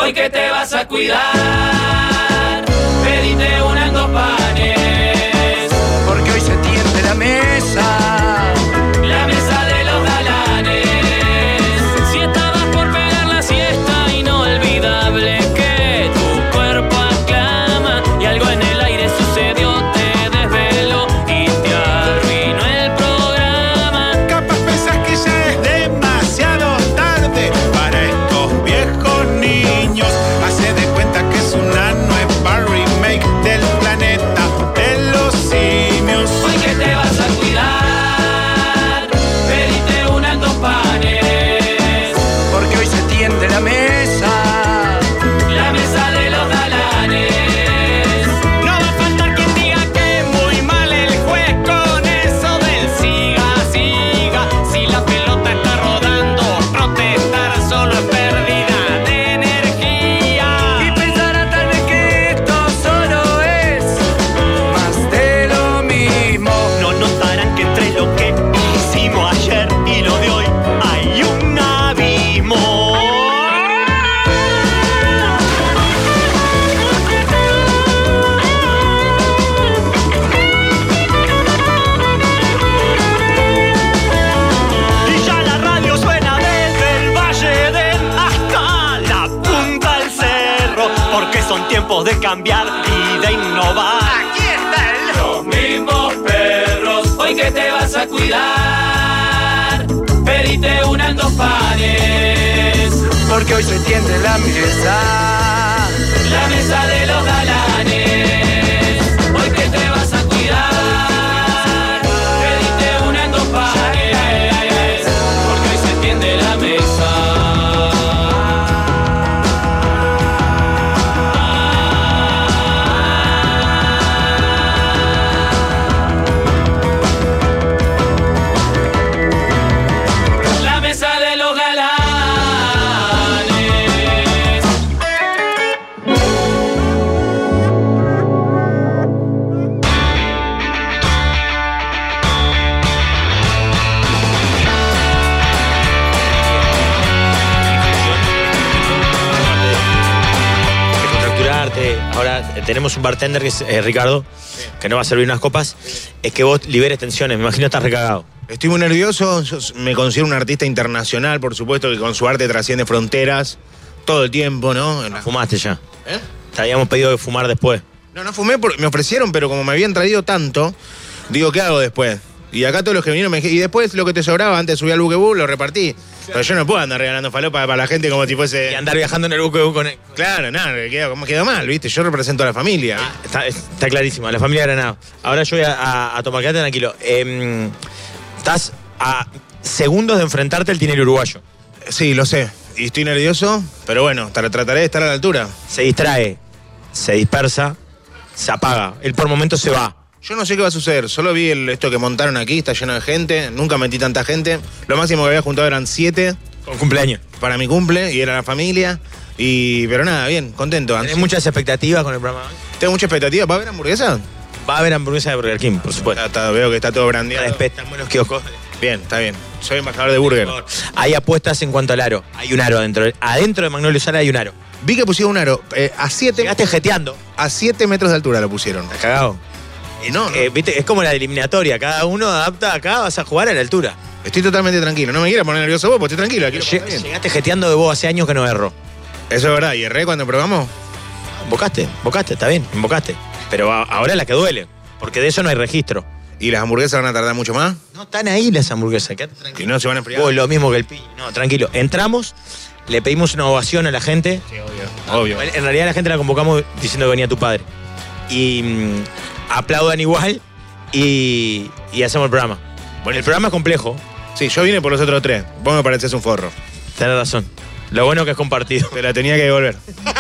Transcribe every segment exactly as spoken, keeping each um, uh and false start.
hoy que te vas a cuidar, pedite una en dos panes, porque hoy se tiende la mesa, la mesa de los galanes. Si estabas por pegar la siesta, inolvidable que tu cuerpo aclama y algo en el aire sucedió, te desveló y te arruinó el programa. Capaz pensás que ya es demasiado tarde para estos viejos niños. Hace de cuenta que es una nueva remake del planeta de los simios. Hoy que te vas a cuidar, pedite una en dos panes, porque hoy se tiende la mesa, la mesa de los galanes. No va a faltar quien diga que muy mal el juez con eso del siga, siga. Si la pelota está rodando, protestar solo es pérdida de energía. y pensará tal vez que esto solo es más de lo mismo. No notarán que entre lo que hicimos ayer y lo de hoy hay un abismo. Y ya la radio suena desde el Valle del hasta la punta del cerro, porque son tiempos de cambiar y de innovar. Aquí está el Los mismos perros, hoy que te vas a cuidar, pedite una en dos panes, porque hoy se tiende la mesa, la mesa de los galanes. Hoy que te vas a cuidar, pedite una en dos panes, porque hoy se tiende la mesa. La mesa de los galanes. Contracturarte. Ahora eh, tenemos un bartender que es eh, Ricardo, que nos va a servir unas copas. Es que vos liberes tensiones, me imagino estás recagado. Estoy muy nervioso, yo me considero un artista internacional, por supuesto que con su arte trasciende fronteras todo el tiempo, ¿no? Fumaste ya. ¿Eh? Te habíamos pedido de fumar después. No, no fumé, porque me ofrecieron, pero como me habían traído tanto, digo, ¿qué hago después? Y acá todos los que vinieron me dijeron, y después lo que te sobraba, antes subí al buquebú, lo repartí. Pero yo no puedo andar regalando falopa para la gente como si fuese... Y andar viajando en el buquebú con él. Claro, nada, quedó, como quedó mal, ¿viste? Yo represento a la familia. Ah, está, está clarísimo, la familia Granado. Ahora yo voy a, a, a tomar, quédate tranquilo. Eh, estás a segundos de enfrentarte al Tinelli uruguayo. Sí, lo sé. Y estoy nervioso, pero bueno, tra- trataré de estar a la altura. Se distrae, se dispersa, se apaga. Él por momentos se va. Yo no sé qué va a suceder, solo vi el, esto que montaron aquí, está lleno de gente, nunca metí tanta gente. Lo máximo que había juntado eran siete. Con cumpleaños. Para mi cumple, y era la familia. Y, pero nada, bien, contento. ¿Tenés muchas expectativas con el programa? Tengo mucha expectativa. ¿Va a haber hamburguesa? Va a haber hamburguesa de Burger King, por supuesto. Está, está, veo que está todo brandeado. Respetamos en los kioscos. Bien, está bien. Soy embajador de burger. Hay apuestas en cuanto al aro. Hay un aro adentro. Adentro de Magnolio Sala hay un aro. Vi que pusieron un aro eh, a siete... Llegaste jeteando. A siete metros de altura lo pusieron. Estás cagado. Y no, no. Eh, ¿viste? Es como la eliminatoria. Cada uno adapta acá, vas a jugar a la altura. Estoy totalmente tranquilo. No me quieras poner nervioso vos, porque estoy tranquilo. Aquí lo Lle- paso bien. Llegaste jeteando de vos hace años que no erro. Eso es verdad. ¿Y erré cuando probamos? Invocaste, invocaste, está bien, invocaste. Pero a- ahora es la que duele. Porque de eso no hay registro. ¿Y las hamburguesas van a tardar mucho más? No están ahí las hamburguesas. Quédate ¿Y tranquilo. no se van a enfriar? Vos lo mismo que el pi. No, tranquilo. Entramos, le pedimos una ovación a la gente. Sí, obvio. Obvio. En realidad la gente la convocamos diciendo que venía tu padre. Y mm, aplaudan igual y, y hacemos el programa. Bueno, el programa es complejo. Sí, yo vine por los otros tres. Vos me pareces un forro. Tenés razón. Lo bueno que es compartido. Te la tenía que devolver.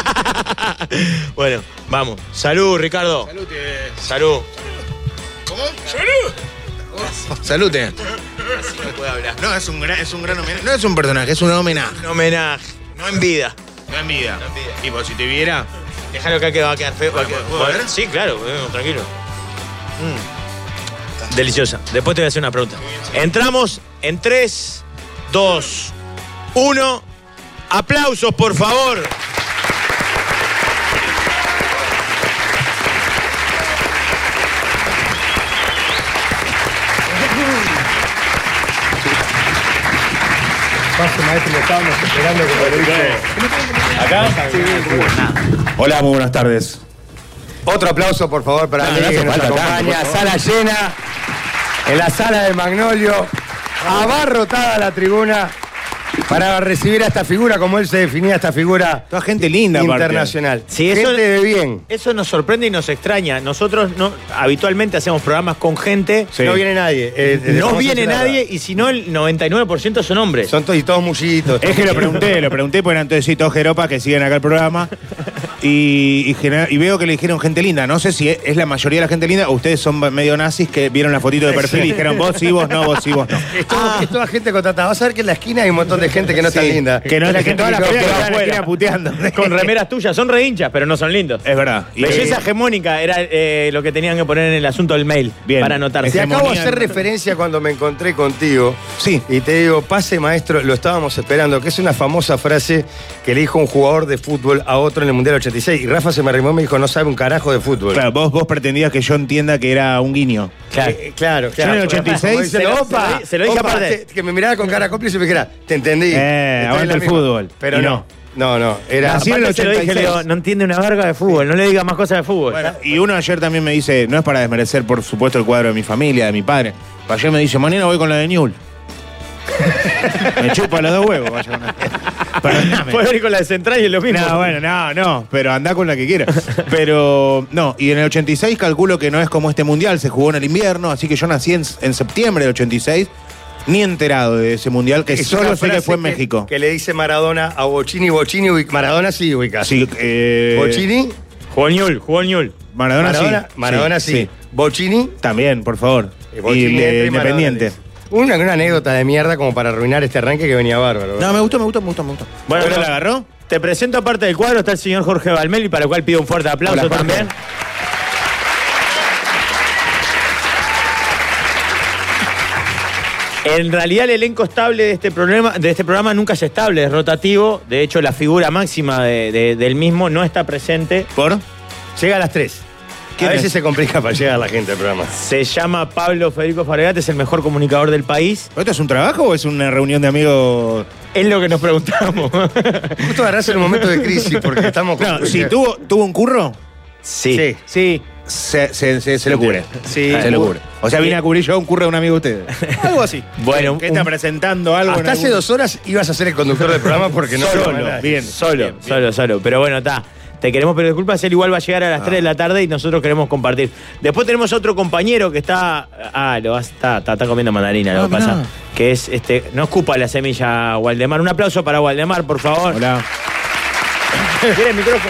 Bueno, vamos. Salud, Ricardo. Salute. Salud. ¿Cómo? ¡Salud! Salute. Así no puede hablar. No, es un gran, es un gran homenaje. No es un personaje, es un homenaje. Un homenaje. No en vida. No en vida. No en vida. Tipo, si te viera... Déjalo acá que va a quedar feo. va a quedar- ¿puedo ver? Sí, claro, eh, tranquilo. Mm. Deliciosa. Después te voy a hacer una pregunta. Entramos en tres, dos, uno. Aplausos, por favor. Pase, maestro, lo estábamos esperando como lo dijo. ¿Acá? Sí, Hola, muy buenas tardes. Otro aplauso, por favor, para No, mí, no hace que nos falta tanto, acompaña. por favor. Sala llena, en la sala del Magnolio, abarrotada la tribuna para recibir a esta figura, como él se definía, esta figura Toda gente linda, aparte. internacional. Sí, eso- gente de bien. Eso nos sorprende y nos extraña. Nosotros no, habitualmente hacemos programas con gente. Sí. No viene nadie. eh, eh, No vamos a viene decir la nadie verdad. y si no, el noventa y nueve por ciento son hombres. Son todos, y todos mullitos. Es que lo pregunté, lo pregunté porque eran todos todos jeropas que siguen acá el programa. Y, y, genera- y veo que le dijeron gente linda. No sé si es, es la mayoría de la gente linda o ustedes son medio nazis que vieron la fotito de perfil y dijeron vos sí, vos no, vos sí, vos no. Es, todo- es toda gente contratada. Vas a ver que en la esquina hay un montón de gente que no está Sí, linda. Que no es la que toda la que familia que va va afuera. afuera puteando. Con remeras tuyas, son re hinchas, pero no son lindos. Es verdad. Y- Belleza hegemónica era eh, lo que tenían que poner en el asunto del mail. Bien. Para anotarse. Te acabo de Hegemonía. hacer referencia cuando me encontré contigo. Sí. Y te digo, pase maestro, lo estábamos esperando, que es una famosa frase que le dijo un jugador de fútbol a otro en el Mundial ochenta y seis. Y Rafa se me arrimó y me dijo, no sabe un carajo de fútbol. Claro, vos, vos pretendías que yo entienda que era un guiño. Claro. Eh, claro, Yo claro. en el ochenta y seis Como diciendo, se lo- opa, se lo di- se lo dije opa, aparte. te- que me mirara con cara cómplice y me dijera, te entendí. Eh, Estoy aguanta en la el misma. fútbol. Pero Y no. no. No, no. Era. Nací en el Aparte se lo dije, ochenta y seis. le digo, no entiende una verga de fútbol, no le diga más cosas de fútbol. Bueno, y uno ayer también me dice, no es para desmerecer, por supuesto, el cuadro de mi familia, de mi padre. Ayer me dice, mañana voy con la de Newell. Me chupa los dos huevos, vaya una- Perdóname. Puedes venir con la de Central y es lo mismo. No, bueno, no, no, pero andá con la que quieras. Pero, no, y en el ochenta y seis calculo que no es como este mundial, se jugó en el invierno, así que yo nací en, en septiembre del ochenta y seis, ni enterado de ese mundial, que Es solo una sé que frase fue en México. Que le dice Maradona a Bocini, Bocini, ubic- Maradona sí ubica. Sí, eh, Bocini, Jugó Ñul, jugó Ñul. Maradona, Maradona, sí. Maradona sí. Bocini, También, por favor. eh, Bocini y entra de y Maradona Independiente. dice. Una, una anécdota de mierda como para arruinar este arranque que venía bárbaro. No, me gustó, me gustó, me gustó, me gustó. Bueno, ¿Pero no. la agarró? Te presento aparte del cuadro, está el señor Jorge Valmeli, para el cual pido un fuerte aplauso Hola, Jorge. también. En realidad el elenco estable de este programa, de este programa nunca es estable, es rotativo. De hecho, la figura máxima de- de- del mismo no está presente. ¿Por? Llega a las tres. A ¿Quién veces es? se complica para llegar a la gente al programa. Se llama Pablo Federico Fabregat, es el mejor comunicador del país. ¿Esto es un trabajo o es una reunión de amigos? Es lo que nos preguntamos. Justo agarrarse en un momento de crisis porque estamos... No, si tuvo, tuvo un curro, Sí. Sí. Sí. se, se, se, se lo cubre. Sí. Se lo cubre. O sea, vine a cubrir yo un curro de un amigo de ustedes. Algo así. Bueno, ¿Qué está un- presentando algo? en Hasta hace algún- dos horas ibas a ser el conductor del programa porque no... Solo, no- bien. Solo, bien, bien. solo, solo. Pero bueno, está. Te queremos pedir disculpas, él igual va a llegar a las tres de la tarde y nosotros queremos compartir. Después tenemos otro compañero que está. Ah, lo va, está, está, está comiendo mandarina, lo Ah, que pasa. mirá. Que es este. No escupa la semilla Waldemar. Un aplauso para Waldemar, por favor. Hola. ¿Quiere el micrófono?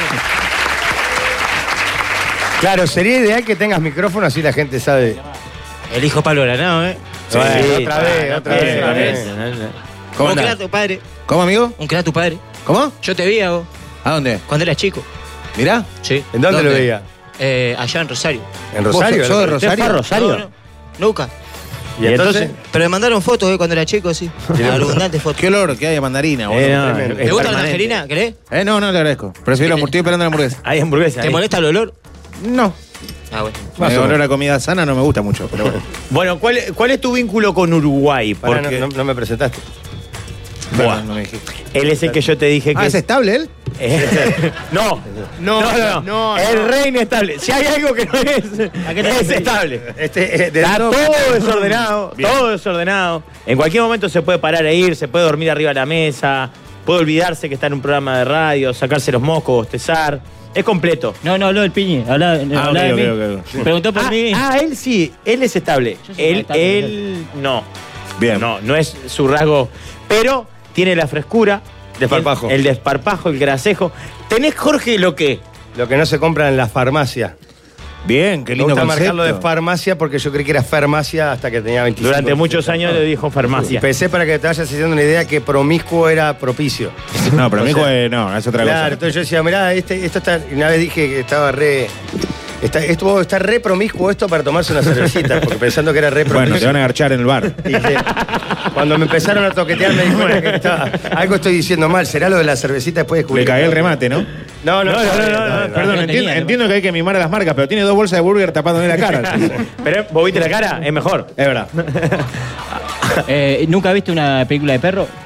Claro, sería ideal que tengas micrófono así la gente sabe. El hijo Pablo Granado, ¿eh? Sí, otra vez, está, otra no vez, pienses, otra no vez. pienses, no, no. ¿Cómo Un andás? crack tu padre. ¿Cómo, amigo? Un crack tu padre. ¿Cómo? Yo te vi a vos ¿A dónde? cuando eras chico. Mirá. Sí. ¿En dónde, lo veía? Eh, allá en Rosario. ¿En ¿Vos Rosario? sos- sos de ¿Usted fue a Rosario? Rosario? No, no, nunca. ¿Y entonces? Pero me mandaron fotos, ¿eh? Cuando era chico, sí. Abundantes fotos. Qué olor que hay a mandarina, boludo. Eh, no, tremendo. es ¿Te gusta la permanente. tangerina? ¿Querés? Eh, no, no le agradezco. Prefiero la estoy esperando la hamburguesa. Hay hamburguesa. ¿Te ahí. molesta el olor? No. Ah, bueno. Más El o olor menos. a comida sana no me gusta mucho, pero bueno. Bueno, ¿cuál, ¿cuál es tu vínculo con Uruguay? Pará, Porque no, no- no me presentaste. Bueno, no me dijiste. él es el que yo te dije que Ah, ¿es estable él? Eh, no, no, no, no, no, Es no. re inestable. Si hay algo que no es, es estable. Este, eh, de Está todo- todo desordenado, todo desordenado. En cualquier momento se puede parar e ir, se puede dormir arriba de la mesa, puede olvidarse que está en un programa de radio, sacarse los mocos, bostezar. Es completo. No, no habló del Piñi, hablaba, Ah, hablaba ok, de ok, mí. ok, ok. Preguntó por Ah, mí. ah, él sí, él es estable. Yo soy Él, estable, él no. Bien. No, no es su rasgo. Pero tiene la frescura. Desparpajo. El, el desparpajo, el grasejo. ¿Tenés, Jorge, lo qué? Lo que no se compra en la farmacia. Bien, qué Me lindo gusta concepto. marcarlo de farmacia porque yo creí que era farmacia hasta que tenía veinticinco. Durante muchos años le dijo Y farmacia. pensé para que te vayas haciendo una idea que promiscuo era propicio. No, pero O mi hijo sea, es- no, es otra Claro, cosa. entonces yo decía, mirá, este, esto está. Y una vez dije que estaba re. Está, esto está re promiscuo esto para tomarse una cervecita, porque pensando que era re promiscuo. Bueno, te van a agarchar en el bar. Y dije, cuando me empezaron a toquetear me di cuenta que estaba, algo estoy diciendo mal, será lo de la cervecita después de Le descubrir. cagué el remate, ¿no? No, no, no, no, no, no, Perdón, no entiendo, tenía, entiendo que hay que mimar a las marcas, pero tiene dos bolsas de burger tapándole la cara. Pero vos viste la cara, es mejor. Es verdad. Eh, ¿Nunca viste una película de perro?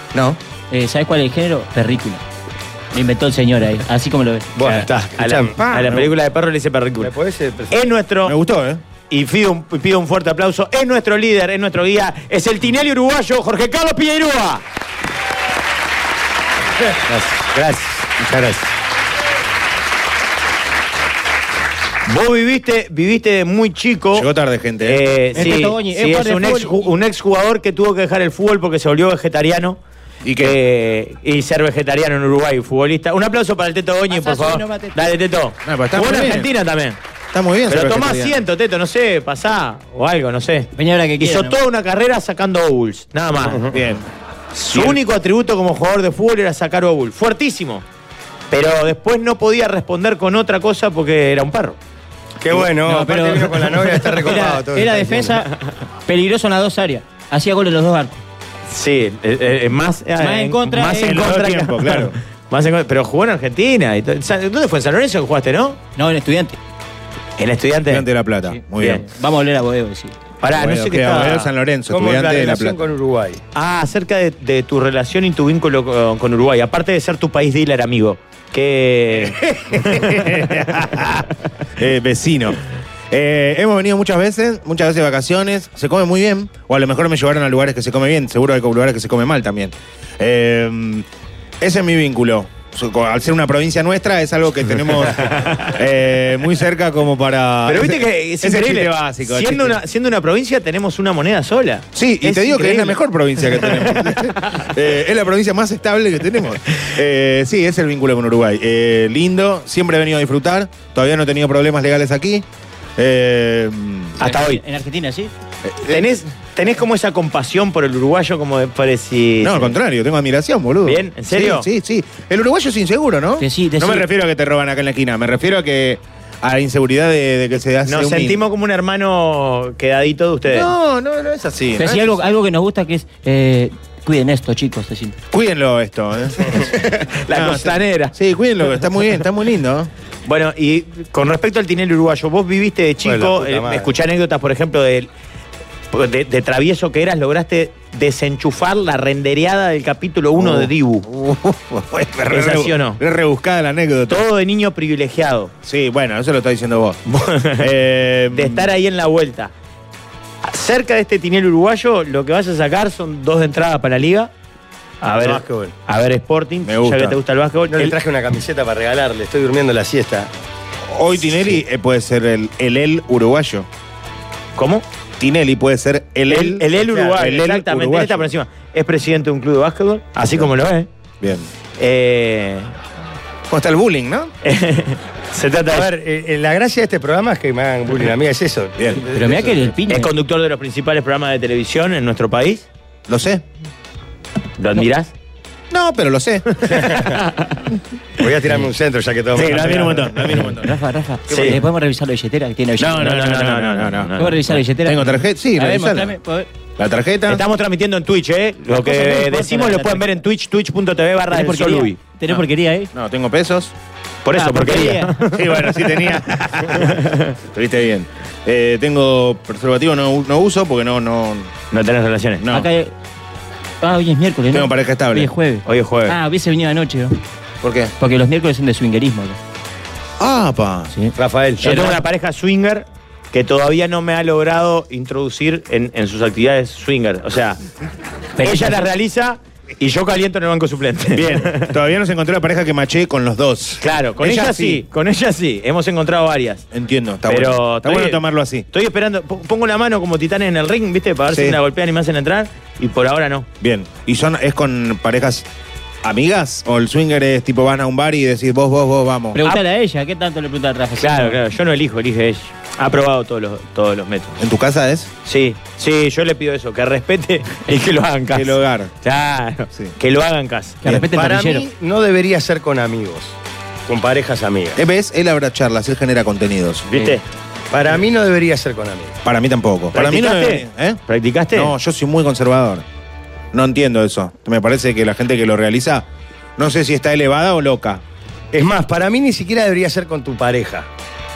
No. Eh, ¿Sabes cuál es el género? Perrícula. Lo inventó el señor ahí, así como lo ves. Bueno, está. A la, a la película de perro le dice ¿Me perrícula. podés eh, Es nuestro, Me gustó, ¿eh? y pido un, pido un fuerte aplauso, es nuestro líder, es nuestro guía, es el Tinelli uruguayo, Jorge Carlos Piñeirúa. Gracias, gracias, muchas gracias. Vos viviste, viviste muy chico. Llegó tarde, gente. ¿eh? Eh, El sí, Teto Goñi, sí, es es un ex, fútbol. un ex jugador que tuvo que dejar el fútbol porque se volvió vegetariano. ¿Y qué? Eh, y ser vegetariano en Uruguay, futbolista. Un aplauso para el Teto Goñi, por Pasá, favor. subí nomás, Teto. Dale, Teto. pero está Jugó muy en bien. Argentina también. Está muy bien. Pero ser tomá vegetariano. asiento, Teto, no sé, pasá o algo, no sé. Vení ahora que quiera, Hizo ¿no? toda una carrera sacando óvuls, nada más. Bien. Su único atributo como jugador de fútbol era sacar óvuls. Fuertísimo. Pero después no podía responder con otra cosa porque era un perro. Qué bueno, No, aparte pero- vino con la novia, está recopado Era, todo. era Está defensa peligroso en las dos áreas. Hacía goles en los dos arcos. Sí, eh, eh, más, eh, Más en contra, Más eh, en en los contra. dos que- tiempos, claro. Más en contra, pero jugó en Argentina. Y todo. ¿Dónde fue? ¿En San Lorenzo que jugaste, no? No, en estudiante. En Estudiante. Estudiante de La Plata. Sí. Muy bien. Vamos a volver a Bodeo, sí. Pará, no Bueno, sé qué queda Bodeo estaba. San Lorenzo, ¿Cómo es la estudiante de La relación Plata. con Uruguay? Ah, acerca de, de tu relación y tu vínculo con, con Uruguay. Aparte de ser tu país dealer, amigo. Que. Eh, vecino. Eh, hemos venido muchas veces, muchas veces de vacaciones. Se come muy bien. O a lo mejor me llevaron a lugares que se come bien. Seguro hay lugares que se come mal también. Eh, ese es mi vínculo. Al ser una provincia nuestra, es algo que tenemos eh, muy cerca como para. Pero viste que es Ese increíble. chiste básico, el siendo, chiste. una, siendo una provincia, tenemos una moneda sola. Sí, y Es te digo que es increíble. la mejor provincia que tenemos. Eh, es la provincia más estable que tenemos. Eh, sí, es el vínculo con Uruguay. Eh, lindo, siempre he venido a disfrutar. Todavía no he tenido problemas legales aquí. Eh, Hasta hoy. En Argentina, sí. ¿Tenés, tenés como esa compasión por el uruguayo, como de parecer. no, al contrario, tengo admiración, boludo. Bien, ¿en serio? Sí, sí, sí. El uruguayo es inseguro, ¿no? Que sí, no decí- me refiero a que te roban acá en la esquina, me refiero a que a la inseguridad de, de que se hace Nos un sentimos como un hermano quedadito de ustedes. No, no, no es así. Pero no sí, es algo, así. algo que nos gusta que es. Eh, cuiden esto, chicos. Decir. Cuídenlo esto, ¿eh? La No, costanera. Sí, cuídenlo, está muy bien, está muy lindo. Bueno, y con respecto al Tinelli uruguayo, vos viviste de Bueno, chico, la puta eh, madre. escuché anécdotas, por ejemplo, de, de, de travieso que eras, lograste desenchufar la rendereada del capítulo uno Oh. de Dibu. ¿Es ¿Es así o no? Es rebuscada la anécdota. Todo de niño privilegiado. Sí, bueno, eso lo está diciendo vos. Eh, De estar ahí en la vuelta. Cerca de este Tinelli uruguayo, lo que vas a sacar son dos de entrada para la liga. A ver, Básquetbol. a ver Sporting, Me gusta. ya que te gusta el básquetbol. No le El- traje una camiseta para regalarle, estoy durmiendo la siesta. Hoy Tinelli eh, puede ser el el, el uruguayo. ¿Cómo? Tinelli puede ser el el, El, el, el claro, Uruguay, el el exactamente. Él uruguayo. está por encima. Es presidente de un club de básquetbol, así Claro. como lo es. Bien. Eh, ¿Cómo está el bullying, no? se trata A de ver, eh, eh, la gracia de este programa es que me hagan bullying a mí, es eso. Bien. Pero mira que el piña. Es conductor de los principales programas de televisión en nuestro país. Lo sé. ¿Lo admirás? No, pero lo sé. Voy a tirarme un centro ya que todo. Sí, lo admiro un montón, lo admiro un montón. Rafa, Rafa. Sí. ¿Le podemos revisar la billetera que tiene la No, billetera? no, no, no, no, no, no, no. ¿Puedo revisar la billetera? ¿Tengo tarjeta? Sí, A ver, revisala. mostrame, ¿puedo ver? La tarjeta. Estamos transmitiendo en Twitch, ¿eh? Lo que Cosa que no decimos importa, lo la pueden ver en Twitch, twitch.tv barra ¿Tenés del Sol porquería? Ubi. ¿Tenés No. porquería ahí? No, tengo pesos. Por eso, Ah, porquería. Sí, bueno, sí tenía. Estuviste bien. Eh, tengo preservativo, no, no uso porque no, no. No tenés relaciones. No. Acá hay- Ah, hoy es miércoles, ¿no? Tengo pareja estable. Hoy es jueves. Hoy es jueves. Ah, hubiese venido anoche, ¿no? ¿Por qué? Porque los miércoles son de swingerismo. ¿no? Ah, pa. Sí. Rafael, Yo tengo una pareja swinger que todavía no me ha logrado introducir en, en sus actividades swinger. O sea, ella las realiza y yo caliento en el banco suplente. Bien. Todavía no se encontró la pareja que maché con los dos. Claro, con ella, sí, con ella sí. Hemos encontrado varias. Entiendo, está Pero bueno. Está estoy- bueno tomarlo así. Estoy esperando, po- pongo la mano como titanes en el ring, ¿viste? Para ver Sí. si me la golpean y me hacen entrar. Y por ahora no. Bien. ¿Y son es con parejas amigas? ¿O el swinger es tipo van a un bar y decís vos, vos, vos, vamos? Preguntale a ella, ¿qué tanto le pregunta a Rafa? Claro, claro. Yo no elijo, elige ella. Ha probado todos los, todos los métodos. ¿En tu casa es? Sí, sí, yo le pido eso, que respete y que lo hagan casa. El hogar. Claro, Sí. que lo hagan casa. Que respete el para parrillero. mí no debería ser con amigos, con parejas amigas. Eh, ¿Ves? Él habrá charlas, él genera contenidos. ¿Viste? Para mí no debería ser con amigos. Para mí tampoco. Para mí no ¿Practicaste? ¿eh? ¿Practicaste? No, yo soy muy conservador. No entiendo eso. Me parece que la gente que lo realiza, no sé si está elevada o loca. Es más, para mí ni siquiera debería ser con tu pareja.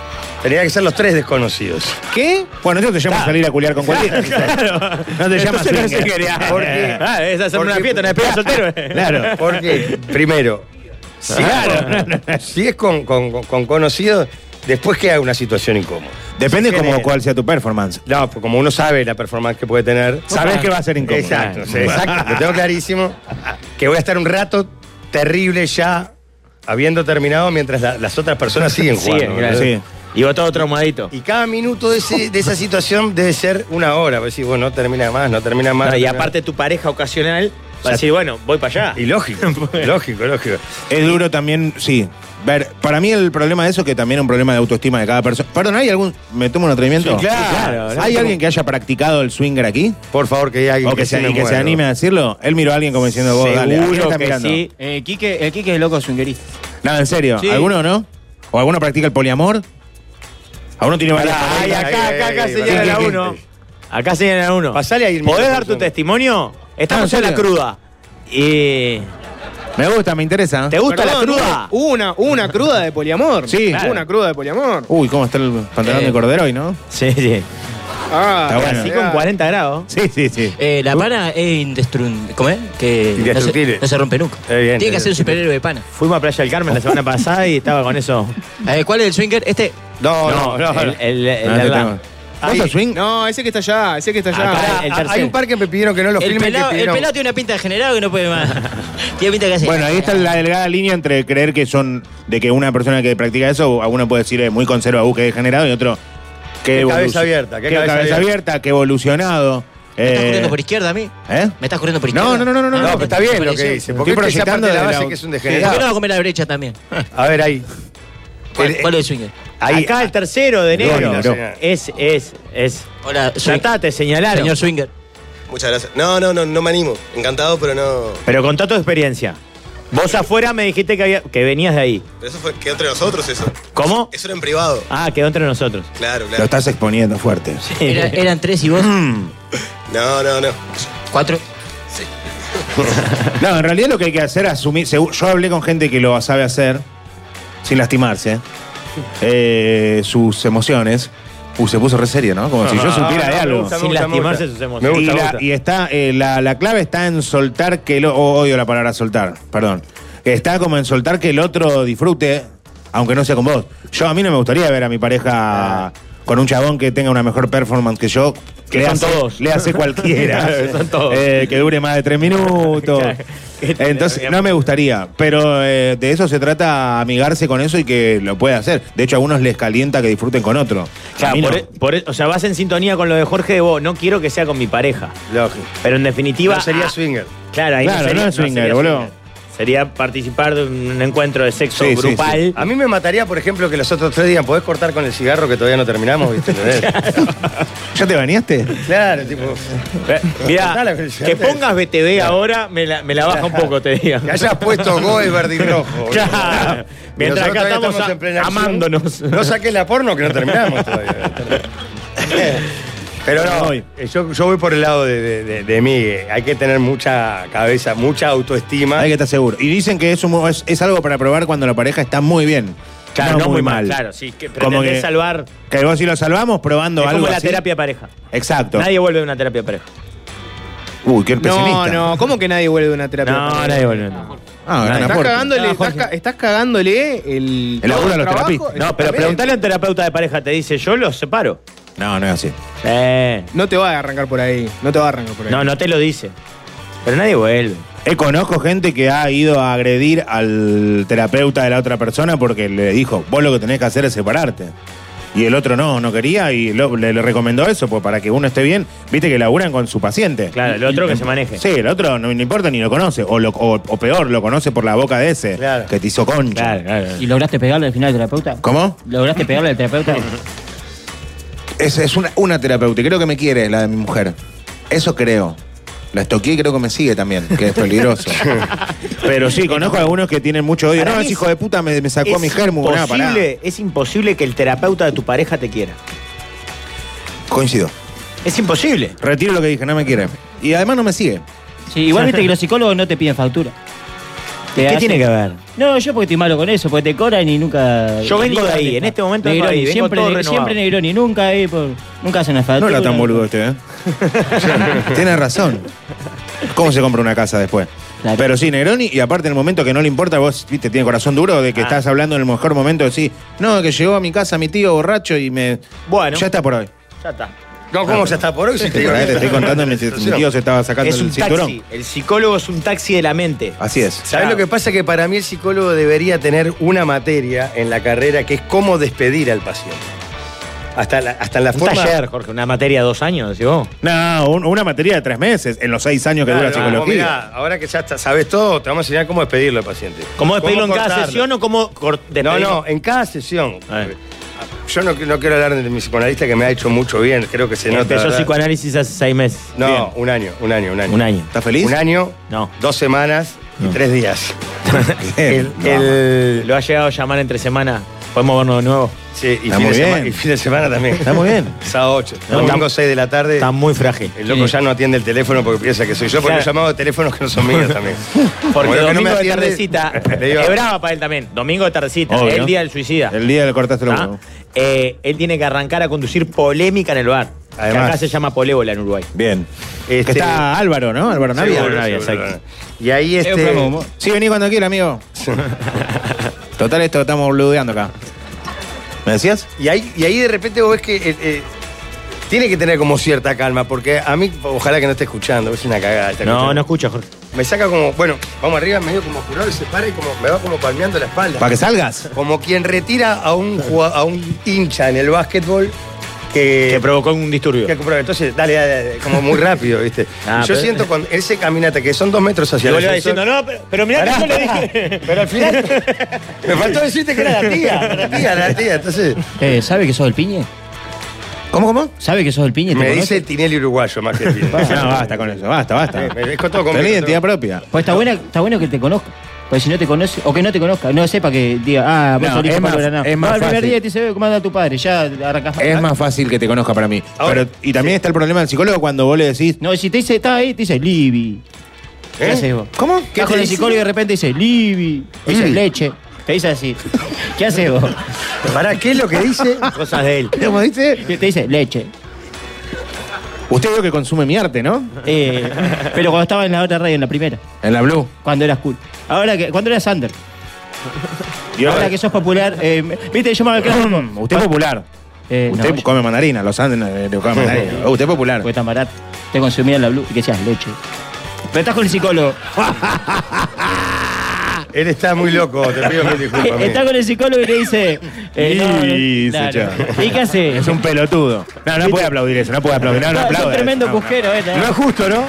Tenía que ser los tres desconocidos. ¿Qué? Bueno, eso te llama a salir a culiar con cualquiera. Claro. No te llamas Entonces no swinger. se quería. ¿Por qué? Ah, es hacer una Porque- fiesta, una despedida soltero. Claro. Porque, primero, si, Claro. si es con, con- con- con conocidos, después queda una situación incómoda. Depende Se como genera. cuál sea tu performance. No, pues como uno sabe la performance que puede tener. Sabés que va a ser incómodo. Exacto, sí, exacto. Lo tengo clarísimo. Que voy a estar un rato terrible ya, habiendo terminado, mientras la- las otras personas siguen jugando. Siguen, claro. Sí. Y vos todo traumadito. Y cada minuto de, ese- de esa situación debe ser una hora. Va a decir, bueno, no termina más, no termina más. No, no y termina aparte tu pareja ocasional va a decir, bueno, voy para allá. más. Y lógico, lógico, lógico. Es duro también, sí. Ver, para mí el problema de eso es que también es un problema de autoestima de cada persona. Perdón, ¿hay algún. ¿Me tomo un atrevimiento? Sí, claro. ¿Hay alguien que haya practicado el swinger aquí? Por favor, que haya alguien O que, se, sí me y que se muero. anime a decirlo. Él miró a alguien como diciendo, vos, dale. ¿a quién Seguro está que mirando? sí. Eh, Quique, el Quique es loco swingerista. No, en serio. Sí. ¿Alguno no? ¿O alguno practica el poliamor? ¿Alguno tiene varias Ay, parejas? acá, acá, acá Ay, señalan a ay, uno. ay. Acá señalan a uno. Pasale ahí el ¿Podés micrófono, dar tu Sandra. testimonio? Estamos Ah, en ¿en la serio? cruda. Y. Me gusta, me interesa. ¿Te gusta Perdón, la cruda? Hubo una, hubo una cruda de poliamor. Sí. Hubo una cruda de poliamor. Uy, ¿cómo está el pantalón Eh. de cordero hoy, no? Sí, sí. Ah, Está bueno. Así ya. con cuarenta grados. Sí, sí, sí. Eh, la pana es indestructible. ¿Cómo es? Que no Indestructible. se, no se rompe nunca. Eh, bien, Tiene que ser un bien. superhéroe de pana. Fuimos a Playa del Carmen la semana pasada y estaba con eso. Eh, ¿Cuál es el swinger? Este. No, no, no. el, el, el No, de te al lado. tengo. ¿Vos sos swing? No, ese que está allá, ese que está allá. Acá, Ah, el Ah, tercero. hay un par que me pidieron que no lo El filmen. pelado, que el pidieron- pelado tiene una pinta de generado que no puede más. Tiene pinta que hace. Bueno, ahí está la delgada línea entre creer que son de que una persona que practica eso, a uno puede decir es muy conservador, que es degenerado, y otro que Qué cabeza evoluc- abierta, qué que cabeza cabeza abierta. abierta, que evolucionado. ¿Me estás Eh, corriendo por izquierda a mí? ¿Eh? ¿Me estás corriendo por izquierda? No, no, no, no, no, No, no. pero está bien lo que pareció. dice. Porque Estoy esa parte proyectando de la de base la- que es un ¿Por qué no degenerado. va a comer a la derecha también? A ver, ahí. ¿Cuál, El- cuál es el swinger? Ahí. Acá el tercero de enero. Gómez, no. Es, es, es. Hola, swing- Tratate, señalaron. señor swinger. Muchas gracias. No, no, no, no me animo. Encantado, pero no. Pero contá tu experiencia. Vos afuera me dijiste que, había, que venías de ahí. Pero eso fue, quedó entre nosotros eso. ¿Cómo? Eso era en privado. Ah, quedó entre nosotros. Claro, Lo claro. estás exponiendo fuerte. Era- eran tres y vos. No, no, no. Cuatro. Sí. No, en realidad lo que hay que hacer es asumir. segu- Yo hablé con gente que lo sabe hacer, sin lastimarse, eh, sus emociones. Uh, se puso re serio, ¿no? Como si yo supiera de me algo. gusta, me Sin gusta, me lastimarse gusta. sus emociones. Me y gusta, me la, gusta. y está, eh, la, la clave está en soltar que el o- oh, odio la palabra soltar, perdón. Está como en soltar que el otro disfrute, aunque no sea con vos. Yo a mí no me gustaría ver a mi pareja con un chabón que tenga una mejor performance que yo. Que le son hace, todos. Le hace cualquiera. Son todos. Eh, que dure más de tres minutos. Entonces, no me gustaría. Pero eh, de eso se trata, amigarse con eso y que lo pueda hacer. De hecho, a algunos les calienta que disfruten con otro. A Claro, mí no. por, e- por e- o sea, vas en sintonía con lo de Jorge de vos. No quiero que sea con mi pareja. Lógico. Pero en definitiva. No sería ah, swinger. Claro, ahí Claro, no, sería, no es swinger, sería boludo. Sería participar de un encuentro de sexo Sí, sí, grupal. A mí me mataría, por ejemplo, que los otros tres digan, ¿podés cortar con el cigarro que todavía no terminamos? ¿Viste? ¿Ya te bañaste? Claro, tipo. Eh, Mirá, Cortala con el que cigarro. pongas B T V ahora me la, me la baja un poco, te digo. Que hayas puesto Goe verde y rojo. boludo. Claro. Y Mientras nosotros acá todavía estamos a- en plena acción. amándonos. No saques la porno que no terminamos todavía. Pero no, Voy. eh, yo, yo voy por el lado de, de, de, de mí. eh. Hay que tener mucha cabeza, mucha autoestima. Hay que estar seguro. Y dicen que es, un- es, es algo para probar cuando la pareja está muy bien. Claro, no, muy mal. Claro, sí. Que Como pretendés que- salvar. Que vos si lo salvamos probando Es algo como la así. terapia de pareja. Exacto. Nadie vuelve de una terapia de pareja. Uy, qué No, pesimista. no, ¿cómo que nadie vuelve de una terapia? No, pareja? nadie vuelve. Ah, gran Estás aporte. cagándole, No, estás, Jorge. ca- estás cagándole el. El laburo todo de los trabajo, terapistas. No, pero exactamente. preguntale a un terapeuta de pareja, te dice, yo los separo. No, no es así. Eh, No te va a arrancar por ahí. No te va a arrancar por ahí. no, no te lo dice. Pero nadie vuelve. Eh, conozco gente que ha ido a agredir al terapeuta de la otra persona porque le dijo, vos lo que tenés que hacer es separarte. Y el otro no, no quería y lo- le, le recomendó eso, pues para que uno esté bien, viste que laburan con su paciente. Claro, el otro que se maneje. Sí, el otro no, no importa ni lo conoce, o, lo- o, o peor, lo conoce por la boca de ese, Claro. que te hizo concha. Claro, claro. ¿Y lograste pegarle al final al terapeuta? ¿Cómo? ¿Lograste pegarle al terapeuta? Es, es una, una terapeuta, y creo que me quiere, la de mi mujer. Eso creo. La estoqueé y creo que me sigue también, que es peligroso. Pero sí, conozco a algunos que tienen mucho odio. Para No, mí ese es- hijo de puta me, me sacó a mi germu. Nada, pará. imposible, es imposible que el terapeuta de tu pareja te quiera. Coincido. Es imposible. Retiro lo que dije, no me quiere. Y además no me sigue. Sí, igual viste que los psicólogos no te piden factura. Te ¿Qué hacen- tiene que ver? No, yo porque estoy malo con eso, porque te cobran y nunca. Yo vengo de ahí, en este momento vengo de Negroni, ahí, vengo siempre, todo ne- renovado. siempre Negroni, nunca ahí por. Nunca hacen una No era tan factura. boludo este, ¿eh? Tienes razón. ¿Cómo se compra una casa después? Claro. Pero sí, Negroni, y aparte en el momento que no le importa, vos, viste, tiene corazón duro de que Ah. estás hablando en el mejor momento de decir, no, que llegó a mi casa mi tío borracho y me. Bueno. Ya está por hoy. Ya está. No, ¿cómo ya está por hoy? Si te Te, digo, te estoy contando, mi, mi tío se estaba sacando Es el un cinturón. taxi. El psicólogo es un taxi de la mente. Así es. ¿Sabés lo que pasa? Que para mí el psicólogo debería tener una materia en la carrera que es cómo despedir al paciente. Hasta la, hasta en la Un forma... taller, Jorge, una materia de dos años, decís vos. No, un- una materia de tres meses, en los seis años que Claro, dura vos psicología. mirá, ahora que ya está- sabes todo, te vamos a enseñar cómo despedirlo al paciente. ¿Cómo despedirlo en cada cortarlo. sesión o cómo cor- No, despedirlo? no, en cada sesión. A ver. Yo no, no quiero hablar de mi psicoanalista que me ha hecho mucho bien, creo que se nota. Empezó ¿verdad? psicoanálisis hace seis meses. No, Bien. un año, un año, un año. Un año. ¿Estás feliz? Un año, No. dos semanas y No. tres días. Bien. El- el- Lo ha llegado a llamar entre semana. Podemos vernos de nuevo. sí, y Está fin, muy de semana, bien. y fin de semana también. Está muy bien. Sábado ocho. No, Domingo está- seis de la tarde. Está muy frágil. El loco Sí. ya no atiende el teléfono porque piensa que soy yo, porque Claro. he llamado de teléfonos que no son míos también. Porque Como veo que no domingo me de atiende, tardecita. le digo, Es brava para él también. Domingo de tardecita. Obvio. El día del suicida. El día le cortaste los ¿Ah? huevos. Eh, él tiene que arrancar a conducir polémica en el bar. Además. Que acá se llama Polébola en Uruguay. Bien. Este- Que está Álvaro, ¿no? Álvaro Navia. Seguro, Navia, seguro, exacto. Y ahí Es un este. programa de humor. Sí, vení cuando quiera, amigo. Total, esto estamos boludeando acá. ¿Me decías? Y ahí, y ahí de repente vos ves que eh, eh, tiene que tener como cierta calma, porque a mí, ojalá que no esté escuchando, es una cagada. está No, escuchando. no escucha, Jorge. Me saca como, bueno, vamos arriba, medio como jurado y se para y como me va como palmeando la espalda. ¿Para que salgas? Como quien retira a un, jugado- a un hincha en el básquetbol que. Que provocó un disturbio. que compró. Entonces, dale, dale, dale, como muy rápido, ¿viste? Ah, Y yo pero- siento cuando él se caminata, que son dos metros Y hacia vos el le vas ascensor. diciendo, no, pero, pero mirá Pará, que yo le pará. dije. Pero al final me faltó decirte que era la tía, la tía, la tía. Entonces, Eh, ¿Sabe que sos el piñe? ¿Cómo, cómo? ¿Sabe que sos el piñe? ¿Te me conoce? dice Tinelli uruguayo más que el Tinelli. No, basta con eso, basta, basta. Eh, me dejo todo conmigo, Tenés identidad todo. propia. Pues está, buena, está bueno que te conozca. Pues si no te conoce, o que no te conozca, no sepa que diga, ah, vos No, sos hijo es de más- Pablo Granado. es más No, el primer fácil. día te dice, ¿cómo anda tu padre? Ya arrancás. Es más fácil que te conozca para mí. Ahora, Pero, y también está el problema del psicólogo cuando vos le decís, No, si te dice, está ahí, te dice, Libby. ¿Qué ¿Eh? haces vos? ¿cómo? Estás con el psicólogo y de repente dice, Libby. O dice, Libby. leche. Te dice así. ¿Qué haces vos? Pará, ¿qué es lo que dice? Cosas de él. ¿Cómo dice? Te dice, leche. Usted veo que consume mi arte, ¿no? Eh, pero cuando estaba en la otra radio, en la primera. En la Blue. Cuando eras cool. Ahora que, cuando eras under. Y Ahora ahora- que sos popular. Eh, ¿Viste? Yo me clásico. Usted es popular. Eh, no, Usted yo- come mandarina, los Andes eh, le comen mandarina. Oh, usted es popular. Porque tan barato. Te consumía en la blue y que decías leche. Pero estás con el psicólogo. Él está muy loco, te pido mil disculpas. Está amigo. con el psicólogo y te dice. eh, no, no, Y claro. se echa. ¿Y qué hace? Es un pelotudo. No, no puede aplaudir eso, no puede aplaudir. No, no No, es un aplaude. tremendo No, no. cujero, ¿eh? No es justo, ¿no?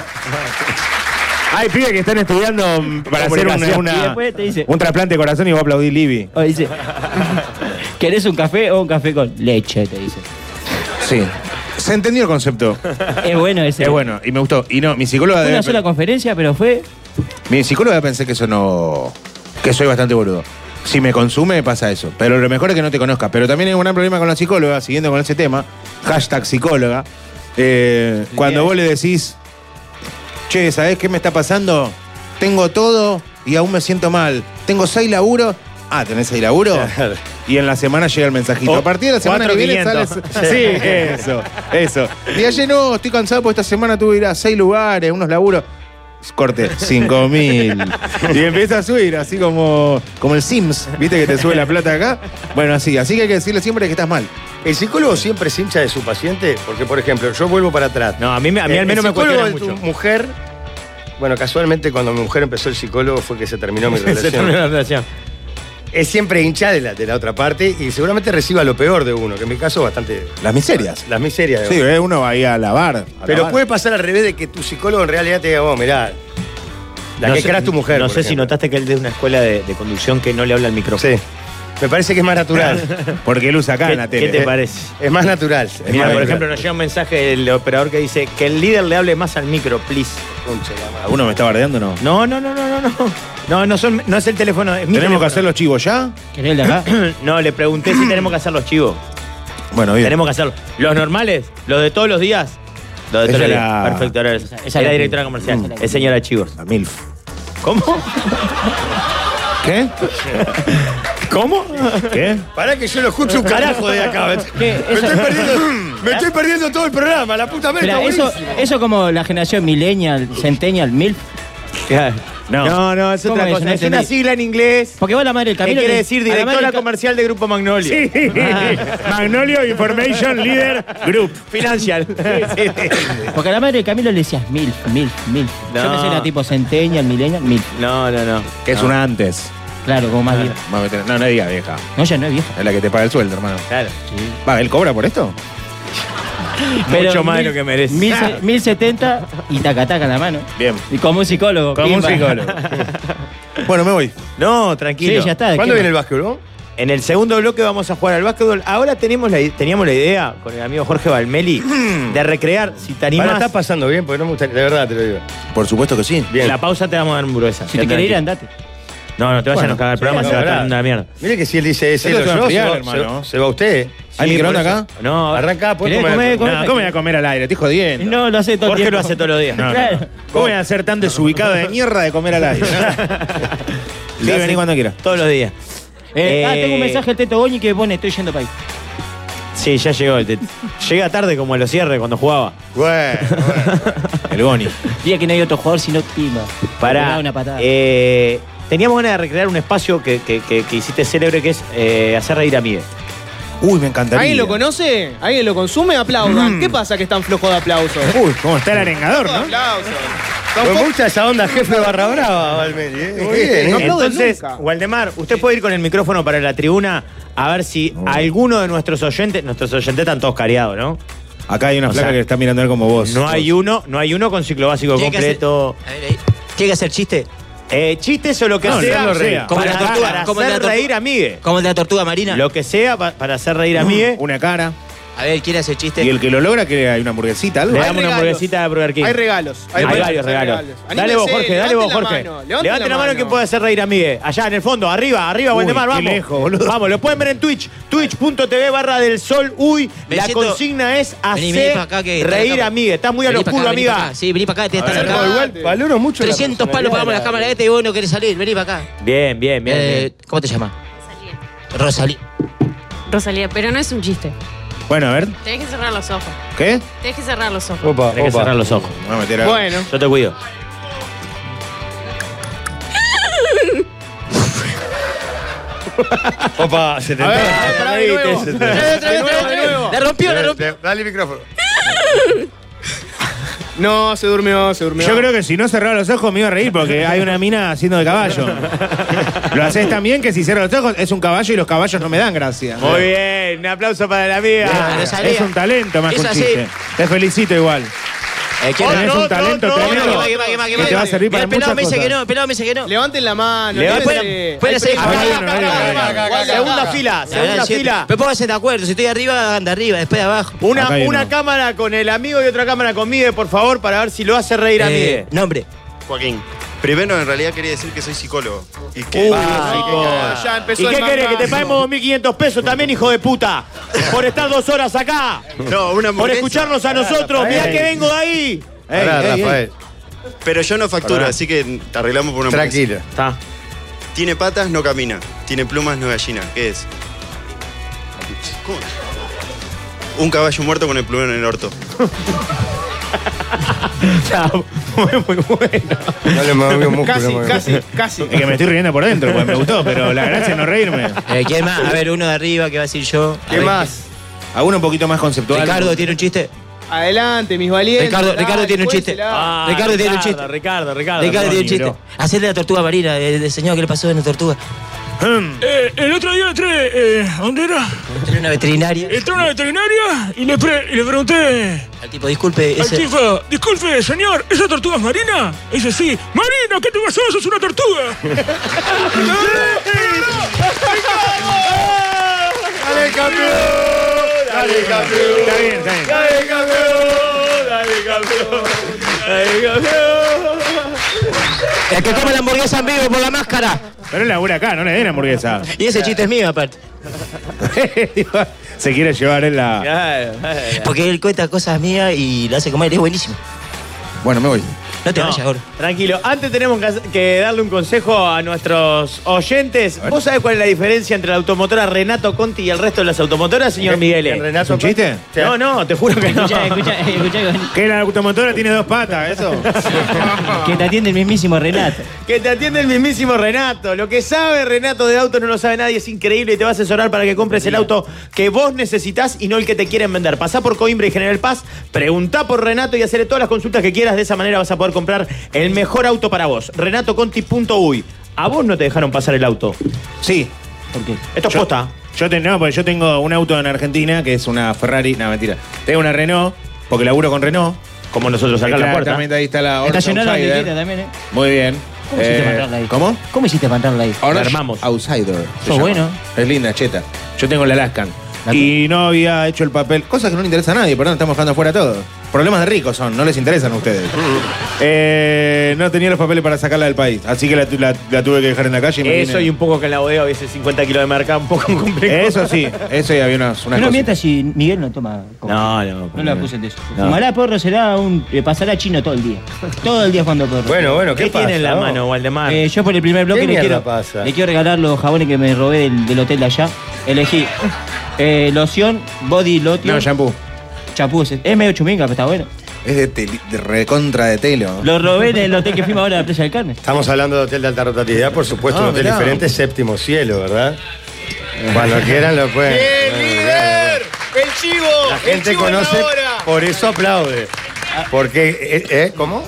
Hay pibes que están estudiando mm, para hacer una, Comunicación. una- Y después te dice- un trasplante de corazón y vos aplaudís Libby. O dice. ¿Querés un café o un café con leche? Te dice. Sí. Se entendió el concepto. Es bueno ese. Es bueno y me gustó. Y no, mi psicóloga Fue debe, una sola conferencia, pero fue. mi psicóloga pensé que eso no, que soy bastante boludo. Si me consume pasa eso. Pero lo mejor es que no te conozca. Pero también hay un gran problema con la psicóloga, siguiendo con ese tema. Hashtag psicóloga. Eh, cuando vos le decís, che, ¿sabés qué me está pasando? Tengo todo y aún me siento mal. Tengo seis laburos. Ah, ¿tenés seis laburos? Claro. Y en la semana llega el mensajito. O a partir de la semana que cuatro viene quinientos. sales. Sí, eso, eso. Y ayer no, estoy cansado porque esta semana tuve que ir a seis lugares, unos laburos. Corte, cinco mil. Y empieza a subir, así como, como el Sims, ¿viste que te sube la plata acá? Bueno, así, así que hay que decirle siempre que estás mal. El psicólogo siempre se hincha de su paciente, porque, por ejemplo, yo vuelvo para atrás. No, a mí, me- a mí El- al menos el me cuestiona psicólogo de mucho. tu mujer. Bueno, casualmente cuando mi mujer empezó el psicólogo fue que se terminó mi Se relación. terminó la relación. Es siempre hincha de la, de la otra parte y seguramente reciba lo peor de uno, que en mi caso bastante. Las miserias. Las miserias de Sí, uno. eh, uno va ahí a lavar. a Pero lavar. puede pasar al revés de que tu psicólogo en realidad te diga, vos, mirá, la No que sé- creas tu mujer. No por sé si ejemplo. notaste que él es de una escuela de, de conducción que no le habla al micrófono. Sí. Me parece que es más natural. Porque él usa acá ¿Qué, en la qué tele. te parece? Es más natural. Es Mira, más por natural. ejemplo, nos llega un mensaje del operador que dice que el líder le hable más al micro, please. Concha la madre. ¿Alguno me está bardeando o no? No, no, no, no, no, no. No, no, son, no es el teléfono, es mi ¿Tenemos que teléfono. hacer los chivos ya? ¿Querés el de acá? No, le pregunté si tenemos que hacer los chivos. Bueno, bien. Tenemos que hacerlo. Los normales, los de todos los días. Los de todos Ella los días. era- Perfecto, ahora es, esa es es la la directora que- comercial. esa es la que- Es señora Chivos. La MILF. ¿Cómo? ¿Qué? ¿Cómo? ¿Qué? Pará que yo lo escucho un carajo de acá. Me, ¿Qué? me Eso- estoy perdiendo, me estoy perdiendo todo el programa, la puta madre. Espera, está eso, buenísimo. eso como la generación millennial, centennial, milf. No, no, no, es ¿Cómo otra es? cosa. No es una entendí. sigla en inglés. Porque vos la madre del ¿Qué Camilo quiere le- decir? a la madre Directora del Ca- comercial de Grupo Magnolio. Sí. Magnolio Information Leader Group. Financial. Porque a la madre de Camilo le decías milf, milf, milf. Yo No. pensé era tipo centennial, millennial, milf. No, no, no. Que es No. una antes. Claro, como más vieja. Más veterana. No, no diga vieja. No, ya no es vieja. Es la que te paga el sueldo, hermano. Claro. Va, ¿él cobra por esto? Mucho más de mil- lo que merece. Mil, se- mil setenta y taca taca en la mano. Bien. Y como un psicólogo. Como un pimba. psicólogo. Bueno, me voy. No, tranquilo. Sí, ya está. ¿Cuándo ¿qué viene el más? básquetbol? En el segundo bloque vamos a jugar al básquetbol. Ahora tenemos la, teníamos la idea con el amigo Jorge Balmeli de recrear, si te animás. Ahora está pasando bien, porque no me gustaría, de verdad te lo digo. Por supuesto que sí. En la pausa te vamos a dar un gruesa. Si te querés ir, andate. No, no te vayas Bueno, a cagar el sí, programa, no, se va a verdad. estar yendo a la mierda. Mire que si él dice ese, Esto lo se va a yo, se enfriar, va, hermano. se- se va usted. ¿Hay Sí, microondas por acá? eso. No, Arranca, ¿puedes ¿Querés comer? comer? No, ¿cómo voy a comer al aire? Estoy jodiendo. No, lo hace todo el Jorge tiempo. lo hace todos los días. No, no. Claro. ¿Cómo voy a ser tan desubicado de mierda de comer al aire? Sí, Lo vení hace cuando quieras. Todos los días. Eh, ah, Eh, tengo un mensaje del Teto Goñi que pone, estoy yendo para ahí. Sí, ya llegó. el tet- Llega tarde como a los cierres cuando jugaba. Bueno, bueno. El Goni. Día que no hay otro jugador sino Pima. Para. Una patada. Eh, teníamos ganas de recrear un espacio que, que- que- que hiciste célebre, que es eh, hacer reír a Miguel. Uy, me encantaría. ¿Alguien lo conoce? ¿Alguien lo consume? Aplaudan. ¿Qué pasa que es tan flojo de aplausos? Uy, cómo está el arengador, Flojo de ¿no? aplausos. Me gusta esa onda jefe barra brava, Valmeri. ¿eh? Muy bien, No ¿eh? aplauden Entonces, nunca. Waldemar, usted puede ir con el micrófono para la tribuna a ver si alguno de nuestros oyentes, nuestros oyentes están todos cariados, ¿no? Acá hay una O flaca sea, que está mirando a él como vos. No hay uno, no hay uno con ciclo básico Tiene que completo. hacer- a ver, ahí. ¿Tiene que hacer chiste? Eh, chistes o lo que No, sea, hacerlo reír. Como para, la tortuga, para como la hacer tortuga. reír a Miguel. Como el de la tortuga marina. Lo que sea pa- para hacer reír a Miguel. Una cara. A ver, ¿quiere hacer chiste? Y el que lo logra, que hay una hamburguesita, algo. Le Hay damos una regalos. hamburguesita de Burger King. Hay regalos. Hay, regalos, varios regalos. Dale Anímense, vos, Jorge, dale vos, levanten la Jorge. mano, Levante, levanten la mano que puede hacer reír a Miguel. Allá en el fondo, arriba, arriba, Uy, Waldemar, qué vamos. lejos, boludo. Vamos, lo pueden ver en Twitch. Twitch.tv barra del sol. Uy, Me la siento- consigna es Vení, vení hacer pa' acá que está reír acá. a Miguel. Estás muy a lo Vení pa' oscuro, acá, vení pa' amiga. acá. Sí, vení para acá, te estás ver, acá. no, Igual valoro mucho la trescientos palos pagamos la cámara esta y vos no querés salir. Vení para acá. Bien, bien, bien. Eh, bien. ¿Cómo te llamas? Rosalía. Rosalía, pero no es un chiste. Bueno, a ver. Tenés que cerrar los ojos. ¿Qué? Tenés que cerrar los ojos. Opa, Tenés que opa. cerrar los ojos. Vamos a meter a... Bueno. Yo te cuido. Opa, se te A ver, entra. a ver, pará, de nuevo. Se te- De nuevo, de nuevo. La rompió, la rompió. Dale el micrófono. No, se durmió, se durmió. Yo creo que si no cerraba los ojos me iba a reír porque hay una mina haciendo de caballo. Lo haces tan bien que si cierro los ojos es un caballo y los caballos no me dan gracia. Muy bien, un aplauso para la amiga. Bien, Rosalía. Es un talento más que Es un así. chiste. Te felicito igual. Eh, ¿quién Hola, Tenés no, un talento no, no, tremendo. ¿Qué más, qué más, qué más, qué que más? te va a servir Mira, para el pelado muchas me dice cosas. que no, el pelado me dice que no. Levanten la mano. Levanten- levanten- pueden Hay hacer- premios. Acá hay uno, Acá, acá, acá, acá, acá, acá, Segunda acá. fila, La segunda verdad, siete. fila. Pero pónganse de acuerdo, si estoy arriba, anda arriba, después de abajo. Una, Acá hay una uno. cámara con el amigo y otra cámara con Miguel, por favor, para ver si lo hace reír a Eh, Miguel. nombre. Joaquín. Primero, en realidad quería decir que soy psicólogo. Y que. Uh, No, ya empezó ¿Y el qué querés? mangazo. ¿Que te paguemos dos mil quinientos pesos también, hijo de puta? Por estar dos horas acá. No, una Por hamburguesa. escucharnos a nosotros. Mirá que vengo de ahí. Pará, Ey, ey, Rafael. Pero yo no facturo, Pará. así que te arreglamos por una hamburguesa. Tranquila. Está. Tiene patas, no camina. Tiene plumas, no es gallina. ¿Qué es? ¿Cómo? Un caballo muerto con el plumero en el orto. Está muy, muy bueno. No le movió un músculo. Casi, no movió. casi, casi. Es que me estoy riendo por dentro, porque me gustó, pero la gracia es no reírme. Eh, ¿Quién más? A ver, uno de arriba, ¿qué va a decir yo? A ¿Qué ver, más? A uno un poquito más conceptual. Ricardo tiene un chiste. Adelante, mis valientes. Ricardo- dale, Ricardo tiene un chiste. juéguesela. Ah, Ricardo tiene un chiste. Ricardo, Ricardo. Ricardo tiene un Ronnie, chiste. bro. Hacerle la tortuga marina, el, el señor, ¿qué le pasó en la tortuga? Eh, el otro día entré, eh, ¿a dónde era? Entré en una veterinaria. Entré a una veterinaria y le, pre- y le pregunté Al tipo, disculpe, al ese... tipo, disculpe, señor, ¿esa tortuga es marina? Y dice, sí. Marina, ¿qué te pasó? ¡Sos una tortuga! ¡Dale, campeón! ¡Dale, campeón! Está bien, está bien. Dale, campeón. Dale, campeón. Dale, campeón. El que come la hamburguesa en vivo por la máscara. Pero él labura acá, no le den hamburguesa. Y ese chiste es mío, aparte. Se quiere llevar en la... Claro, claro. Porque él cuenta cosas mías y lo hace comer, es buenísimo. Bueno, me voy. No te No, vayas, gordo. Tranquilo. Antes tenemos que, hacer- que darle un consejo a nuestros oyentes. ¿Vos sabés cuál es la diferencia entre la automotora Renato Conti y el resto de las automotoras, señor Miguel? ¿Renato ¿Es un chiste? No, no, te juro que no. Escucha, escucha, escucha, Que la automotora tiene dos patas, eso. que te atiende el mismísimo Renato. Que te atiende el mismísimo Renato. Lo que sabe Renato de auto no lo sabe nadie. Es increíble y te va a asesorar para que compres el auto que vos necesitas y no el que te quieren vender. Pasá por Coimbra y General Paz, preguntá por Renato y hacerle todas las consultas que quieras. De esa manera vas a poder comprar el mejor auto para vos. renato conti punto uy. ¿A vos no te dejaron pasar el auto? Sí. ¿Por qué? Esto es Yo- posta. Yo te, no, porque yo tengo un auto en Argentina que es una Ferrari. No, mentira. Tengo una Renault, porque laburo con Renault. Como nosotros acá en la puerta. Exactamente, ahí está la Horse Estacionar la Outsider. bicicleta también, ¿eh? Muy bien. ¿Cómo hiciste Eh, para entrarla ahí? ¿Cómo? ¿Cómo hiciste para entrarla ahí? Orange armamos. Outsider. se Sos llama. bueno. Es linda, cheta. Yo tengo la Alaskan. La Y no había hecho el papel. Cosa que no le interesa a nadie, perdón, estamos dejando afuera todo. Problemas de ricos son, no les interesan a ustedes. Eh, no tenía los papeles para sacarla del país, así que la, tu- la- la tuve que dejar en la calle. Y me Eso vine. y un poco que en la bodega hubiese cincuenta kilos de marca, un poco complejo. Eso sí, eso y había unas, unas No cosas. mientas si Miguel no toma coca. No, no. No la puse de eso. No. Fumará porro será un. eh, pasará chino todo el día. Todo el día jugando porro. Bueno, bueno, ¿Qué, ¿qué, tiene pasa, en la no? mano, Waldemar? Eh, yo por el primer bloque ¿Qué le mierda quiero, pasa? le quiero regalar los jabones que me robé del, del hotel de allá. Elegí eh, loción, body lotion. No, shampoo. Champú. Es medio chuminga, pero está bueno. Es de, teli- de recontra de telo. Lo robé en el hotel que fuimos ahora a la Playa del Carmen. Estamos hablando de hotel de alta rotatividad, por supuesto, Ah, un hotel mirá. diferente, Séptimo Cielo, ¿verdad? Cuando quieran lo pueden. ¡El chivo! La gente conoce, por eso aplaude. Porque, eh, ¿eh? ¿Cómo?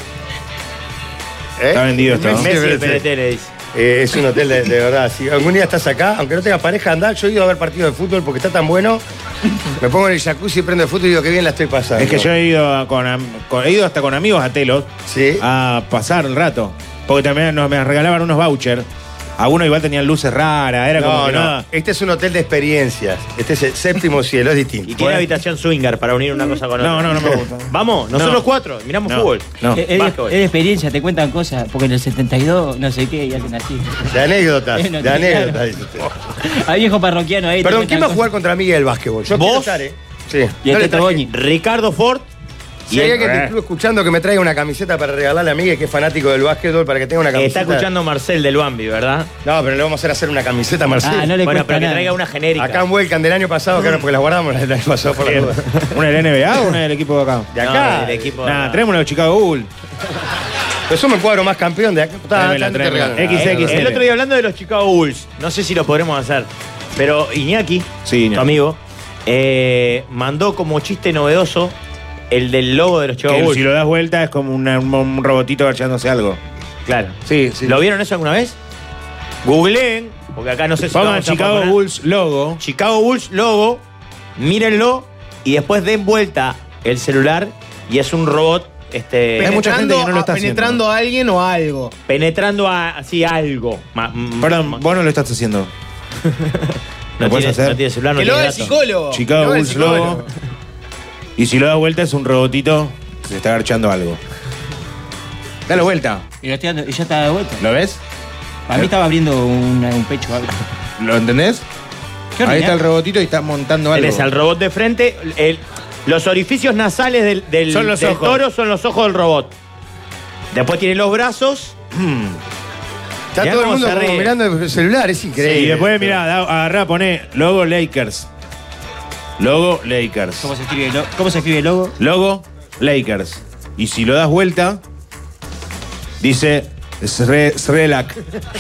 ¿Eh? Está vendido esto, ¿no? Messi de Messi, P N T le dice. Eh, es un hotel de, de verdad. Si algún día estás acá, aunque no tengas pareja, andá. Yo he ido a ver partidos de fútbol porque está tan bueno. Me pongo en el jacuzzi, prendo el fútbol y digo que bien la estoy pasando. Es que yo he ido, a- con, am- con- he ido hasta con amigos a Telos Sí. a pasar el rato. Porque también nos me regalaban unos vouchers. Algunos igual tenían luces raras, era como No, que no. nada. Este es un hotel de experiencias. Este es el Séptimo Cielo, es distinto. Y tiene habitación swinger para unir una cosa con otra. No, no, no me gusta. Vamos, nosotros No. cuatro, miramos No, fútbol. no. Es, es de- Básquetbol. es de experiencia, te cuentan cosas. Porque en el setenta y dos, no sé qué, y hacen así. De anécdotas, Bueno, de claro. anécdotas. dice usted. Hay viejo parroquiano ahí. te Perdón, cuentan ¿quién va a cosas. jugar contra Miguel el básquetbol? Yo ¿Vos? quiero estar, ¿eh? Sí. Y el No le Teto traje- Goñi. Ricardo Ford. Si hay alguien que estuvo escuchando que me traiga una camiseta para regalarle a Miguel, que es fanático del básquetbol, para que tenga una camiseta. Está escuchando Marcel del Bambi, ¿verdad? No, pero le vamos a hacer hacer una camiseta a Marcelo. Ah, no le Bueno, cuesta pero que nada. traiga una genérica. Acá en Welcome del año pasado, que ahora porque las guardamos el año pasado por la duda. ¿Una del N B A o una del equipo de acá? De No, acá. del equipo de Nah, acá. traemos una de Chicago Bulls. Pero yo me cuadro más campeón de acá. Está, Tráemela, ya te tráemela. regalo. X X L. El otro día hablando de los Chicago Bulls, no sé si lo podremos hacer, pero Iñaki, Sí, tu no. amigo, eh, mandó como chiste novedoso el del logo de los Chicago Que Bulls. si lo das vuelta es como una- un robotito agachándose algo. Claro. Sí, sí. ¿Lo vieron eso alguna vez? Googleen, porque acá no sé si lo Pongan vamos a Chicago poner. Bulls logo. Chicago Bulls logo, mírenlo y después den vuelta el celular y es un robot este, Hay mucha gente que no lo está a- penetrando a alguien o a algo. penetrando a- así algo. Ma- m- Perdón, ma- vos no lo estás haciendo. no, ¿lo puedes tiene, hacer? no tiene celular, no Que lo tiene haga el datos. psicólogo. Chicago Que lo haga el Bulls psicólogo. logo. Y si lo das vuelta es un robotito que se está agachando algo. Dale vuelta. Y, lo estoy dando- y ya está de vuelta. ¿Lo ves? Para mí estaba abriendo una- un pecho o algo. ¿Lo entendés? Qué Ahí ordinario. está el robotito y está montando algo. Tenés al robot de frente. el- los orificios nasales del, del- Son los del ojos. toro son los ojos del robot. Después tiene los brazos. Está Mirá todo el cómo mundo se como ríe. mirando el celular, es increíble. Y después, mirá, da- agarrá, poné logo Lakers. Logo Lakers. ¿Cómo se escribe el, lo- ¿Cómo se escribe el logo? Logo Lakers. Y si lo das vuelta, dice Sre- Srelak.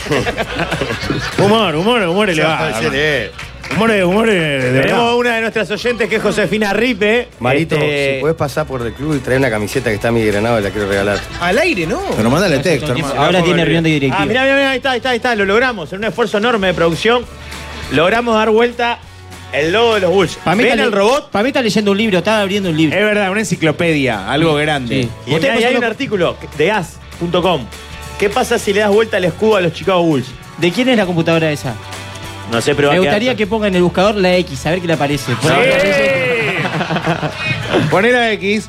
humor, humor, humor elevado. No, excelente. Humor, humor de verdad. Tenemos una de nuestras oyentes que es Josefina Ripe. Marito, Este, si podés pasar por el club y traer una camiseta que está mi granado y la quiero regalar. Al aire, ¿no? Pero mandale No sé, texto, todo el tiempo. hermano. Ahora tiene reunión de directiva. Ah, mirá, mirá, mirá, ahí está, ahí está, ahí está, lo logramos. En un esfuerzo enorme de producción, logramos dar vuelta el logo de los Bulls. Para mí, ¿Ven está el le- robot? para mí está leyendo un libro, está abriendo un libro. Es verdad, una enciclopedia, algo grande. Sí. Y Usted mirá, y hay pasó un lo- artículo de as punto com. ¿Qué pasa si le das vuelta el escudo a los Chicago Bulls? ¿De quién es la computadora esa? No sé, pero va Me a quedar- gustaría que ponga en el buscador la X, a ver qué le aparece. Por ahí aparece- Poné la X.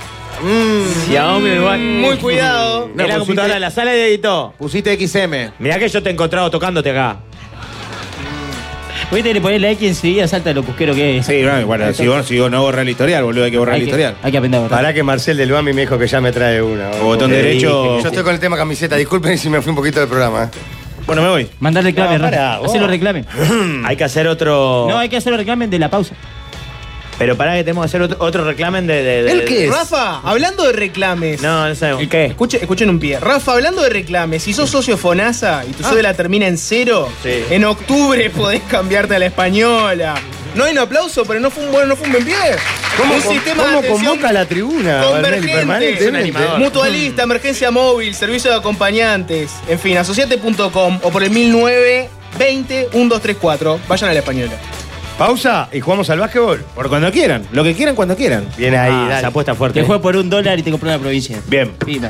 Xiaomi igual. Muy cuidado. Es la computadora de la sala de editó. Pusiste X M. Mirá que yo te he encontrado tocándote acá. Viste que le ponés like y enseguida salta lo cusquero que es. Sí, bueno, bueno si, vos, si vos no borras el historial, boludo, hay que borrar Hay el que- historial. Hay que aprender a borrar. Pará que Marcel del Bambi me dijo que ya me trae una. Botón Le derecho. dije que Yo estoy con el tema camiseta. Disculpen si me fui un poquito del programa. Bueno, me voy. Mandar reclame, No, pará, Rafa. vos. Hacelo reclame. Hay que hacer otro. No, hay que hacerlo reclamen de la pausa. Pero pará que tenemos que hacer otro, otro reclamen de. de, de ¿El qué es? de- Rafa, hablando de reclames. No, no sabemos. ¿Qué? Escuchen, escuchen un pie. Rafa, hablando de reclames, si sos socio FONASA y tu cédula termina en cero, Sí. en octubre podés cambiarte a la española. No hay un aplauso, pero no fue un buen, no fue un buen pie. ¿Cómo, un con- sistema cómo de atención convoca la tribuna? Valmeli, convergente, permanentemente? mutualista, emergencia móvil, servicio de acompañantes. En fin, asociate punto com o por el mil novecientos veinte, uno dos tres cuatro. Vayan a la española. Pausa y jugamos al básquetbol. Por cuando quieran, lo que quieran cuando quieran. Bien ahí, Ah, dale. se apuesta fuerte. Te juego por un dólar y te compro una provincia. Bien. Pima.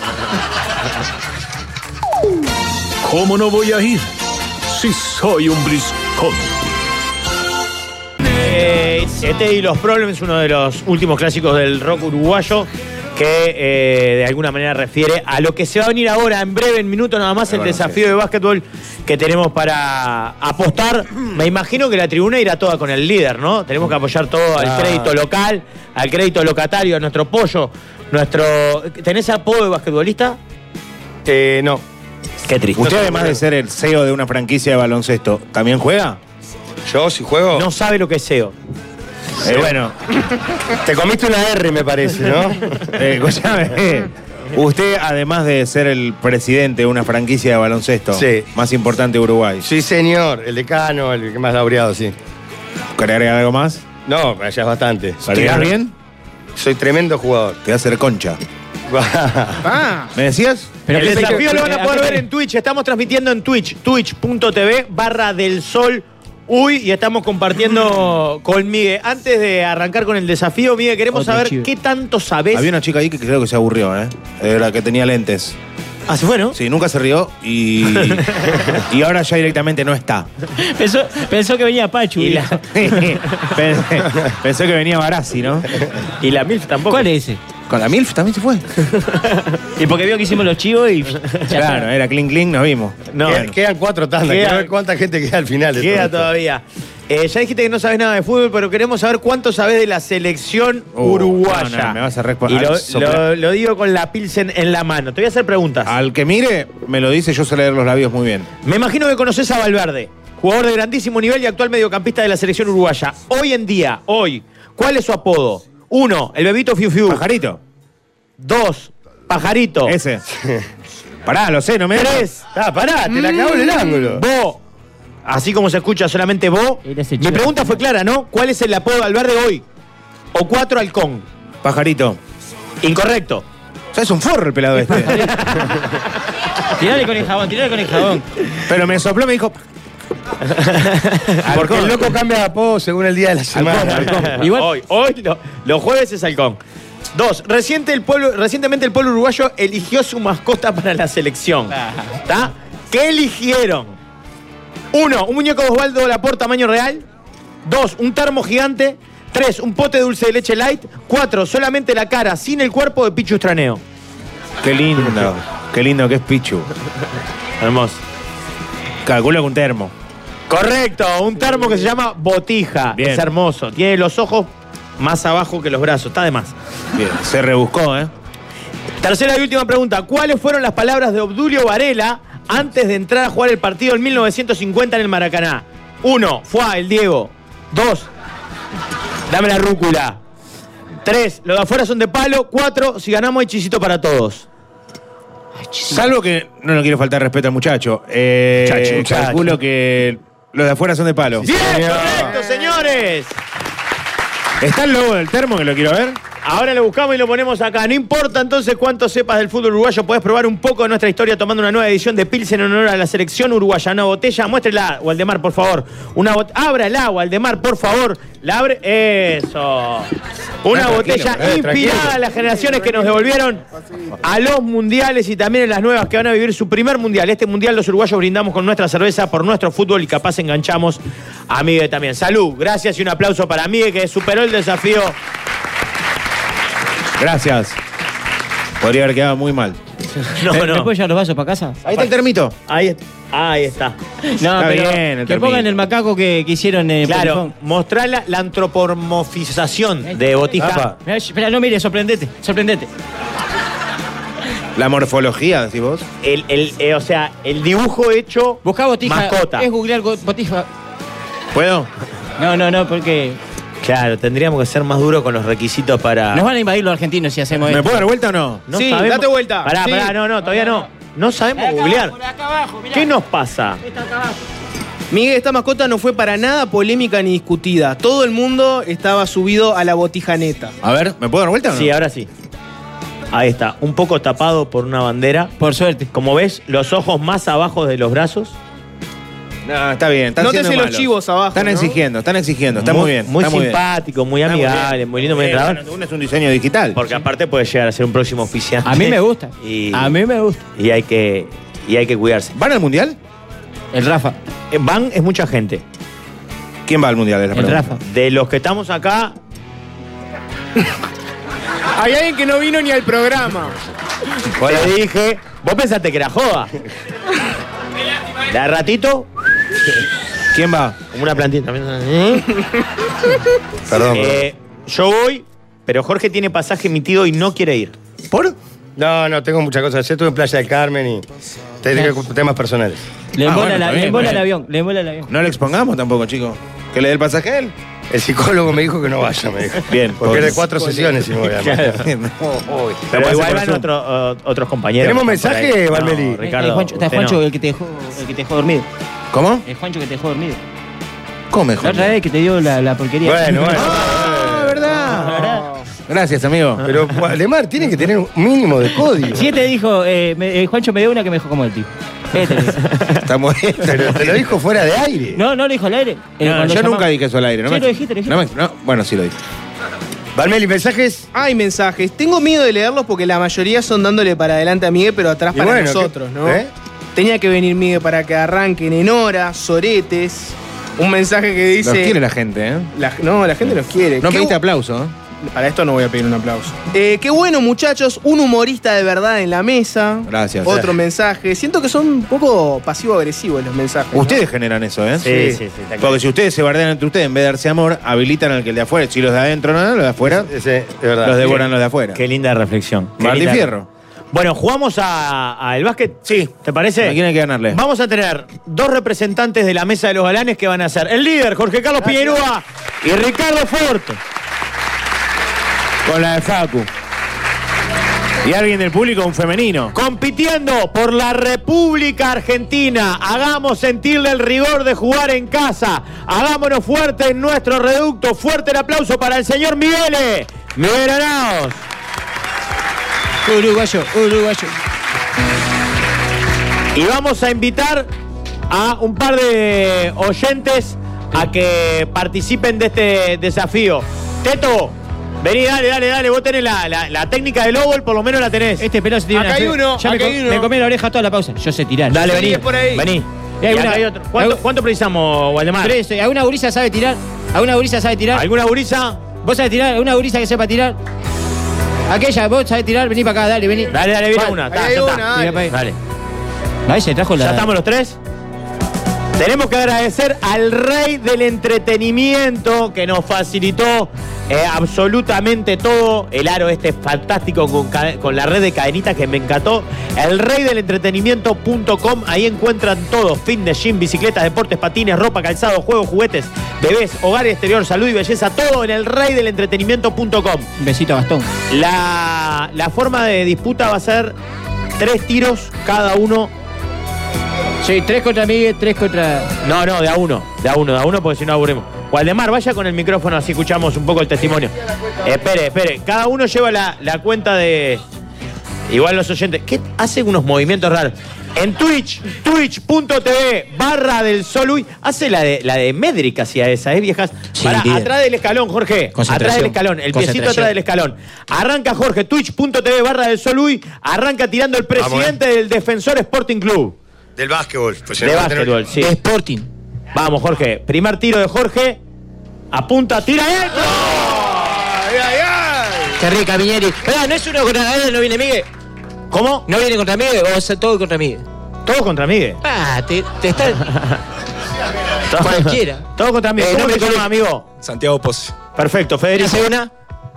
¿Cómo no voy a ir? Si soy un Visconti. Eh, Este y los Problems, uno de los últimos clásicos del rock uruguayo, que eh, de alguna manera refiere a lo que se va a venir ahora, en breve, en minutos nada más, el Bueno, desafío de básquetbol que tenemos para apostar. Me imagino que la tribuna irá toda con el líder, ¿no? Tenemos que apoyar todo al Claro. crédito local, al crédito locatario, a nuestro pollo, nuestro... ¿Tenés apodo de basquetbolista? Eh, no. Qué triste. Usted, además de ser el C E O de una franquicia de baloncesto, ¿también juega? Yo, si juego. No sabe lo que es S E O. Eh, bueno, Te comiste una R, me parece, ¿no? eh, escuchame, eh, usted, además de ser el presidente de una franquicia de baloncesto Sí. más importante de Uruguay, Sí, señor. El decano, el que más laureado, sí. ¿quiere agregar algo más? No, ya es bastante. ¿Tirás bien? Soy tremendo jugador. Te va a hacer concha. Ah, ¿Me decías? Pero el que- desafío que- lo van a que- poder que- ver en Twitch. Estamos transmitiendo en Twitch, twitch punto tv barra del sol. Uy, y estamos compartiendo con Miguel. Antes de arrancar con el desafío, Miguel, queremos Otro saber chivo. qué tanto sabés. Había una chica ahí que creo que se aburrió, ¿eh? Era que tenía lentes. Ah, ¿se fue, no? Sí, nunca se rió y, y ahora ya directamente no está. Pensó, pensó que venía Pachu. Y la, Pensé- Pensó que venía Barassi, ¿no? y la MILF tampoco. ¿Cuál es ese? Con la MILF también se fue. Y porque vio que hicimos los chivos y. ya Claro, está. era clink clink, nos vimos. No, Quedan, quedan cuatro tandas. Queda- Quiero ver cuánta gente queda al final. de todo queda esto. todavía. Eh, ya dijiste que no sabes nada de fútbol, pero queremos saber cuánto sabés de la selección Uh, uruguaya. no, no, me vas a responder. Y lo, Al soplar. lo- lo digo con la Pilsen en la mano. Te voy a hacer preguntas. Al que mire, me lo dice, yo sé leer los labios muy bien. Me imagino que conoces a Valverde, jugador de grandísimo nivel y actual mediocampista de la selección uruguaya. Hoy en día, hoy, ¿cuál es su apodo? Uno, el bebito Fiu Fiu. Pajarito. Dos, Pajarito. Ese. Pará, lo sé, no me. Tres, Ah, pará, te la cagó en el ángulo. Bo. Así como se escucha solamente Bo. Era ese Mi chico. pregunta fue clara, ¿no? ¿Cuál es el apodo de Valverde hoy? O cuatro, Halcón. Pajarito. Incorrecto. O sea, es un forro el pelado este. Tirale con el jabón, tirale con el jabón. Pero me sopló, me dijo. Porque el loco cambia de apodo según el día de la semana. Igual- Hoy, hoy lo- los jueves es Halcón. Dos, reciente el pueblo, recientemente el pueblo uruguayo eligió su mascota para la selección. ¿Está? ¿Qué eligieron? Uno, un muñeco de Osvaldo Laport tamaño real. Dos, un termo gigante. Tres, un pote de dulce de leche light. Cuatro, solamente la cara, sin el cuerpo de Pichu Estraneo. Qué lindo. Qué lindo que es Pichu. Hermoso. Calculo que un termo. Correcto, un termo que se llama Botija. Bien. Es hermoso. Tiene los ojos más abajo que los brazos. Está de más. Bien, se rebuscó, ¿eh? Tercera y última pregunta. ¿Cuáles fueron las palabras de Obdulio Varela antes de entrar a jugar el partido en mil novecientos cincuenta en el Maracaná? Uno, fue el Diego. Dos, dame la rúcula. Tres, los de afuera son de palo. Cuatro, si ganamos hay chisito para todos. Salvo que no le quiero faltar respeto al muchacho. Eh, Muchacho, muchacho. Calculo que los de afuera son de palo. ¡Bien, correcto, señores! ¿Está el logo del termo que lo quiero ver? Ahora lo buscamos y lo ponemos acá. No importa entonces cuánto sepas del fútbol uruguayo, podés probar un poco de nuestra historia tomando una nueva edición de Pilsen en honor a la selección uruguaya. Una botella, muéstrela, Waldemar, por favor. Una bot- Ábrala, Waldemar, por favor. La abre. Eso. Una Ah, tranquilo, botella eh, inspirada tranquilo. a las generaciones que nos devolvieron a los mundiales y también en las nuevas que van a vivir su primer mundial. Este mundial los uruguayos brindamos con nuestra cerveza por nuestro fútbol y capaz enganchamos a Miguel también. Salud, gracias y un aplauso para Miguel que superó el desafío. Gracias. Podría haber quedado muy mal. No, ¿Me- no. ¿Me puedes llevar los vasos para casa? Ahí está el termito. Ahí está. Ahí está. No, Está pero bien, el que termito. pongan el macaco que, que hicieron en Claro, Polifón. mostrar la, la antropomorfización de Botija. Apa. Mirá, Espera, no mire, sorprendete, sorprendete. La morfología, decís vos. El, el, eh, o sea, el dibujo hecho Buscá botija. mascota. Es googlear go- botija. ¿Puedo? No, no, no, porque Claro, tendríamos que ser más duros con los requisitos para... nos van a invadir los argentinos si hacemos ¿Me esto. puedo dar vuelta o no? No Sí, sabemos- date vuelta. Pará, Sí. pará, no, no, todavía no. No sabemos googlear. ¿Qué nos pasa? Miguel, esta mascota no fue para nada polémica ni discutida. Todo el mundo estaba subido a la botijaneta. A ver, ¿me puedo dar vuelta o no? Sí, ahora sí. Ahí está, un poco tapado por una bandera. Por suerte. Como ves, los ojos más abajo de los brazos. No, está bien. Están Nótese siendo los malos. chivos abajo, Están ¿no? exigiendo, están exigiendo. Está muy, bien. Muy está bien. simpático, muy Está muy amigable, bien. muy lindo, muy Eh, agradable. bueno, uno es un diseño digital. Porque aparte puede llegar a ser un próximo oficiante. A mí me gusta. Y, A mí me gusta. y hay que y hay que cuidarse. ¿Van al mundial? El Rafa. Eh, Van es mucha gente. ¿Quién va al mundial? Es la El pregunta. Rafa. De los que estamos acá, Hay alguien que no vino ni al programa. te dije, vos pensaste que era joda. De ratito, ¿Quién va? como una plantita. ¿Eh? Perdón. Eh, yo voy, pero Jorge tiene pasaje emitido y no quiere ir. ¿Por? No, no, tengo muchas cosas. Yo estuve en Playa del Carmen y tengo temas personales. Le Ah, embola bueno, la- está le bien, embola está el bien. avión, le embola el avión. No le expongamos tampoco, chicos. Que le dé el pasaje a él. El psicólogo me dijo que no vaya, me dijo. Bien, Porque es de cuatro sesiones y no voy a Claro. Pero igual van otro. otro- o- otros compañeros. ¿Tenemos que están por mensaje, ahí. Valmeli? No, Eh, Ricardo, eh, Juancho, está usted Juancho no. el que te dejó, el que te dejó dormido. ¿Cómo? Es Juancho que te dejó dormido. ¿Cómo La mejor? otra vez que te dio la, la porquería. Bueno, bueno. Ah, ¿verdad? Gracias, amigo. Pero Lemar tiene que tener un mínimo de código. Si este dijo, eh, me- eh, Juancho me dio una que me dejó como el tío. Este le dijo. Está muy bien. Pero te lo dijo fuera de aire. No, no le dijo al aire. Eh, No, cuando yo llamamos. nunca dije eso al aire. ¿no? Sí, me- lo dijiste, lo dijiste. no me- no, bueno, sí lo dije. Valmeli, mensajes. Hay mensajes. Tengo miedo de leerlos porque la mayoría son dándole para adelante a Miguel, pero atrás Y para bueno, nosotros, ¿qué? ¿no? ¿Eh? Tenía que venir Miguel para que arranquen en hora, soretes. Un mensaje que dice. Los quiere la gente, ¿eh? La- no, la gente los quiere. No Qué pediste bu- aplauso, ¿eh? Para esto no voy a pedir un aplauso. Eh, qué bueno, muchachos. Un humorista de verdad en la mesa. Gracias. Otro mensaje. Siento que son un poco pasivo-agresivos los mensajes. ¿no? Ustedes generan eso, ¿eh? Sí, sí, sí, está claro. Porque si ustedes se bardean entre ustedes, en vez de darse amor, habilitan al que el de afuera. Si los de adentro no, los de afuera, Sí, es verdad. los devoran los de afuera. Qué linda reflexión. Qué Martín linda- Fierro. Bueno, jugamos a, a el básquet. Sí. ¿Te parece? ¿A quién hay que ganarle? Vamos a tener dos representantes de la mesa de los galanes que van a ser el líder, Jorge Carlos Piñerúa, y Ricardo Fort. Con la de Facu. Y alguien del público, un femenino. Compitiendo por la República Argentina. Hagamos sentirle el rigor de jugar en casa. Hagámonos fuerte en nuestro reducto. Fuerte el aplauso para el señor Miguel. Miguel Arauz. Uruguayo, uruguayo. Y vamos a invitar a un par de oyentes a que participen de este desafío. Teto, vení, dale, dale, dale. Vos tenés la, la- la técnica del óvol, por lo menos la tenés. Este pelado se tiene Acá una hay fe- uno, Ya me, acá co- hay uno. me comí la oreja toda la pausa. Yo sé tirar. Dale, Sí, vení. es por ahí. Vení. Y hay Y acá una- hay otro. ¿Cuánto, hay- cuánto precisamos, Waldemar? Tres, eh, ¿alguna gurisa sabe tirar? ¿Alguna gurisa sabe tirar? ¿Alguna gurisa? ¿Vos sabés tirar? ¿Alguna gurisa que sepa tirar? Aquella, vos sabés tirar, vení para acá, dale, vení. Dale, dale, viene ¿Cuál? una. Ahí Ta, hay ya una, está. dale. Mira, pa' ahí. Dale. Ahí se trajo la... ¿Ya estamos los tres? Tenemos que agradecer al rey del entretenimiento que nos facilitó eh, absolutamente todo. El aro este fantástico con, cade- con la red de cadenitas que me encantó. El rey del entretenimiento punto com. Ahí encuentran todo. Fitness, gym, bicicletas, deportes, patines, ropa, calzado, juegos, juguetes, bebés, hogar y exterior, salud y belleza. Todo en el rey del entretenimiento punto com. Un besito a Gastón. La, la forma de disputa va a ser tres tiros cada uno. Sí, tres contra Miguel, tres contra... No, no, de a uno. De a uno, de a uno, porque si no aburrimos. Waldemar, vaya con el micrófono, así escuchamos un poco el testimonio. Espere, espere. Cada uno lleva la, la cuenta de... Igual los oyentes. ¿Qué hacen unos movimientos raros? En Twitch, twitch punto tv barra del Soluy. Hace la de, la de Medric hacia esa, ¿eh, viejas? Sí, Pará, líder. atrás del escalón, Jorge. Concentración. Atrás del escalón. El piecito Concentración. atrás del escalón. Arranca Jorge, twitch punto tv barra del Soluy. Arranca tirando el presidente del Defensor Sporting Club. Del básquetbol. Pues si De no va a tener- básquetbol, sí. De Sporting. Vamos, Jorge. Primer tiro de Jorge. Apunta, tira dentro. ¡Ay, ay, ay! Qué rica, Piñeri. Esperá, ¿no es uno contra Miguel? ¿No viene Miguel? ¿Cómo? ¿No viene contra Miguel o es todo contra Miguel? Todos contra Miguel. Ah, te, te está. Cualquiera. Todos contra Miguel. Eh, ¿Cómo no te me llamas, amigo? Santiago Pose. Perfecto, Federico. ¿Hace una?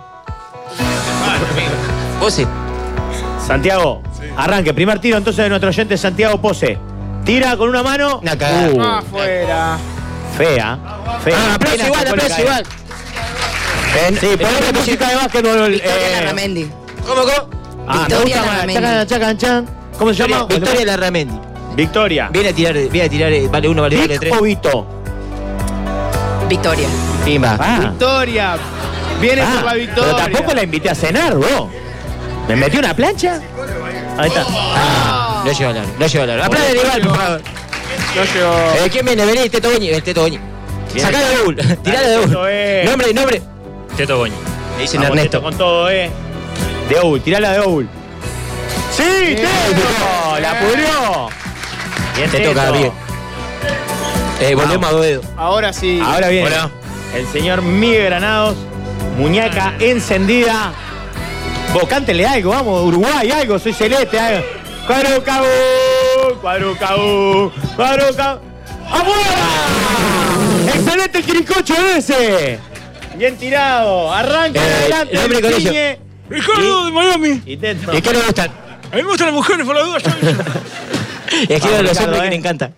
Pose. Santiago, arranque. Primer tiro entonces de nuestro oyente Santiago Pose. Tira con una mano. Una cagada. Uh, Ah, fuera. fea. Fea. Ah, aplauso Pena igual, que aplauso cae. igual. Sí, ponle música de básquetbol. Victoria eh, Larramendi. ¿Cómo, cómo? Ah, me Victoria gusta más. Larramendi. Chacan, chacan, chan. ¿Cómo se llama? Victoria Larramendi. Victoria. Viene a tirar, viene a tirar, eh, vale uno, vale vale ¿Vic tres. o Vito? Victoria. Pimba. Ah, Victoria. Viene ah, por la victoria. pero tampoco la invité a cenar, vos. ¿Me metió una plancha? Ahí está. Ah, no lleva largo, no lleva largo. Aplaudan igual, por favor. No llegó. Eh, ¿Quién viene? Vení, Teto Goñi, el Teto Goñi. Sacala de Bull, tirala de Teto, Bull. eh. Nombre, nombre. Teto Goñi. Me dicen Vamos, Ernesto. Teto, con todo, eh. De Oul, tirala de Oul. ¡Sí, Teto! ¡La pudrió! Bien, Te toca, bien. Eh, volvemos a Boedo. Ahora sí. Ahora viene Hola. el señor Miguel Granados. Muñeca encendida. Vos, cántele algo, vamos, Uruguay, algo, soy celeste, algo. Cuadrucabú, cuadrucabú, cuadrucabú. ¡Afuera! ¡Excelente el quiricocho ese! Bien tirado, arranca Eh, adelante. el hombre el con ello. Ciñe. Ricardo de Miami. Y Teto. ¿Y qué le gustan? A mí me gustan las mujeres por la duda. Yo... Es que Vamos, a los Ricardo, hombres que eh. le encanta.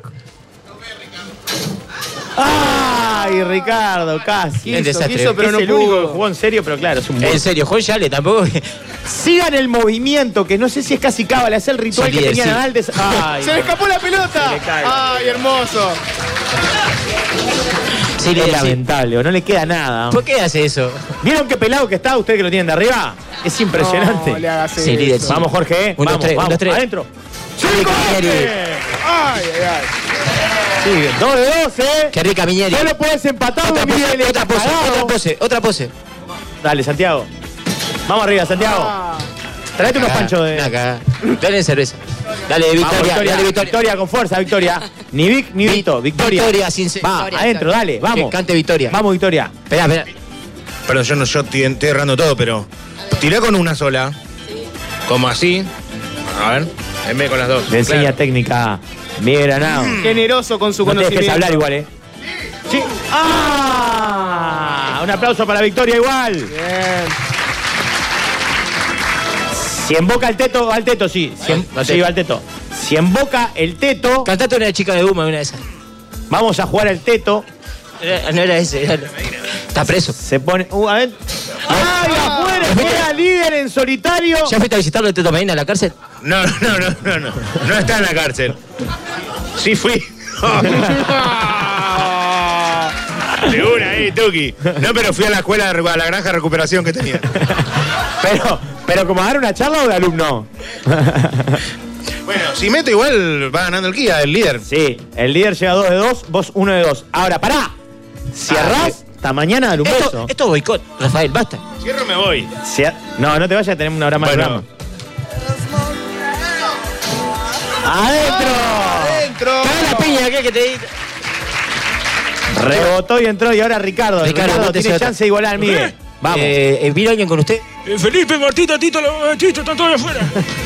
¡Ay, Ricardo! Casi. El desastre. quiso, pero es no el único que pudo. jugó en serio, pero claro, es un buen. En serio, Juan Yale tampoco. Sigan el movimiento, que no sé si es casi cábala, es el ritual Sí, que líder, tenía sí. Nadal de... Ay, ¡Se le escapó la pelota! Se le cae. ¡Ay, hermoso! Sí, es líder, sí. lamentable, o no le queda nada. ¿Por qué hace eso? ¿Vieron qué pelado que está usted que lo tienen de arriba? Es impresionante. No le hagas Sí, eso. líder, sí. Vamos, Jorge, ¿eh? Un, dos, vamos, tres, un, vamos, dos, tres. adentro. ¡Sí, Miñeri! ¡Ay, ay, ay! Sigue, dos de dos, ¿eh? ¡Qué rica, Miñeri! Solo puedes empatar, Otra Miguel, pose, otra pose, cagado. otra pose, otra pose. Dale, Santiago. Vamos arriba, Santiago. Ah, Traete unos Cagá, panchos de... una cagá. Dale cerveza. Dale, Vamos, Victoria, Victoria, dale, Victoria. Victoria, con fuerza, Victoria. Ni Vic ni Vito, Victoria. Victoria, sin ser- Va, Victoria, adentro, Victoria. dale, vamos. Que cante Victoria. Vamos, Victoria. Espera, espera. Perdón, yo no, yo estoy, estoy errando todo, pero. Tiré con una sola. Como así. A ver. En vez con las dos. Le enseña Claro. técnica Miguel Granado. generoso con su No te dejes conocimiento. hablar igual, ¿eh? Sí. ¡Ah! Un aplauso para Victoria igual. Bien. Si emboca el teto, va al teto, sí. Si em- Va al sí, teto. va al teto. Si emboca el teto, Cantate una chica de humo, una de esas. vamos a jugar al teto. Era- No era ese, era- está preso. Se pone. Uh, a ver. ¡Ay, afuera! Queda líder en solitario. ¿Ya fuiste a visitarlo de Teto Medina a la cárcel? No, no, no, no, no. No está en la cárcel. Sí fui. De una ahí, Tuki. No, pero fui a la escuela, de- a la granja de recuperación que tenía. Pero, pero como a dar una charla o de alumno. Bueno, si meto igual va ganando el Kia, el líder. Sí, el líder llega dos de dos, vos uno de dos. Ahora, pará. Cerrás, hasta mañana dale un Esto, beso. esto es boicot, Rafael, basta. Cierro, me voy. Cia- No, no te vayas a tener una hora más de Bueno. programa. ¡Adentro! ¡Adentro! Caga la piña acá que te di. Rebotó y entró y ahora Ricardo. Ricardo, Ricardo, ponte tiene otra. chance de igualar, Miguel. Vamos. Eh, eh, ¿Vino alguien con usted? Eh, Felipe, Martita, Tito, la- eh, Tito, están todos afuera.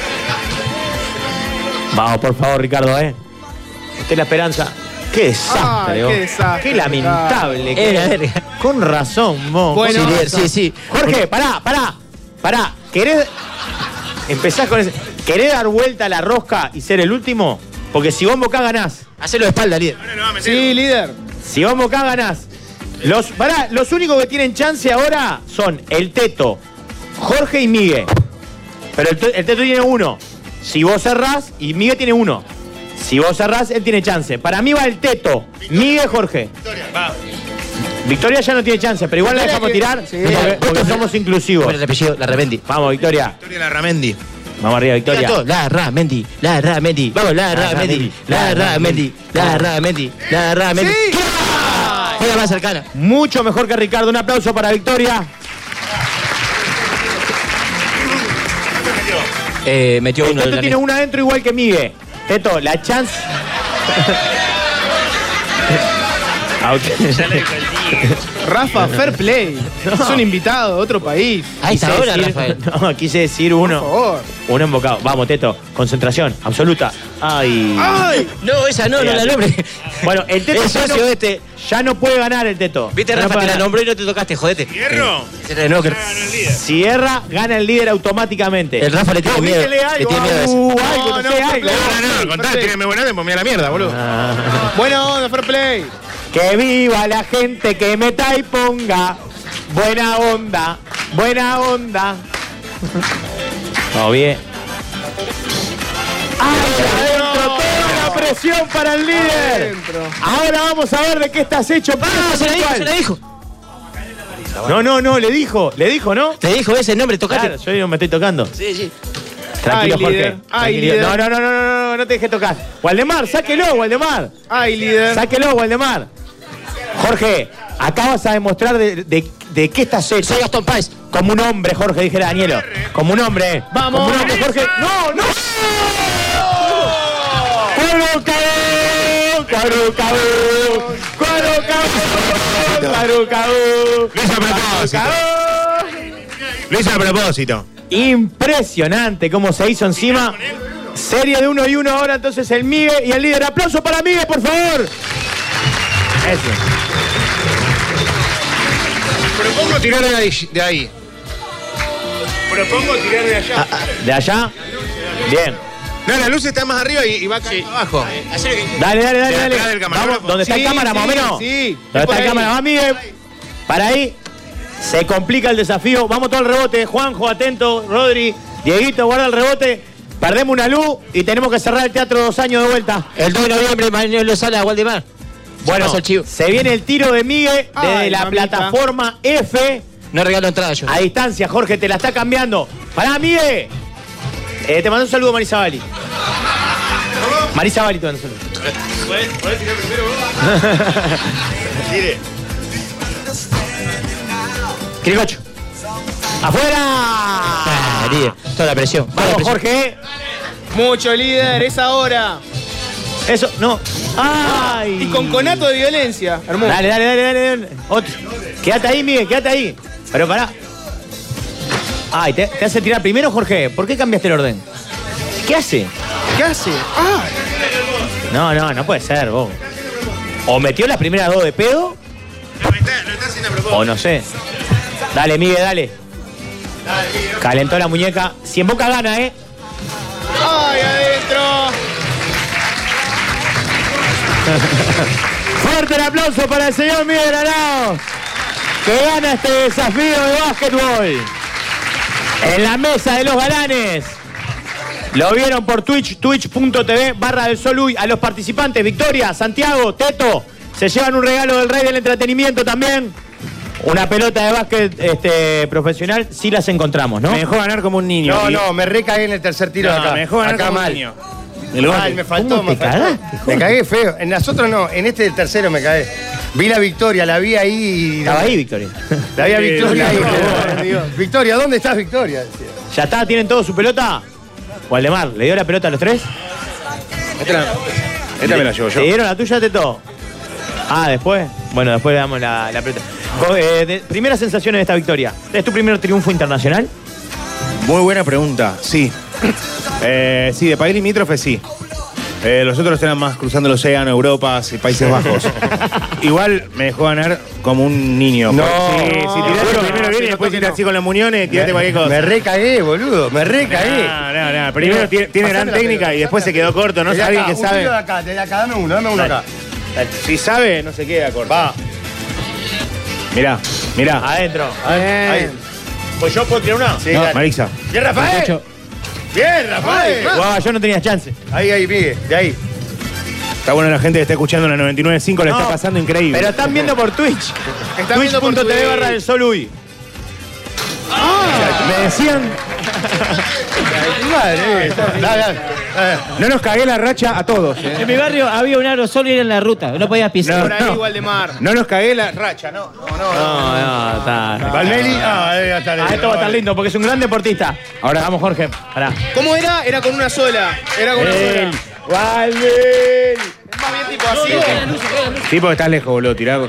Vamos, por favor, Ricardo, ¿eh? Usted la esperanza. Qué desastre, Ay, vos. qué desastre, Qué lamentable. Es una que- verga. Con razón, vos. Bueno, sí, Con líder, razón. sí, sí. Jorge, pará, pará. Pará. ¿Querés. Empezás con ese. ¿Querés dar vuelta a la rosca y ser el último? Porque si vos embocás, ganás. Hacelo de espalda, líder. Sí, líder. Si vos embocás, ganás. Los, pará, los únicos que tienen chance ahora son el Teto, Jorge y Miguel. Pero el, te- el Teto tiene uno. Si vos cerrás, y Miguel tiene uno. Si vos cerrás, él tiene chance. Para mí va el Teto, Miguel, Jorge. Victoria ya no tiene chance, pero igual la dejamos tirar Sí. porque, porque somos inclusivos. ¿Cuál es el apellido? La Remendi. Vamos, Victoria. Victoria Larramendi. Vamos arriba, Diga Victoria. todo. La Ramendi, la Ramendi. Vamos, la Ramendi, la Ramendi, la Ramendi, la Ramendi. Juega más cercana. Mucho mejor que Ricardo. Un aplauso para Victoria. Eh, metió El uno de Teto la tiene una adentro igual que Miguel. Teto, la chance. A usted. Ya le dijo el tío. Rafa, fair play. No. Es un invitado de otro país. Ahí está Quise ahora, decir- Rafael. No, quise decir uno. Por favor. Uno embocado. Vamos, Teto. Concentración absoluta. Ay. ¡Ay! No, esa no, no la nombre. Bueno, el Teto Es ya no, socio este. ya no puede ganar el Teto. Viste, Ya no Rafa, puede te la ganar. nombró y no te tocaste, jodete. ¿Hierro? No, que- Sierra gana el líder automáticamente. El Rafa le tiene miedo. Dígale Le algo, tiene miedo a ese. algo, No, algo, no, no, sé, no, algo. No, no, contá, tírame buena de me a la mierda, boludo. Ah. Buena onda, fair play. Que viva la gente que meta y ponga. Buena onda, buena onda. Todo bien. ¡Ay, adentro! Toda la presión para el líder. Adentro. Ahora vamos a ver de qué estás hecho. Ah, se la dijo, se la dijo. No, no, no, le dijo, le dijo, ¿no? Te dijo ese nombre, tocate. Claro, yo no me estoy tocando. Sí, sí. Tranquilo, Ay, Jorge. líder. Ay, Tranquilo. líder. No, no, no, no, no, no, no te dejes tocar. Waldemar, sáquelo, Waldemar. Ay, líder. Sáquelo, Waldemar. Jorge, acá vas a demostrar de, de, de qué estás hecho. Soy Gastón Páez. Como un hombre, Jorge, dijera Danielo. Como un hombre. Vamos. Como un hombre, Jorge. ¡No, no! ¡Cuero cabú! ¡Cuero cabú! ¡Cuero cabú! ¡Cuero cabú! Lo hizo a propósito. Lo hizo a propósito. Impresionante cómo se hizo encima. Serie de uno y uno ahora entonces el Migue y el líder. ¡Aplauso para Migue, por favor! Eso. Propongo tirar de ahí. De ahí. Propongo tirar de allá. ¿De allá? Bien. No, la luz está más arriba y, y va acá abajo. Dale, dale, dale, De dale. atrás del camarógrafo. Vamos, ¿dónde está Sí, el cámara, más o sí, menos? sí. ¿Dónde Por está el ahí. cámara? Va, Miguel. Para ahí. Se complica el desafío. Vamos todo el rebote. Juanjo, atento. Rodri. Dieguito, guarda el rebote. Perdemos una luz y tenemos que cerrar el teatro dos años de vuelta. El dos de noviembre, Manuel Sala, Waldemar. Bueno, pasa el chivo. se viene el tiro de Miguel desde Ay, la mamita. plataforma F. No regalo entrada yo. A distancia, Jorge, te la está cambiando. Pará, Miguel. Eh, te mando un saludo, Marisa Bali. Marisa Bali te mando un saludo. ¿Podés tirar primero vos? Tire. Quiricocho. ¡Afuera! Ah, líder. Toda la presión. Toda la Vamos, presión. Jorge. Mucho líder, es ahora. Eso, no. ¡Ay! Y con conato de violencia. Hermoso. Dale, dale, dale, dale. dale. Otro. Quédate ahí, Miguel, quédate ahí. Pero pará. Ay, ¿te, te hace tirar primero, Jorge? ¿Por qué cambiaste el orden? ¿Qué hace? ¿Qué hace? Ah, No, no, no puede ser, vos. O metió las primeras dos de pedo, Lo está, lo está haciendo a propósito. o no sé. Dale, Miguel, dale. Calentó la muñeca. Si en Boca gana, ¿eh? ay, adentro. Fuerte el aplauso para el señor Miguel Arao, que gana este desafío de básquetbol. En la mesa de los galanes. Lo vieron por Twitch, twitch.tv barra del Sol Uy. A los participantes, Victoria, Santiago, Teto, se llevan un regalo del rey del entretenimiento también. Una pelota de básquet este, profesional, sí las encontramos, ¿no? Me dejó ganar como un niño. No, Y- no, me recagué en el tercer tiro No, de acá. me dejó ganar acá como un mal. niño. El mal, me faltó, ¿Cómo me te faltó. cagaste, Jorge? Me cagué feo. En las otras no, en este del tercero me cagué. Vi la victoria, la vi ahí. y- Estaba ahí, Victoria. La vi a Sí, Victoria sí, ahí. sí. me dio. Victoria, ¿dónde estás, Victoria? Decía. ¿Ya está? ¿Tienen todo su pelota? Waldemar, ¿le dio la pelota a los tres? Esta, la- esta me la llevo yo. ¿Te dieron la tuya, Teto? Ah, después. Bueno, después le damos la, la pelota. Co- eh, de- primeras sensaciones de esta victoria. ¿Es tu primer triunfo internacional? Muy buena pregunta, sí. Eh, sí, de país limítrofe sí. Eh, los otros eran más cruzando el océano, Europa, sí, Países Bajos. Igual me dejó ganar como un niño. No, sí, si tirás seguro, primero no, bien y sí, después no, tirás no. así con los muñones, tirate cualquier cosa. Me recagué, boludo. Me recagué. No, no, no. Primero Mira, tiene, tiene pasame gran la técnica pelota, y después se pasame la quedó corto, ¿no? Desde Alguien acá, que un sabe. tiro de acá, desde acá, dame uno, dame uno Dale. acá. Si sabe, no se queda corto. Va. Mirá, mirá. Adentro. Ahí. Pues yo puedo tirar una. Sí, No, dale. Marisa. Bien, Rafael. Ocho. Bien, Rafael. Guau, yo no tenía chance. Ahí, ahí, Miguel, de ahí. Está bueno la gente que está escuchando en la noventa y nueve punto cinco, le No, está pasando increíble. Pero están viendo por Twitch. Están viendo por Twitch.tv Twitch. barra del Sol Uy. Me decían. Madre, dale, dale. No nos cagué la racha a todos. ¿eh? En mi barrio había un aerosol y era en la ruta. No podías pisar. Por ahí, Waldemar. No nos cagué la racha, no. No, no, está. Palmeli. Ah, ahí está. Ah, esto va a estar lindo porque es un gran deportista. Ahora vamos, Jorge. Pará. ¿Cómo era? Era con una sola. Era con una Él. sola. Walden. Más bien tipo así. Sí, porque estás lejos, boludo, tirá.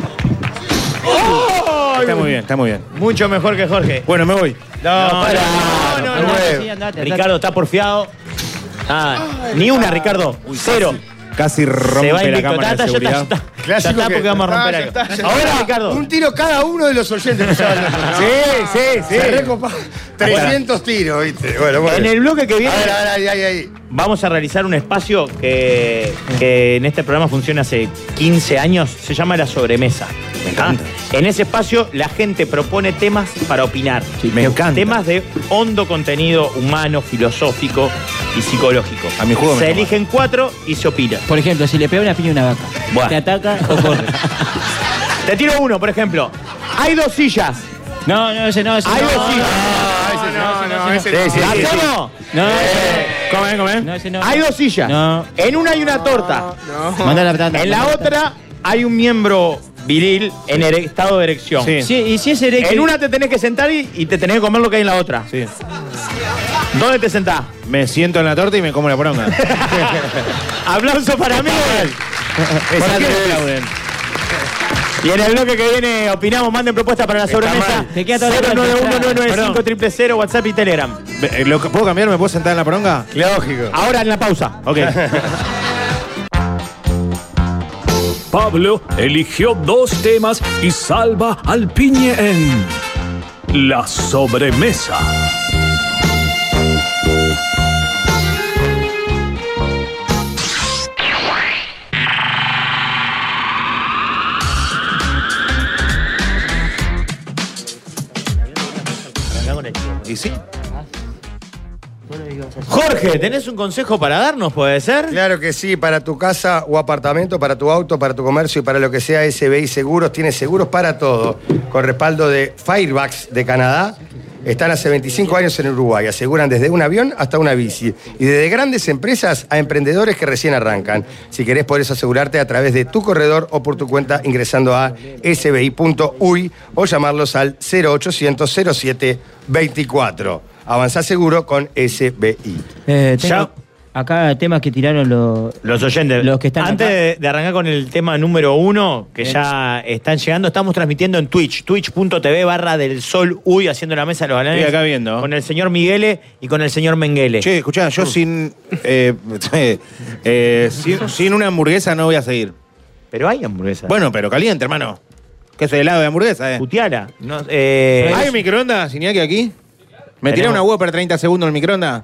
Está muy bien, está muy bien. Mucho mejor que Jorge. Bueno, me voy. No, No, para. no, No, no, no, no, no. sí, andate, andate. Ricardo está porfiado. Ah, ni una, Ricardo. Cero. Casi Se va rompe la invicto. cámara Tata, de ya está, ya seguridad. está. Ya Clásico está que- porque vamos a romper Ah, ya acá. está, ya Ahora, está. Ricardo. Un tiro cada uno de los oyentes. que saben. Sí, sí, sí. Se recopa. trescientos tiros, ¿viste? Bueno, bueno. En el bloque que viene A ver, a ver, ahí, ahí, ahí. vamos a realizar un espacio que, que en este programa funciona hace quince años. Se llama La Sobremesa. Me encanta. Ah, En ese espacio la gente propone temas para opinar. Me encanta. Temas de hondo contenido humano, filosófico y psicológico. A mi juego me Se toma. eligen cuatro y se opina. Por ejemplo, si le pega una piña a una vaca, Buah. ¿te ataca o corre? Te tiro uno, por ejemplo. Hay dos sillas. No, no, ese no, ese Hay no. dos sillas. No, no, no, ese Sí, no. sí, ¿La sí, sí. hacemos? No, Come, come. no, ese no. Hay dos sillas. No. En una hay una torta. No. Manda la plata. En la otra hay un miembro viril en ere- estado de erección. Sí. Sí, y si es eréctil. En una te tenés que sentar y, y te tenés que comer lo que hay en la otra. Sí. ¿Dónde te sentás? Me siento en la torta y me como la poronga. Aplauso para mí. Esa que me aplauden. Y en el bloque que viene opinamos, manden propuestas para la sobremesa. mal. Te queda toda la cero nueve uno nueve nueve cinco Perdón. cero cero, WhatsApp y Telegram. Ve- ¿lo que- ¿Puedo cambiar? ¿Me puedo sentar en la poronga? Lógico. Ahora en la pausa. Ok. Pablo eligió dos temas y salva al piñe en La Sobremesa. ¿Y sí? Jorge, ¿tenés un consejo para darnos, puede ser? Claro que sí, para tu casa o apartamento, para tu auto, para tu comercio y para lo que sea S B I Seguros, tiene seguros para todo. Con respaldo de Fairfax de Canadá. Están hace veinticinco años en Uruguay. Aseguran desde un avión hasta una bici. Y desde grandes empresas a emprendedores que recién arrancan. Si querés, podés asegurarte a través de tu corredor o por tu cuenta ingresando a s b i punto u y o llamarlos al cero ochocientos cero siete veinticuatro. Avanzá seguro con S B I. Eh, tengo Ya. acá temas que tiraron los, Los oyentes. los que están Antes acá. de, de arrancar con el tema número uno, que Bien. ya están llegando, estamos transmitiendo en Twitch, twitch punto t v barra del sol uy, haciendo la mesa de los bananes. Estoy acá viendo. Con el señor Miguele y con el señor Menguele. Che, escuchá, yo sin, eh, eh, sin. sin una hamburguesa no voy a seguir. Pero hay hamburguesa. Bueno, pero caliente, hermano. ¿Qué soy helado de hamburguesa, eh? Puteala. No, eh, ¿Hay microondas, Iñaki, aquí? ¿Me tiré Tenemos- una Whopper treinta segundos en el microondas?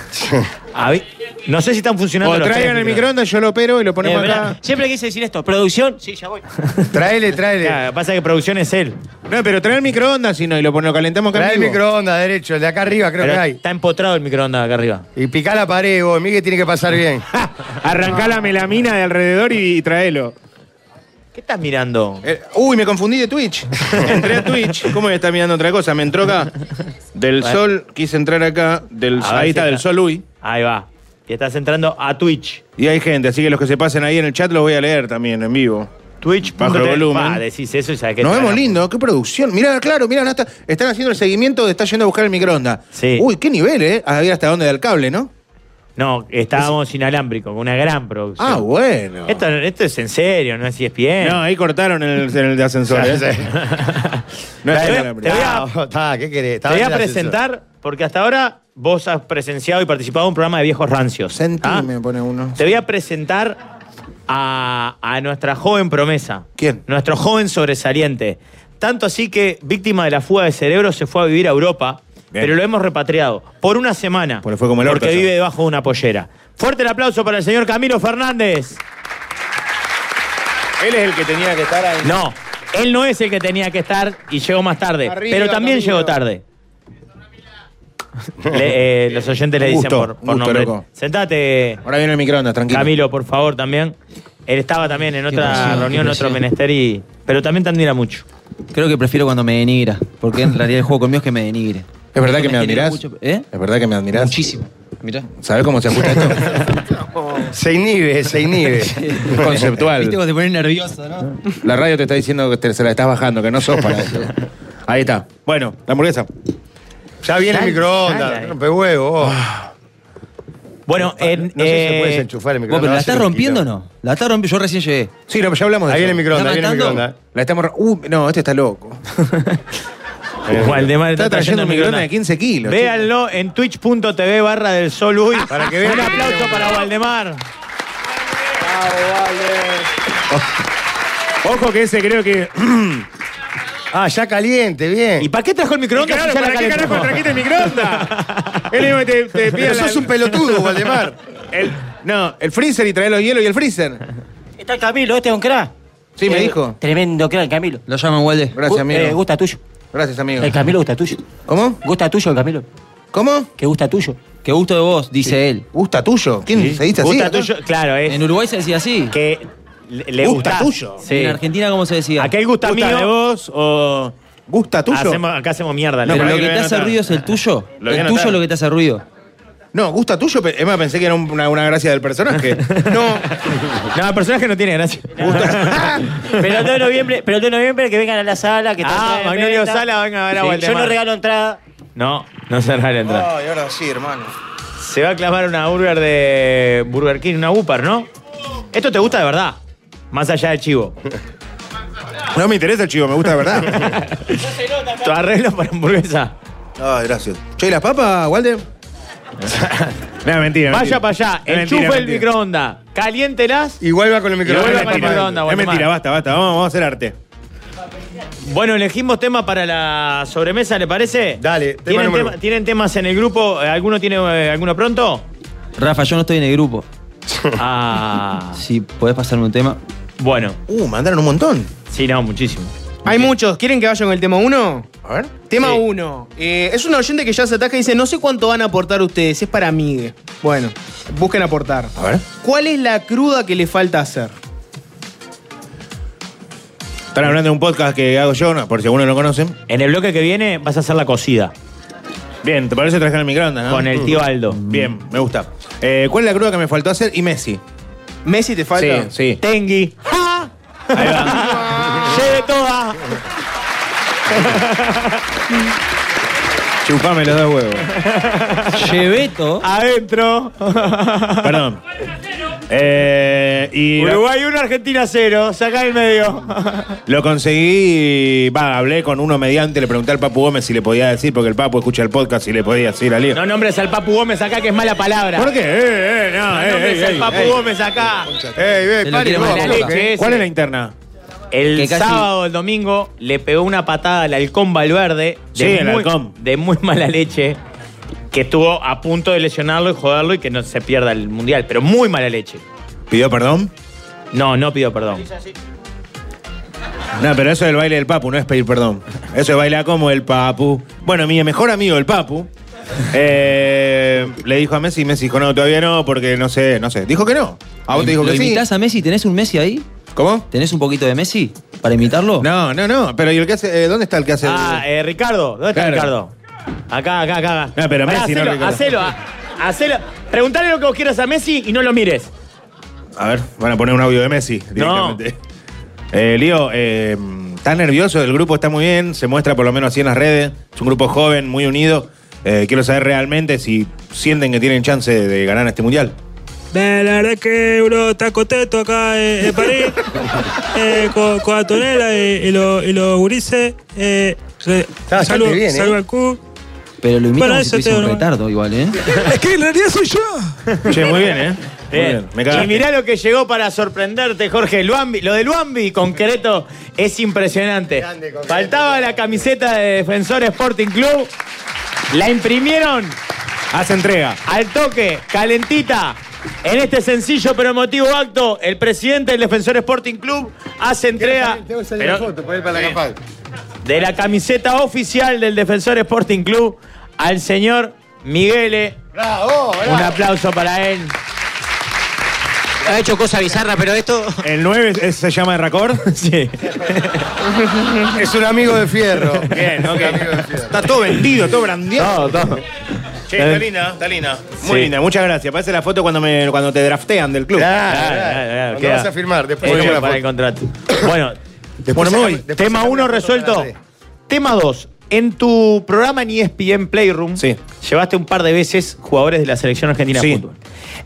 a ver, no sé si están funcionando O los traigan tres el microondas, yo lo opero y lo Eh, ponemos verá, acá. siempre quise decir esto, producción, sí, ya voy. Traele, traele. Ya, pasa que producción es él. No, pero trae el microondas si no, y lo, pon- lo calentamos acá Trae el en vivo. microondas derecho, el de acá arriba creo Pero que hay. está empotrado el microondas acá arriba. Y picá la pared, vos, Miguel tiene que pasar bien. Arrancá la melamina de alrededor y, y traelo. ¿Qué estás mirando? Eh, uy, me confundí de Twitch. Entré a Twitch. ¿Cómo me está mirando otra cosa? Me entró acá. Del Bueno. sol, quise entrar acá. Del, A ver ahí si está, está. del sol, uy. Ahí va. Y estás entrando a Twitch. Y hay gente, así que los que se pasen ahí en el chat los voy a leer también en vivo. Twitch. Bajo el volumen. Va, decís eso y sabes que Nos te vemos van a- lindo, qué producción. Mirá, claro, mirá, está- están haciendo el seguimiento de estar yendo a buscar el microondas. Sí. Uy, qué nivel, ¿eh? A ver hasta dónde da el cable, ¿no? No, estábamos inalámbricos, con una gran producción. Ah, bueno. Esto, esto es en serio, no es E S P N. No, ahí cortaron en el, en el de ascensor. Ya ¿eh? sé. No es Te voy a- inalámbrico. te voy a- Ah, está, ¿qué querés? Te Estaba voy a en el ascensor. presentar, porque hasta ahora vos has presenciado y participado en un programa de viejos rancios. Sentí, ¿Ah? me pone uno. Te voy a presentar a, a nuestra joven promesa. ¿Quién? Nuestro joven sobresaliente. Tanto así que, víctima de la fuga de cerebro, se fue a vivir a Europa, Bien. pero lo hemos repatriado por una semana. Porque fue como el orto Porque ya. vive debajo de una pollera. Fuerte el aplauso para el señor Camilo Fernández. Él es el que tenía que estar ahí. No, él no es el que tenía que estar y llegó más tarde. Arriba, pero también Camilo. llegó tarde. Le- eh, los oyentes le Un dicen gusto, por, un por gusto, nombre. loco. Sentate, Ahora viene el microondas, tranquilo. Camilo, por favor, también. Él estaba también en otra presión, reunión, qué otro presión. menester, y, pero también te admira mucho. Creo que prefiero cuando me denigra, porque en realidad el juego conmigo es que me denigre. ¿Es verdad que me genera admirás? mucho- ¿Eh? ¿Es verdad que me admirás? Muchísimo. Mirá. ¿Sabés cómo se ajusta esto? Se inhibe, se inhibe. Conceptual. Viste cuando te pones nervioso, ¿no? La radio te está diciendo que te, se la estás bajando, que no sos para eso. Ahí está. Bueno, la hamburguesa. Ya viene Dale, el microondas, dale. rompe huevo. vos. Bueno, en, No sé si eh, puedes enchufar el Vos, micrófono. pero ¿la va a estás ser un rompiendo o quilombo. no? ¿La estás rompiendo? Yo recién llegué. Sí, no, ya hablamos de Ahí eso. viene el microondas, ahí viene el matando? microondas. La estamos... Uh, no, este está loco. Waldemar Está trayendo un microondas de quince kilos. Véanlo en twitch.tv barra del Sol Uy. Para que vean. Un aplauso para Waldemar. Ojo que ese creo que... Ah, ya caliente, bien. ¿Y para qué trajo el microondas? Claro, si ya la ¿para qué calentó? carajo trajiste el microondas? Él mismo te, te pide Pero la- sos un pelotudo, Waldemar. El, no, el freezer y trae los hielos y el freezer. Está el Camilo, este es un crack. Sí, me Eh, dijo. Tremendo crack, Camilo. Lo llaman Walde. Gracias, Gu- amigo. eh, gusta tuyo. Gracias, amigo. El Camilo gusta tuyo. ¿Cómo? Gusta tuyo el Camilo. ¿Cómo? Que gusta tuyo. Que gusto de vos, dice él. ¿Gusta tuyo? ¿Quién Sí. se dice así? Gusta acá? tuyo, claro, es En Uruguay se decía así. que le, le Gusta gustás. tuyo. Sí. En Argentina, ¿cómo se decía? Aquel gusta, ¿Gusta mío. de vos o gusta tuyo? Hacemos, acá hacemos mierda. No, Pero ¿no? por lo ahí que lo te voy a hace anotar. ruido es el tuyo. Lo voy a El tuyo anotar. es lo que te hace ruido. No, ¿gusta tuyo? Pe- Es más, pensé que era un- una, una gracia del personaje. No, no, el personaje no tiene gracia. Pero el dos de noviembre, pero el dos de noviembre que vengan a la sala, que está Ah, tremenda. Magnolio Sala, venga a ver a Sí, Waldemar. yo no regalo entrada. No, no se regala entrada. Ay, ahora sí, hermano. Se va a clamar una burger de Burger King, una Whopper, ¿no? Esto te gusta de verdad, más allá del chivo. No me interesa el chivo, me gusta de verdad. Tu arreglo para hamburguesa. Ay, gracias. Che, ¿y las papas, Walde? No, mentira. Vaya mentira. para allá, Es enchufe mentira, el mentira. microondas, caliéntelas. Y vuelva con el Y micrófono. vuelva Es con el mentira, microondas, es Waldemar. mentira, basta, basta. Vamos, vamos a hacer arte. Bueno, elegimos tema para la sobremesa, ¿le parece? Dale, tema ¿Tienen, número tema- uno. ¿Tienen temas en el grupo? ¿Alguno tiene eh, alguno pronto? Rafa, yo no estoy en el grupo. Ah, Si podés pasarme un tema. bueno. Uh, mandaron un montón. Sí, no, muchísimo. Hay muchos. ¿Quieren que vaya con el tema uno? A ver. Tema Sí. uno. Eh, es un oyente que ya se ataca y dice, no sé cuánto van a aportar ustedes, es para mí. Bueno, busquen aportar. A ver. ¿Cuál es la cruda que le falta hacer? Están hablando de un podcast que hago yo, no, por si alguno lo conocen. En el bloque que viene vas a hacer la cocida Bien, ¿te parece traje el microondas, no? con el tío Aldo. Bien, me gusta. Eh, ¿Cuál es la cruda que me faltó hacer? Y Messi. ¿Messi te falta? Sí, sí. Tengui. ¡Ja! Ahí va. Lleve toda. Chupame los dos huevos. Cheveto. Adentro. Perdón. Eh, y la- Uruguay uno, Argentina cero. Sacá el medio. lo conseguí. Va, hablé con uno mediante, le pregunté al Papu Gómez si le podía decir, porque el Papu escucha el podcast y le podía decir a Lío. No nombres al Papu Gómez acá, que es mala palabra. ¿Por qué? Eh, eh, no, No eh, nombres eh, al eh, Papu eh. Gómez acá. Ey, ve, Te lo pare quiere vos, mandar la loco, leche, eh. ese. ¿Cuál es la interna? El Que casi- sábado, el domingo, le pegó una patada al halcón Valverde. Sí, de el muy, halcón. de muy mala leche. Que estuvo a punto de lesionarlo y joderlo y que no se pierda el mundial. Pero muy mala leche. ¿Pidió perdón? No, no pido perdón. No, pero eso es el baile del Papu, no es pedir perdón. Eso es bailar como el Papu. Bueno, mi mejor amigo, el Papu, eh, le dijo a Messi y Messi dijo, no, todavía no, porque no sé, no sé. Dijo que no. A vos te dijo ¿Lo que sí. imitás a Messi? ¿Tenés un Messi ahí? ¿Cómo? ¿Tenés un poquito de Messi para imitarlo? No, no, no. Pero ¿y el que hace? eh, ¿Dónde está el que hace? Ah, eh, Ricardo. ¿Dónde está Claro. Ricardo? Acá, acá, acá. No, pero Pará, Messi, no hacelo, Ricardo. hacelo, ha- hacelo. Preguntale lo que vos quieras a Messi y no lo mires. A ver, van a poner un audio de Messi directamente. Eh, Lío, eh, está nervioso, el grupo está muy bien, se muestra por lo menos así en las redes. Es un grupo joven, muy unido. Eh, quiero saber realmente si sienten que tienen chance de ganar este mundial. La la verdad que uno está contento acá en, en París, eh, con, con Antonella y, y los y los gurises. Eh, se- bastante salud, bien, ¿eh? salud al Q. Pero lo imito Bueno, como si eso tuviese te- un retardo igual, ¿eh? Es que en realidad soy yo. Che, muy bien, ¿eh? Muy Bien. bien, me cagaste. Y mirá lo que llegó para sorprenderte, Jorge. Luambi, lo de Luambi con Quereto es impresionante. Grande, con Faltaba la camiseta de Defensor Sporting Club. La imprimieron Hace entrega. al toque, calentita. En este sencillo pero emotivo acto, el presidente del Defensor Sporting Club hace entrega Tengo que salir la pero- foto, poner para la campal. de la camiseta oficial del Defensor Sporting Club al señor Miguele. ¡Bravo, Un bravo! aplauso para él. Ha hecho cosas bizarras, pero esto. El nueve es- se llama de Raccord. Sí. Es un amigo de fierro. Bien, ok. Es un amigo de fierro. Está todo vendido, todo brandeado. Todo, todo. Che, está linda, está linda. Muy Sí. linda, muchas gracias. Parece la foto cuando, me, cuando te draftean del club. Claro, Claro, claro. claro, claro, Cuando queda. vas a firmar, después Hecho sacamos la para el foto. contrato. Bueno, Después bueno, me voy. sacamos- después Tema sacamos uno la foto resuelto. para la red. Tema dos. En tu programa en E S P N Playroom, Sí. llevaste un par de veces jugadores de la selección argentina Sí. de fútbol.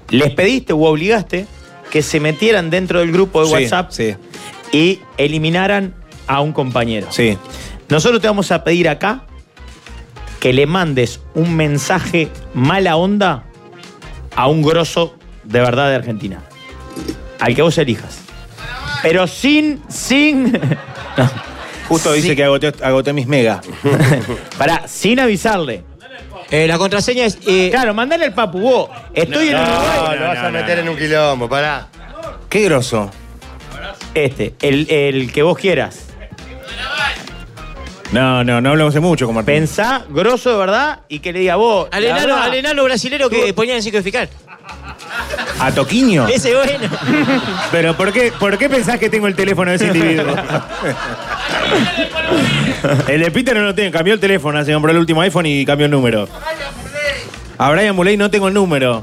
les pediste u obligaste que se metieran dentro del grupo de Sí, WhatsApp sí. y eliminaran a un compañero. Sí. Nosotros te vamos a pedir acá que le mandes un mensaje mala onda a un grosso de verdad de Argentina. Al que vos elijas. Pero sin, sin... No. Justo dice Sí. que agoté, agoté mis megas. Pará, sin avisarle. Eh, la contraseña es. Eh, Claro, mandale al papu, vos. Estoy en No, Uruguay. lo vas a meter en un quilombo, pará. Qué grosso. Este, el, el que vos quieras. No, no, no hablamos de mucho con Martín. Pensá, grosso de verdad, y que le diga vos. al, la enano, verdad, al enano brasilero que ponía en psicodificar. ¿A Toquiño? Ese bueno. Pero ¿por qué, ¿por qué pensás que tengo el teléfono de ese individuo? El de Peter no lo tengo, cambió el teléfono, se compró el último iPhone y cambió el número. A Brian Muley no tengo el número.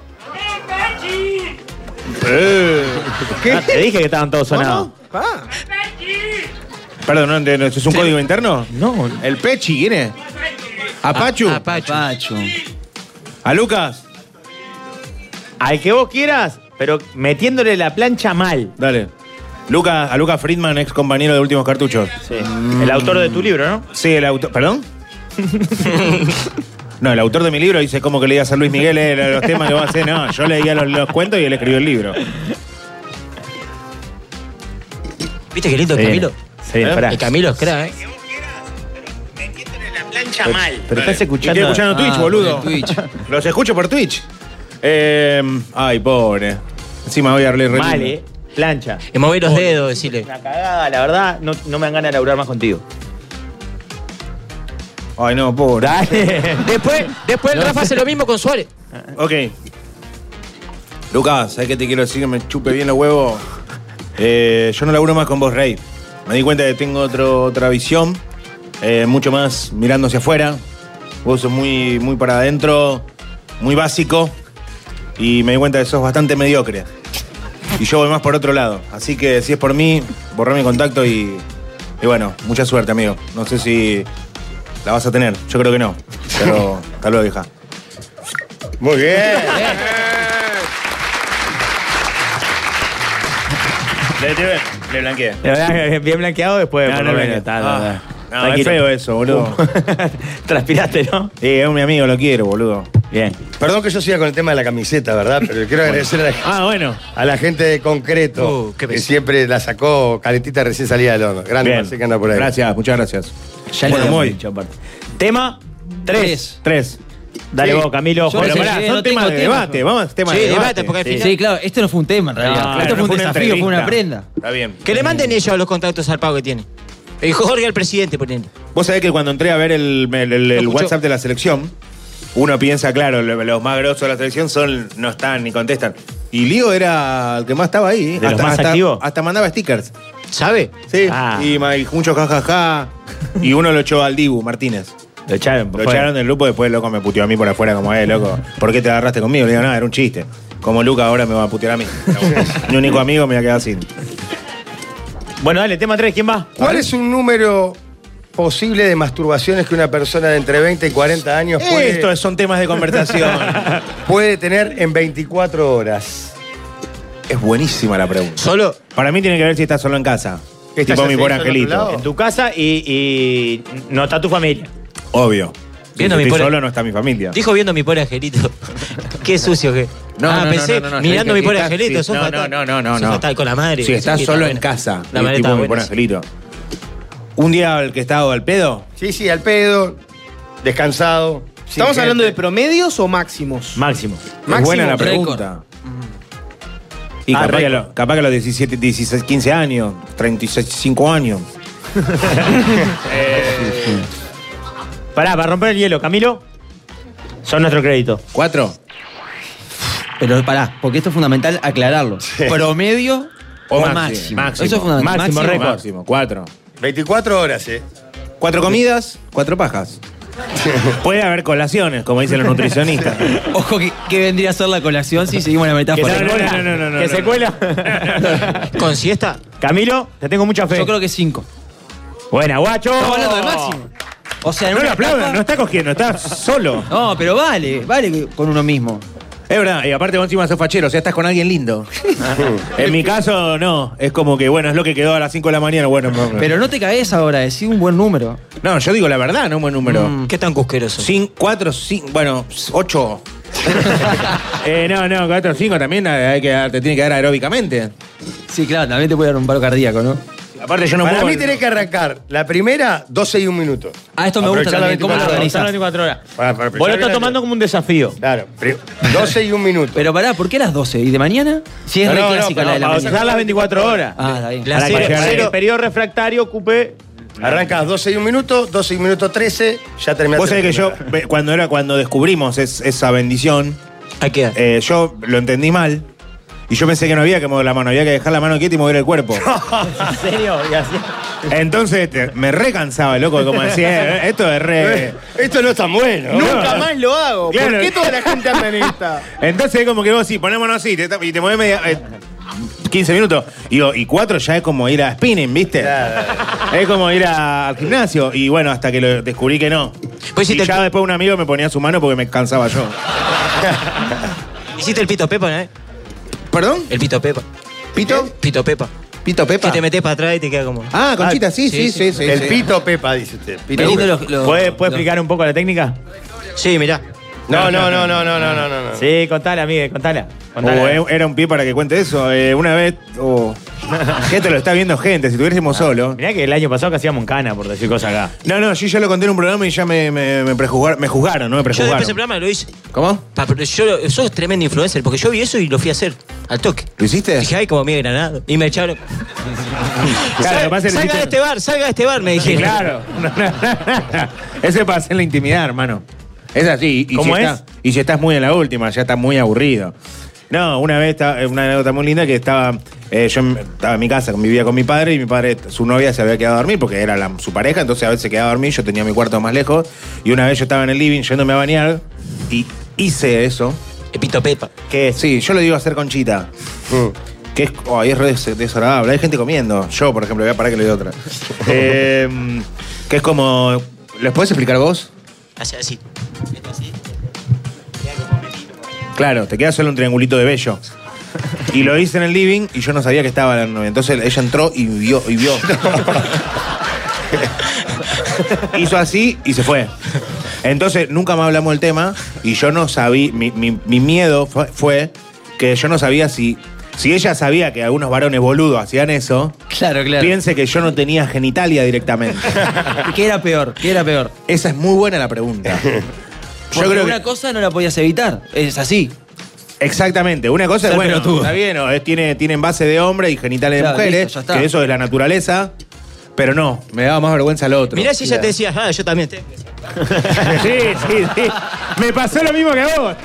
Eh. Ah, te dije que estaban todos sonados. Perdón, ¿no, no, ¿es un Sí. código interno? No. ¿El Pechi? ¿Quién es? ¿A Pachu? A Pachu. ¿A Lucas? Al que vos quieras, pero metiéndole la plancha mal. Dale. Lucas, a Lucas Friedman, ex compañero de Últimos Cartuchos. Sí. El autor de tu libro, ¿no? Sí, el autor. ¿Perdón? No, el autor de mi libro dice como que le digas a Luis Miguel eh, los temas que va a hacer. No, yo leía los, los cuentos y él escribió el libro. ¿Viste qué lindo el Sí. Camilo? Sí, ¿Eh? pará. El Camilo es crack, ¿eh? Plancha mal. Pero estás Y escuchando. estoy escuchando Twitch, Ah, boludo. por el Twitch. Los escucho por Twitch. Eh, ay, pobre. Encima voy a leer re Mal, lindo. eh. Plancha. Y moví los dedos, decirle. Una cagada, la verdad, no, no me dan ganas de laburar más contigo. Ay, no, pobre. Dale. Después, después el Rafa hace lo mismo con Suárez. Ok. Lucas, ¿sabes qué te quiero decir? Que me chupe bien los huevos. Eh, yo no laburo más con vos, Rey. Me di cuenta que tengo otro, otra visión. eh, mucho más mirando hacia afuera. Vos sos muy, muy para adentro, muy básico. Y me di cuenta que sos bastante mediocre. Y yo voy más por otro lado. Así que si es por mí, borrá mi contacto y, y bueno, mucha suerte, amigo. No sé si la vas a tener. Yo creo que no. Pero hasta luego, vieja. Muy bien. Le, le, le blanqueé. La verdad que bien blanqueado después. No, por no, lo no, menos. no. Está, está, Ah. está. No, Tranquilo. es feo eso, boludo. Transpiraste, ¿no? Sí, es mi amigo, lo quiero, boludo. Bien. Perdón que yo siga con el tema de la camiseta, ¿verdad? Pero quiero agradecer a la, Ah, bueno. a la gente de Concreto, Uh, qué que pesado. siempre la sacó calentita recién salida del horno. Grande, Bien. Marcel, que anda por ahí. Gracias, muchas gracias. Ya Bueno, le muy. Dicho aparte. Tema tres. Tres. Dale Sí. vos, Camilo. Yo Jorge. Pero no sé, pará, eh, son no temas tengo de tema. debate, vamos, temas Sí, de debate, debate. porque al Sí. final. Sí, claro, este no fue un tema en realidad. No, Esto Claro, fue un una desafío, fue una entrevista. prenda. Está bien. Que le manden ellos los contactos al pago que tiene. El Jorge al presidente, ponele. Vos sabés que cuando entré a ver el, el- el- el Lo escuchó. WhatsApp de la selección, uno piensa, claro, lo- los más grosos de la selección son, no están ni contestan. Y Lío era el que más estaba ahí. ¿De los más hasta, activos? hasta mandaba stickers. ¿Sabe? Sí. Ah. Y, ma- y mucho jajaja. Y uno lo echó al Dibu, Martínez. Lo echaron por Lo fuera. echaron del grupo, después loco me puteó a mí por afuera como, eh, loco, ¿por qué te agarraste conmigo? Le digo, nada, era un chiste. Como Luca ahora me va a putear a mí. Mi único amigo me va a quedar sin. Bueno, dale, tema tres, ¿quién va? ¿Cuál es un número posible de masturbaciones que una persona de entre veinte y cuarenta años puede, Estos son temas de conversación. puede tener en veinticuatro horas? Es buenísima la pregunta. Solo. Para mí tiene que ver si estás solo en casa. ¿Estás Tipo mi así, pobre solo a tu angelito. lado? En tu casa y, y no está tu familia. Obvio. Si Viendo mi estoy pobre- solo no está mi familia. Dijo viendo mi pobre angelito. Qué sucio que. No, ah, no, no, pensé, no, no, no, mirando que mi pobre estás- angelito. sí, sos no, fatal. no, no, no, Sos no. fatal con la madre. Si estás Sí, está solo buena. en casa, La y madre tipo está mi buena. pobre angelito. Un día el que estaba al pedo. Sí, sí, al pedo, descansado. sin ¿Estamos hablando de gente. promedios o máximos? Máximo. Es Máximo buena la récord. pregunta. Y Ah, capaz, que a récord. lo- capaz que a los diecisiete, dieciséis, quince años, treinta y cinco años. Pará, para romper el hielo, Camilo. Son nuestro crédito. ¿Cuatro? Pero pará, porque esto es fundamental aclararlo. ¿Promedio o, máximo? máximo. Eso es fundamental. Máximo Máximo. récord. Máximo, cuatro. veinticuatro horas, ¿eh? Cuatro comidas, cuatro pajas. Puede haber colaciones, como dicen los nutricionistas. Ojo, que, que vendría a ser la colación si seguimos la Que metáfora. se no, cuela. no, no, no, no, que no, se no. cuela. ¿Con siesta? Camilo, te tengo mucha fe. Yo creo que cinco. Buena, guacho. Estamos hablando de máximo. O sea, en No lo una aplaudan, etapa- no está cogiendo, está solo. No, pero vale, vale con uno mismo. Es verdad, y aparte vos encima sos fachero, o sea, estás con alguien lindo. En mi caso, no. Es como que, bueno, es lo que quedó a las cinco de la mañana, bueno. Pero no te caes ahora, decí un buen número. No, yo digo la verdad, no un buen número. Mm. ¿Qué tan cusqueros sos? Cin- cuatro, cinco, bueno, ocho. eh, no, no, cuatro, cinco también hay que, te tiene que dar aeróbicamente. Sí, claro, también te puede dar un paro cardíaco, ¿no? Aparte yo no Para puedo... mí tenés que arrancar la primera, doce y un minuto. Ah, esto me gusta Aprovechar la también. ¿Cómo lo veinticuatro organizás? veinticuatro horas. Para- para Vos lo aprovechar estás la- tomando como un desafío. Claro, pri- doce y un minuto. Pero pará, ¿por qué las doce? ¿Y de mañana? Si es No, re no, no, clásica pero la de la Para mañana. usar las veinticuatro horas. Ah, está bien. La Para cero- que cero- el periodo refractario ocupe. Arrancas doce y un minuto, doce y un minuto trece, ya terminaste. Vos sabés que la yo, primera. ve- cuando era cuando descubrimos es- esa bendición, Hay que dar. eh, yo lo entendí mal. Y yo pensé que no había que mover la mano, había que dejar la mano quieta y mover el cuerpo. ¿En serio? Y así. Entonces te- me recansaba, loco, como decía, "Eh, esto es re... Eh, Esto no es tan bueno. Nunca más lo hago. Claro. ¿Por qué toda la gente anda en esta? Entonces es como que vos sí, ponémonos así, te, y te mueves media... eh, quince minutos. Y, digo, y cuatro ya es como ir a spinning, ¿viste? Es como ir a- al gimnasio. Y bueno, hasta que lo descubrí que no. Pues y hiciste ya el- después un amigo me ponía su mano porque me cansaba yo. ¿Hiciste el pito pepa, no? ¿Perdón? El pito pepa. ¿Pito? Pito pepa. ¿Pito Pepa? Que te metes para atrás y te queda como. Ah, Conchita, sí, sí, sí. sí, El sí. pito Pepa, dice usted. Pito Qué lindo Pepa. los- los- ¿Puede, ¿puede los- explicar un poco la técnica? Sí, mirá. No, no, no, no, no, no, no, no. no. Sí, contala, Miguel, contala. contala. Oh, eh, era un pie para que cuente eso. Eh, una vez. Oh, gente lo está viendo gente, si tuviésemos solo. Mirá que el año pasado que hacíamos en cana por decir cosas acá. No, no, yo ya lo conté en un programa y ya me, me, me, prejugar- me juzgaron, no me Yo después prejuzgaron. ese programa lo hice. ¿Cómo? Pa, pero yo lo- sos tremendo influencer, porque yo vi eso y lo fui a hacer al toque. ¿Lo hiciste? Dije, ay, como Miguel Granado. Y me echaron. Claro, lo que pasa es que salga hiciste- de este bar, salga de este bar, me Sí, dijeron. claro. Eso es para hacer la intimidad, hermano. Es así. Y ¿Cómo si es? estás- y si estás muy en la última, ya estás muy aburrido. No, una vez, estaba- una anécdota muy linda que estaba, eh, yo en- estaba en mi casa, vivía con mi padre y mi padre, su novia se había quedado a dormir porque era la- su pareja, entonces a veces se quedaba a dormir, yo tenía mi cuarto más lejos y una vez yo estaba en el living yéndome a bañar y hice eso. Pito Pepa. ¿Qué es? Sí, yo lo digo hacer Conchita. Que es, oh, es re des- desagradable. Hay gente comiendo. Yo, por ejemplo, voy a parar que le doy otra. Eh, que es como. ¿Les podés explicar vos? Hace así. Claro, te queda solo un triangulito de vello. Y lo hice en el living y yo no sabía que estaba la novia. Entonces ella entró y vio. Y vio. Hizo así y se fue. Entonces nunca más hablamos del tema y yo no sabía. Mi, mi- mi miedo fue, fue que yo no sabía si. Si ella sabía que algunos varones boludos hacían eso, Claro, claro. piense que yo no tenía genitalia directamente. ¿Qué era peor? ¿Qué era peor? Esa es muy buena la pregunta. Yo creo que una cosa no la podías evitar. Es así. Exactamente. Una cosa es, Ser bueno, pelotudo. está bien, o es- tiene, tiene envase de hombre y genitales Claro, de mujeres, listo, ya está. que eso es la naturaleza, pero no, me daba más vergüenza lo otro. Mirá si ella te decía, ah, yo también te. Sí, sí, sí. Me pasó lo mismo que a vos.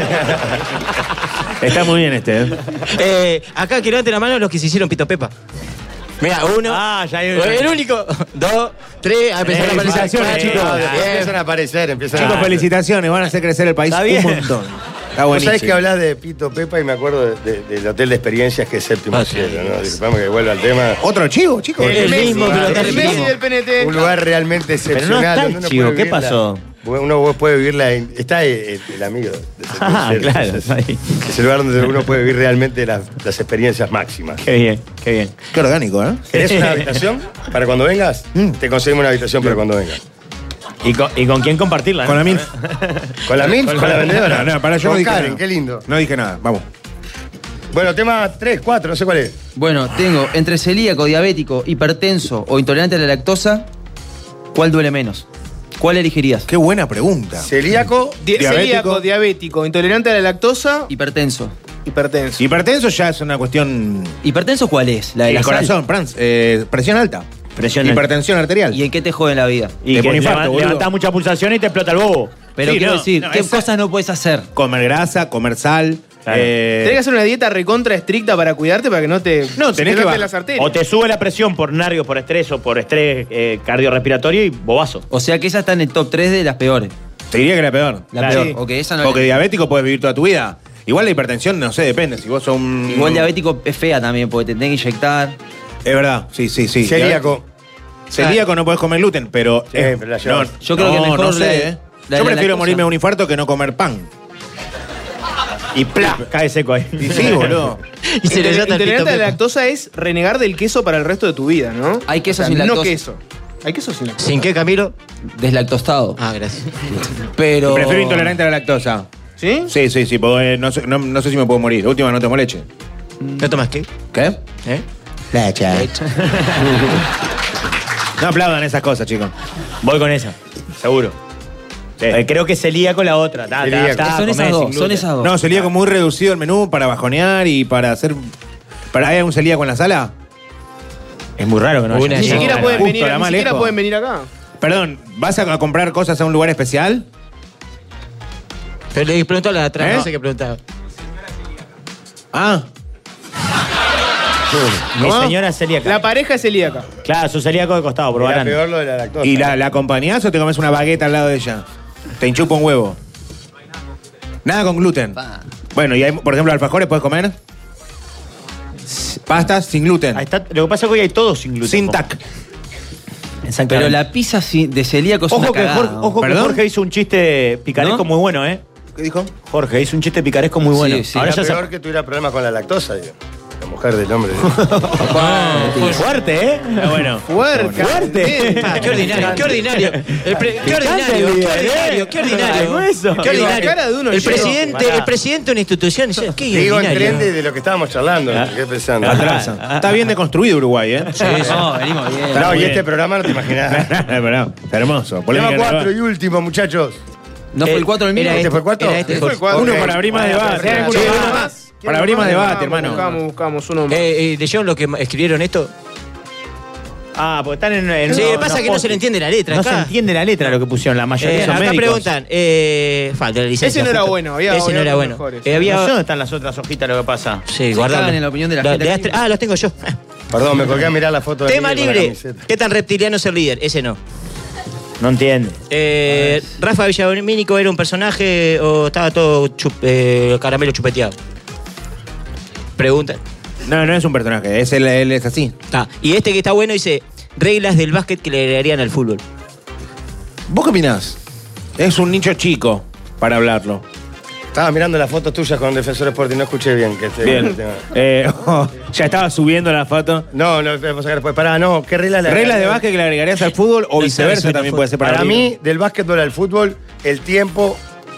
Está muy bien este, ¿eh? Eh, acá que levanten la mano los que se hicieron Pito Pepa. Mira, uno. Ah, ya hay El único. Dos, tres. A empezar Eh, a aparecer. felicitaciones, cuatro, chicos. diez. Empiezan a aparecer, empiezan Chicos, a... felicitaciones, van a hacer crecer el país Está un bien. montón. Está Vos buenísimo. sabés que hablas de Pito Pepa y me acuerdo de- de- del hotel de experiencias que es Séptimo Ah, Cielo, sí. ¿no? Disculpame que vuelva al tema. Otro chivo, chicos. El mismo que lo está El Messi repitiendo. del P N T. Un lugar realmente Pero no excepcional. está donde uno chivo, puede ¿qué vivir la- pasó? uno puede vivir la... Está el, el amigo de Séptimo Ah, Cielo, claro, entonces, ahí. es el lugar donde uno puede vivir realmente las, las experiencias máximas. Qué bien, qué bien. Qué orgánico, ¿eh? ¿Querés una habitación para cuando vengas? Te conseguimos una habitación para cuando vengas. ¿Y con, y con quién compartirla? Con la mil. MILF. ¿Con la MILF? ¿Con, la vendedora? No, no, para, yo no Con dije Karen, nada. qué lindo. No dije nada, vamos. Bueno, tema tres, cuatro, no sé cuál es. Bueno, tengo entre celíaco, diabético, hipertenso o intolerante a la lactosa, ¿cuál duele menos? ¿Cuál elegirías? Qué buena pregunta. Celíaco, Di- Diabético. Celíaco, diabético, intolerante a la lactosa, Hipertenso. hipertenso. Hipertenso ya es una cuestión. ¿Hipertenso cuál es? ¿La de El la sal? corazón, Franz, eh, presión alta. Presión alta. Hipertensión arterial. ¿Y en qué te jode en la vida? Y Te que pone infarto, leva- boludo. levantás mucha pulsación y te explota el bobo. Pero Sí, quiero no, decir, no, ¿qué esa- cosas no puedes hacer? Comer grasa, comer sal. eh, Tenés que hacer una dieta recontra estricta para cuidarte para que no te. No, se tenés te que rompen ba- las arterias. O te sube la presión por nervios, por estrés o por estrés eh, cardiorrespiratorio y bobazo. O sea que esa está en el top tres de las peores. Te diría que la peor. La Claro. peor. Sí. Ok, esa no Porque la- diabético puedes vivir toda tu vida. Igual la hipertensión, no sé, depende. Si vos sos un. Igual diabético es fea también, porque te tenés que inyectar. Es verdad, sí, sí, sí. celíaco. Celíaco no podés comer gluten, pero. Sí, eh, pero la llevas. no, Yo creo no, que mejor no la sé, de- ¿eh? la de Yo la prefiero lactosa. morirme de un infarto que no comer pan. Y ¡plá! Cae seco ahí. Y sí, boludo. Y se le Intolerante a la lactosa es renegar del queso para el resto de tu vida, ¿no? Hay queso O sea, sin no lactosa. queso. Hay queso sin lactosa. ¿Sin qué, Camilo? Deslactostado. Ah, gracias. Pero. Prefiero intolerante a la lactosa. ¿Sí? Sí, sí, sí, porque no, sé- no, no sé si me puedo morir. De última no tomo leche. ¿No tomas qué? ¿Qué? ¿Eh? Leche. No aplaudan esas cosas, chicos. Voy con esa, seguro. Eh, creo que celíaco la otra. Ta, ta, Celíaco. ta, Son comé esas sin dos, gluten. son esas dos. No, celíaco muy reducido el menú para bajonear y para hacer. ¿Para ¿Hay un celíaco en la sala? Es muy raro que no haya. Una Ni No, siquiera no, pueden justo, venir, la ni más siquiera lejos. pueden venir acá. Perdón, ¿vas a comprar cosas a un lugar especial? Pero le preguntó a la de atrás, ¿Eh? no sé qué preguntaba. Ah. Mi ¿Cómo? señora es celíaca. La pareja es celíaca. Claro, su celíaco de costado, por Era barán. peor lo de la lactosa. ¿Y la, la acompañás o te comes una bagueta al lado de ella? Te enchupa un huevo. Nada con gluten. Bueno, y hay, por ejemplo, alfajores puedes comer. Pastas sin gluten. Ahí está. Lo que pasa es que hoy hay todo sin gluten. Sin po. tac. Exactamente. Pero la pizza sin- de celíaco es Ojo, una que, cagada, Jorge, ¿no? ojo que ¿Perdón? Jorge hizo un chiste picaresco ¿No? muy bueno, ¿eh? ¿Qué dijo? Jorge hizo un chiste picaresco muy bueno. Sí, sí. Ahora Era ya se... peor que tuviera problemas con la lactosa, digo. La mujer del hombre. Fuerte, ¿eh? Ah, bueno. Fuerte. Fuerte. Ah, qué ordinario, qué ordinario. El pre- qué Picante ordinario, el qué líder, ordinario, ¿eh? qué ordinario. Ay, eso. Qué Digo, ordinario. la cara de uno El llegó. presidente, Pará. el presidente de una institución, qué Digo, ordinario. entiende de lo que estábamos charlando. Ah. Me quedé pensando. Atrasa. Está bien deconstruido Uruguay, ¿eh? Sí, sí. No, venimos bien. No, y bien. este programa no te imaginás. Pero, está hermoso. Polémica Tema en el cuatro bar. y último, muchachos. ¿No fue el cuatro el mío? Era ¿Este fue el cuatro? Era este, Este fue el Jorge. cuatro. Uno Ok. para abrir más Bueno, debate. ¿quieren Sí, uno uno más? Para abrir más debate, hermano. Buscamos, buscamos uno más. Eh, eh, ¿Leyeron lo que escribieron esto? Ah, porque están en. en Sí, unos- lo que pasa es que no unos se le entiende la letra No acá. se entiende la letra lo que pusieron, la mayoría Eh, son acá médicos. preguntan, eh, falta la licencia. Ese no era justo. bueno, había- Ese no había era otros bueno. mejores. Eh, había, No sé dónde están las otras hojitas lo que pasa. sí, Se guardalo. cagan en la opinión de la Lo- gente de aquí. Astre- ah, los tengo yo. Perdón, me colgué a mirar la foto de Tema Miguel con la libre. camiseta. ¿Qué tan reptiliano es el líder? Ese no. No entiende. Eh, Rafa Villamínico era un personaje o estaba todo chup- eh, caramelo chupeteado. Pregunta. No, no es un personaje, es él, él es así. Ah, y este que está bueno dice reglas del básquet que le agregarían al fútbol. ¿Vos qué opinás? Es un nicho chico para hablarlo. Estaba mirando las fotos tuyas con Defensor Sporting, no escuché bien que este Bien. el tema. Eh, oh, ya estaba subiendo la foto. No, no, vamos a sacar después. Pará, no, ¿qué reglas le ¿Reglas de básquet que le agregarías al fútbol o No viceversa sabes, también una puede ser para, Para el mí, del básquetbol al fútbol, el tiempo.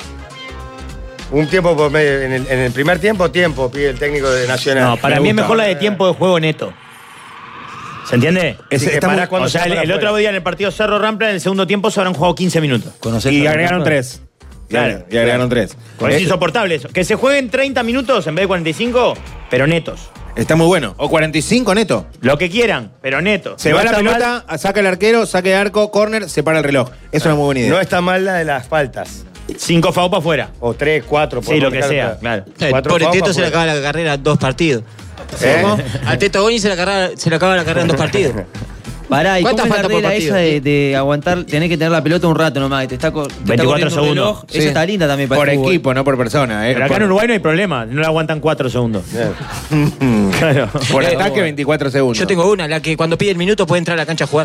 Un tiempo por medio. En el, en el primer tiempo, tiempo, pide el técnico de Nacional. No, para Me mí es gusta. mejor la de tiempo de juego neto. ¿Se entiende? Es- Sí, que está pará muy- cuando O sea, se el, para el otro afuera. día en el partido Cerro Rampla, en el segundo tiempo se habrán jugado quince minutos. ¿Conocés Y a- agregaron tres. Claro. Y agregaron tres. Pues es Eh, insoportable eso. Que se jueguen treinta minutos en vez de cuarenta y cinco, pero netos. Está muy bueno. O cuarenta y cinco neto. Lo que quieran, pero netos. Se No va la está mal. pelota, saca el arquero, saque de arco, corner, se para el reloj. Es una muy buena idea. No está mal la de las faltas. Cinco FAU para afuera. O tres, cuatro. Sí, podemos lo que dejar sea, otra. claro. Eh, Cuatro Por el FAU Teto pa' se le afuera. acaba la carrera en dos partidos. ¿Eh? Al Teto Goñi se le, acaba- se le acaba la carrera en dos partidos. Pará, ¿y cómo ¿Cuántas es la faltas por regla partido? esa de, de aguantar, tener que tener la pelota un rato nomás? Y te está, co- te está veinticuatro corriendo un segundos. reloj? Sí. Esa está linda también para Por el fútbol. equipo, no por persona. Eh. Pero acá por, en Uruguay no hay problema. No le aguantan cuatro segundos. Claro. por Eh, ataque, veinticuatro segundos. Yo tengo una, la que cuando pide el minuto puede entrar a la cancha a jugar.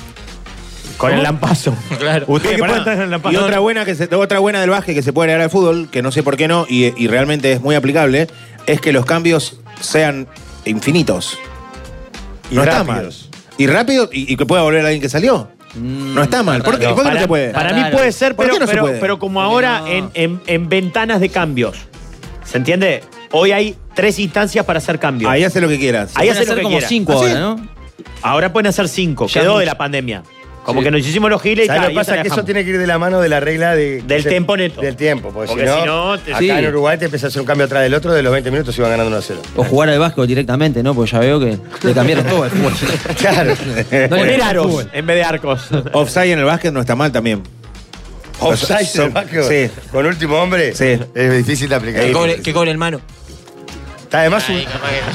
Con el lampazo. Claro. Usted Eh, que pará. puede entrar en el lampazo. Y otra buena, que se- otra buena del básquet que se puede agregar al fútbol, que no sé por qué no, y, y realmente es muy aplicable, es que los cambios sean infinitos. Y no está rápidos. mal. Y rápido, y, y que pueda volver alguien que salió. no está mal. ¿Por qué No, ¿Por qué no para, se puede? para mí puede ser, ¿Por pero, qué no se pero, puede? pero como ahora en, en- en ventanas de cambios. ¿Se entiende? Hoy hay tres instancias para hacer cambios. Ahí hace lo que quieras. Ahí Pueden hace lo hacer que como quiera. cinco ¿Ah, sí? ahora, ¿no? Ahora pueden hacer cinco. Ya Quedó mucho. de la pandemia. Como Sí. que nos hicimos los giles y ¿Sabes tal, lo que y pasa? esa Que eso dejamos. tiene que ir de la mano de la regla de, Del se- tiempo neto. Del tiempo, porque, Porque si no, si no, te- acá Sí. en Uruguay te empieza a hacer un cambio atrás del otro, de los veinte minutos iban ganando uno a cero. O jugar al básquet directamente, ¿no? Porque ya veo que le cambiaron todo al fútbol. Claro. No le Poner gusta el aros fútbol. en vez de arcos. Offside en el básquet no está mal también. Offside Son- en básquet, sí. con último hombre, Sí. es difícil de aplicar. Que cobre, que cobre el mano. Está además un,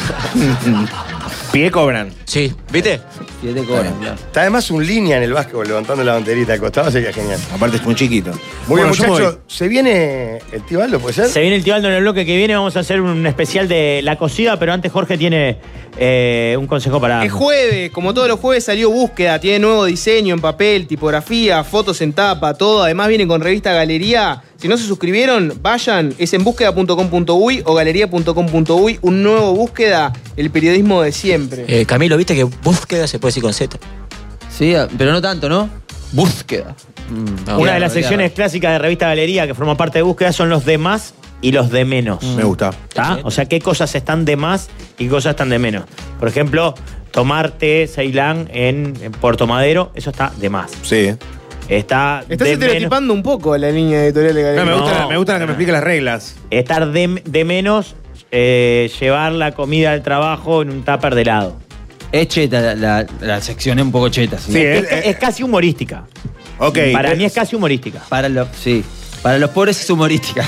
Pie cobran. Sí, ¿viste? Y te cobran, claro. está además un línea en el básquetbol levantando la banderita al costado, sería genial. Aparte es muy chiquito. Muy Bueno, bien, yo me muchachos. voy. ¿Se viene el tío Aldo, puede ser? Se viene el tío Aldo en el bloque que viene. Vamos a hacer un especial de la cocida, pero antes Jorge tiene eh, un consejo para. El jueves, como todos los jueves, salió Búsqueda. Tiene nuevo diseño en papel, tipografía, fotos en tapa, todo. Además viene con revista Galería. Si no se suscribieron, vayan, es en búsqueda punto com punto uy o galería punto com punto uy, un nuevo búsqueda, el periodismo de siempre. Eh, Camilo, viste que búsqueda se puede decir con Z. Sí, pero no tanto, ¿no? Búsqueda. Mm, Una de las secciones clásicas de Revista Galería que forma parte de búsqueda son los de más y los de menos. Me gusta. ¿Tá? O sea, qué cosas están de más y qué cosas están de menos. Por ejemplo, tomar té Ceilán en, en Puerto Madero, eso está de más. Sí. Está Estás de menos. estereotipando un poco la línea editorial de Galería. No, me gusta, No. me gusta que me explique las reglas. Estar de, de menos, eh, llevar la comida al trabajo en un tupper de helado. Es cheta, la, la, la sección es un poco cheta. Sí, Sí, es, es- es casi humorística. Ok. Para mí es casi humorística. Para los, sí. Para los pobres es humorística.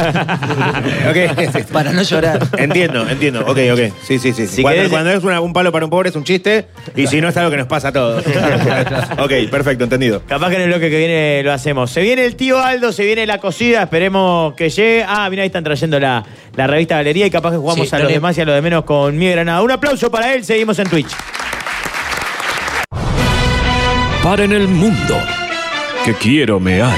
Ok. Para no llorar. Entiendo, entiendo. Ok, ok. Sí, sí, sí. Si cuando querés- cuando es una- un palo para un pobre es un chiste y si no es algo que nos pasa a todos. Ok, perfecto, entendido. Capaz que en el bloque que viene lo hacemos. Se viene el tío Aldo, se viene la cocida, esperemos que llegue. Ah, mira, ahí están trayendo la, la revista Galería y capaz que jugamos Sí, a no los le- demás y a los de menos con mi Granada. Un aplauso para él, seguimos en Twitch. Paren el mundo, que quiero mear.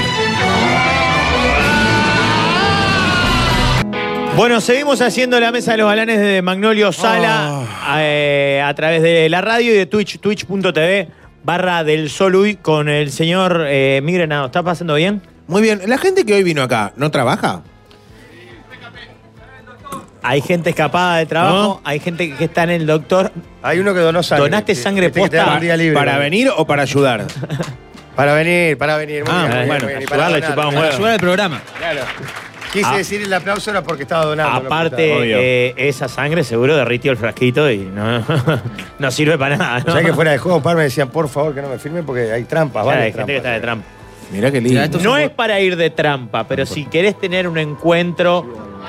Bueno, seguimos haciendo la mesa de los galanes de Magnolio Sala eh, a través de la radio y de Twitch, twitch punto tv barra del Soluy con el señor eh, Mi Granado. ¿Está pasando bien? Muy bien. La gente que hoy vino acá, ¿no trabaja? Hay gente escapada de trabajo, hay gente que está en el doctor. Hay uno que donó sangre. ¿Donaste sangre Este que te da posta? un día libre. ¿Para venir o para ayudar? Para venir, para venir. Muy Ah, bien, muy bien, bueno, muy bien. Y ayudarle, para donar, chupaba un para huevo. Ayudar al programa. Claro. Quise Ah. decir el aplauso era porque estaba donando. no Aparte, porque estaba- eh, esa sangre seguro derritió el frasquito y no, no sirve para nada. ¿no? O sea que fuera de juego, un par me decían, por favor, que no me firmen porque hay trampas, Claro, ¿vale? hay gente que está de trampa. Mirá qué lindo. Mirá, esto No es para ir de trampa, pero si querés tener un encuentro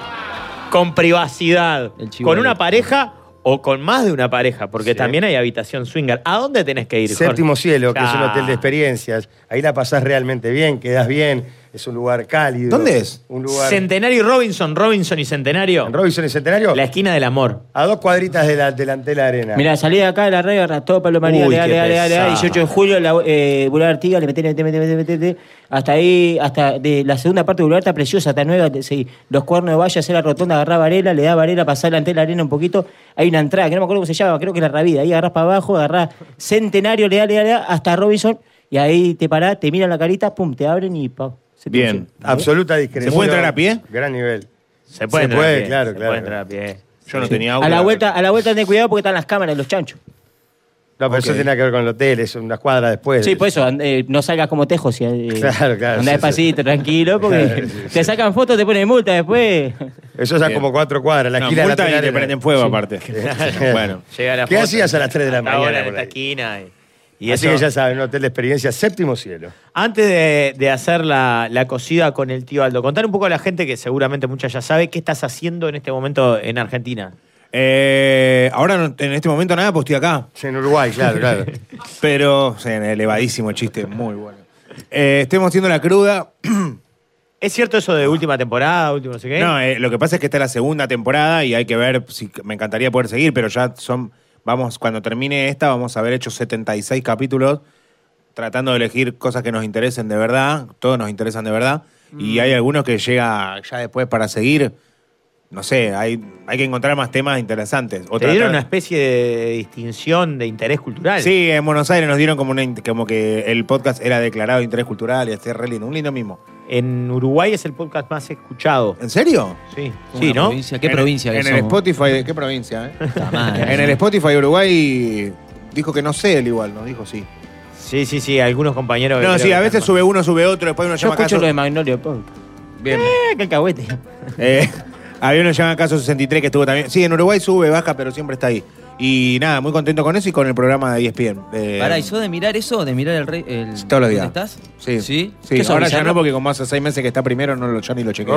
con privacidad, El chivo con ahí. una pareja o con más de una pareja, porque Sí. también hay habitación swinger. ¿A dónde tenés que ir, Jorge? Séptimo Cielo, que es un Ah. hotel de experiencias. Ahí la pasás realmente bien, quedás bien, es un lugar cálido. ¿Dónde es? Un lugar. Centenario y Robinson, Robinson y Centenario. En Robinson y Centenario, La esquina del amor. a dos cuadritas de la delantera de la arena. Mirá, salí de acá de la radio, arrastró Pablo María, Uy, dale, qué dale, dale, dale, pesado. dieciocho de julio, la, eh, Boulevard Artigas, le meté, le meté, meté, meté, meté, hasta ahí, hasta de la segunda parte de Boulevard está preciosa, está nueva, te- sí, los cuernos de valla, hacer la rotonda, agarrar Varela, le da Varela, pasar delante de la arena un poquito, hay una entrada, que no me acuerdo cómo se llama, creo que es la Ravida, ahí agarrás para abajo, agarrás Centenario, le da, le da, le da, hasta Robinson, y ahí te parás, te miran la carita, pum, te abren y pa. se te Bien. funciona. Absoluta discreción. ¿Se puede entrar a pie? Gran nivel. Se puede Se entrar puede, a pie, claro, se claro. puede entrar a pie. Yo no tenía auto. A la vuelta, a la vuelta ten cuidado porque están las cámaras, los chanchos. No, pero Ok. eso tiene nada que ver con el hotel, es unas cuadras después. Sí, por eso, and- eh, no salgas como tejo. Si, eh, Claro, claro, Andá sí, despacito, tranquilo, porque Claro, sí, te sacan fotos, te ponen multa después. Eso ya Bien. como cuatro cuadras, la No, esquina de la multa y te arena. prenden fuego aparte. Bueno. Llega la ¿Qué foto, hacías a las tres de la hasta mañana ahora en por esta ahí? esquina. Y, y Así eso- que ya saben, un hotel de experiencia, Séptimo Cielo. Antes de, de hacer la, la cocida con el tío Aldo, contar un poco a la gente que seguramente mucha ya sabe, ¿qué estás haciendo en este momento en Argentina? Eh, ahora no- en este momento nada, pues estoy acá. Sí, en Uruguay, claro, claro. Pero, o sea, elevadísimo chiste, muy bueno. Eh, estemos haciendo la cruda. ¿Es cierto eso de última temporada, último no sé qué? No, eh, lo que pasa es que está la segunda temporada y hay que ver si me encantaría poder seguir, pero ya son, vamos, cuando termine esta, vamos a haber hecho setenta y seis capítulos tratando de elegir cosas que nos interesen de verdad, todos nos interesan de verdad, y hay algunos que llega ya después para seguir, no sé, hay, hay que encontrar más temas interesantes. O Te dieron tratar- una especie de distinción de interés cultural. Sí, en Buenos Aires nos dieron como, una, in- como que el podcast era declarado de interés cultural y así re lindo, un lindo mismo. En Uruguay es el podcast más escuchado. ¿En serio? Sí, Una sí, ¿no? provincia, ¿Qué En- provincia que En el somos? Spotify, ¿qué provincia? Eh? Puta madre. En el Spotify Uruguay dijo que no sé él igual, nos dijo sí. Sí, sí, sí, algunos compañeros. que No, creo sí, que a veces están- sube uno, sube otro, después uno Yo llama escucho caso. lo de Magnolio Podcast. Bien. Eh, qué alcahuete. Eh, había uno que llama Caso sesenta y tres que estuvo también. Sí, en Uruguay sube, baja, pero siempre está ahí. Y nada, muy contento con eso y con el programa de E S P N. Eh, Pará, ¿y sos de mirar eso? ¿De mirar el rey? El, Todos los días. ¿Dónde estás? Sí. ¿Sí? Sí, ¿Qué sos, ahora ya Bizarro? no, porque como hace seis meses que está primero, no lo, ya ni lo chequeo.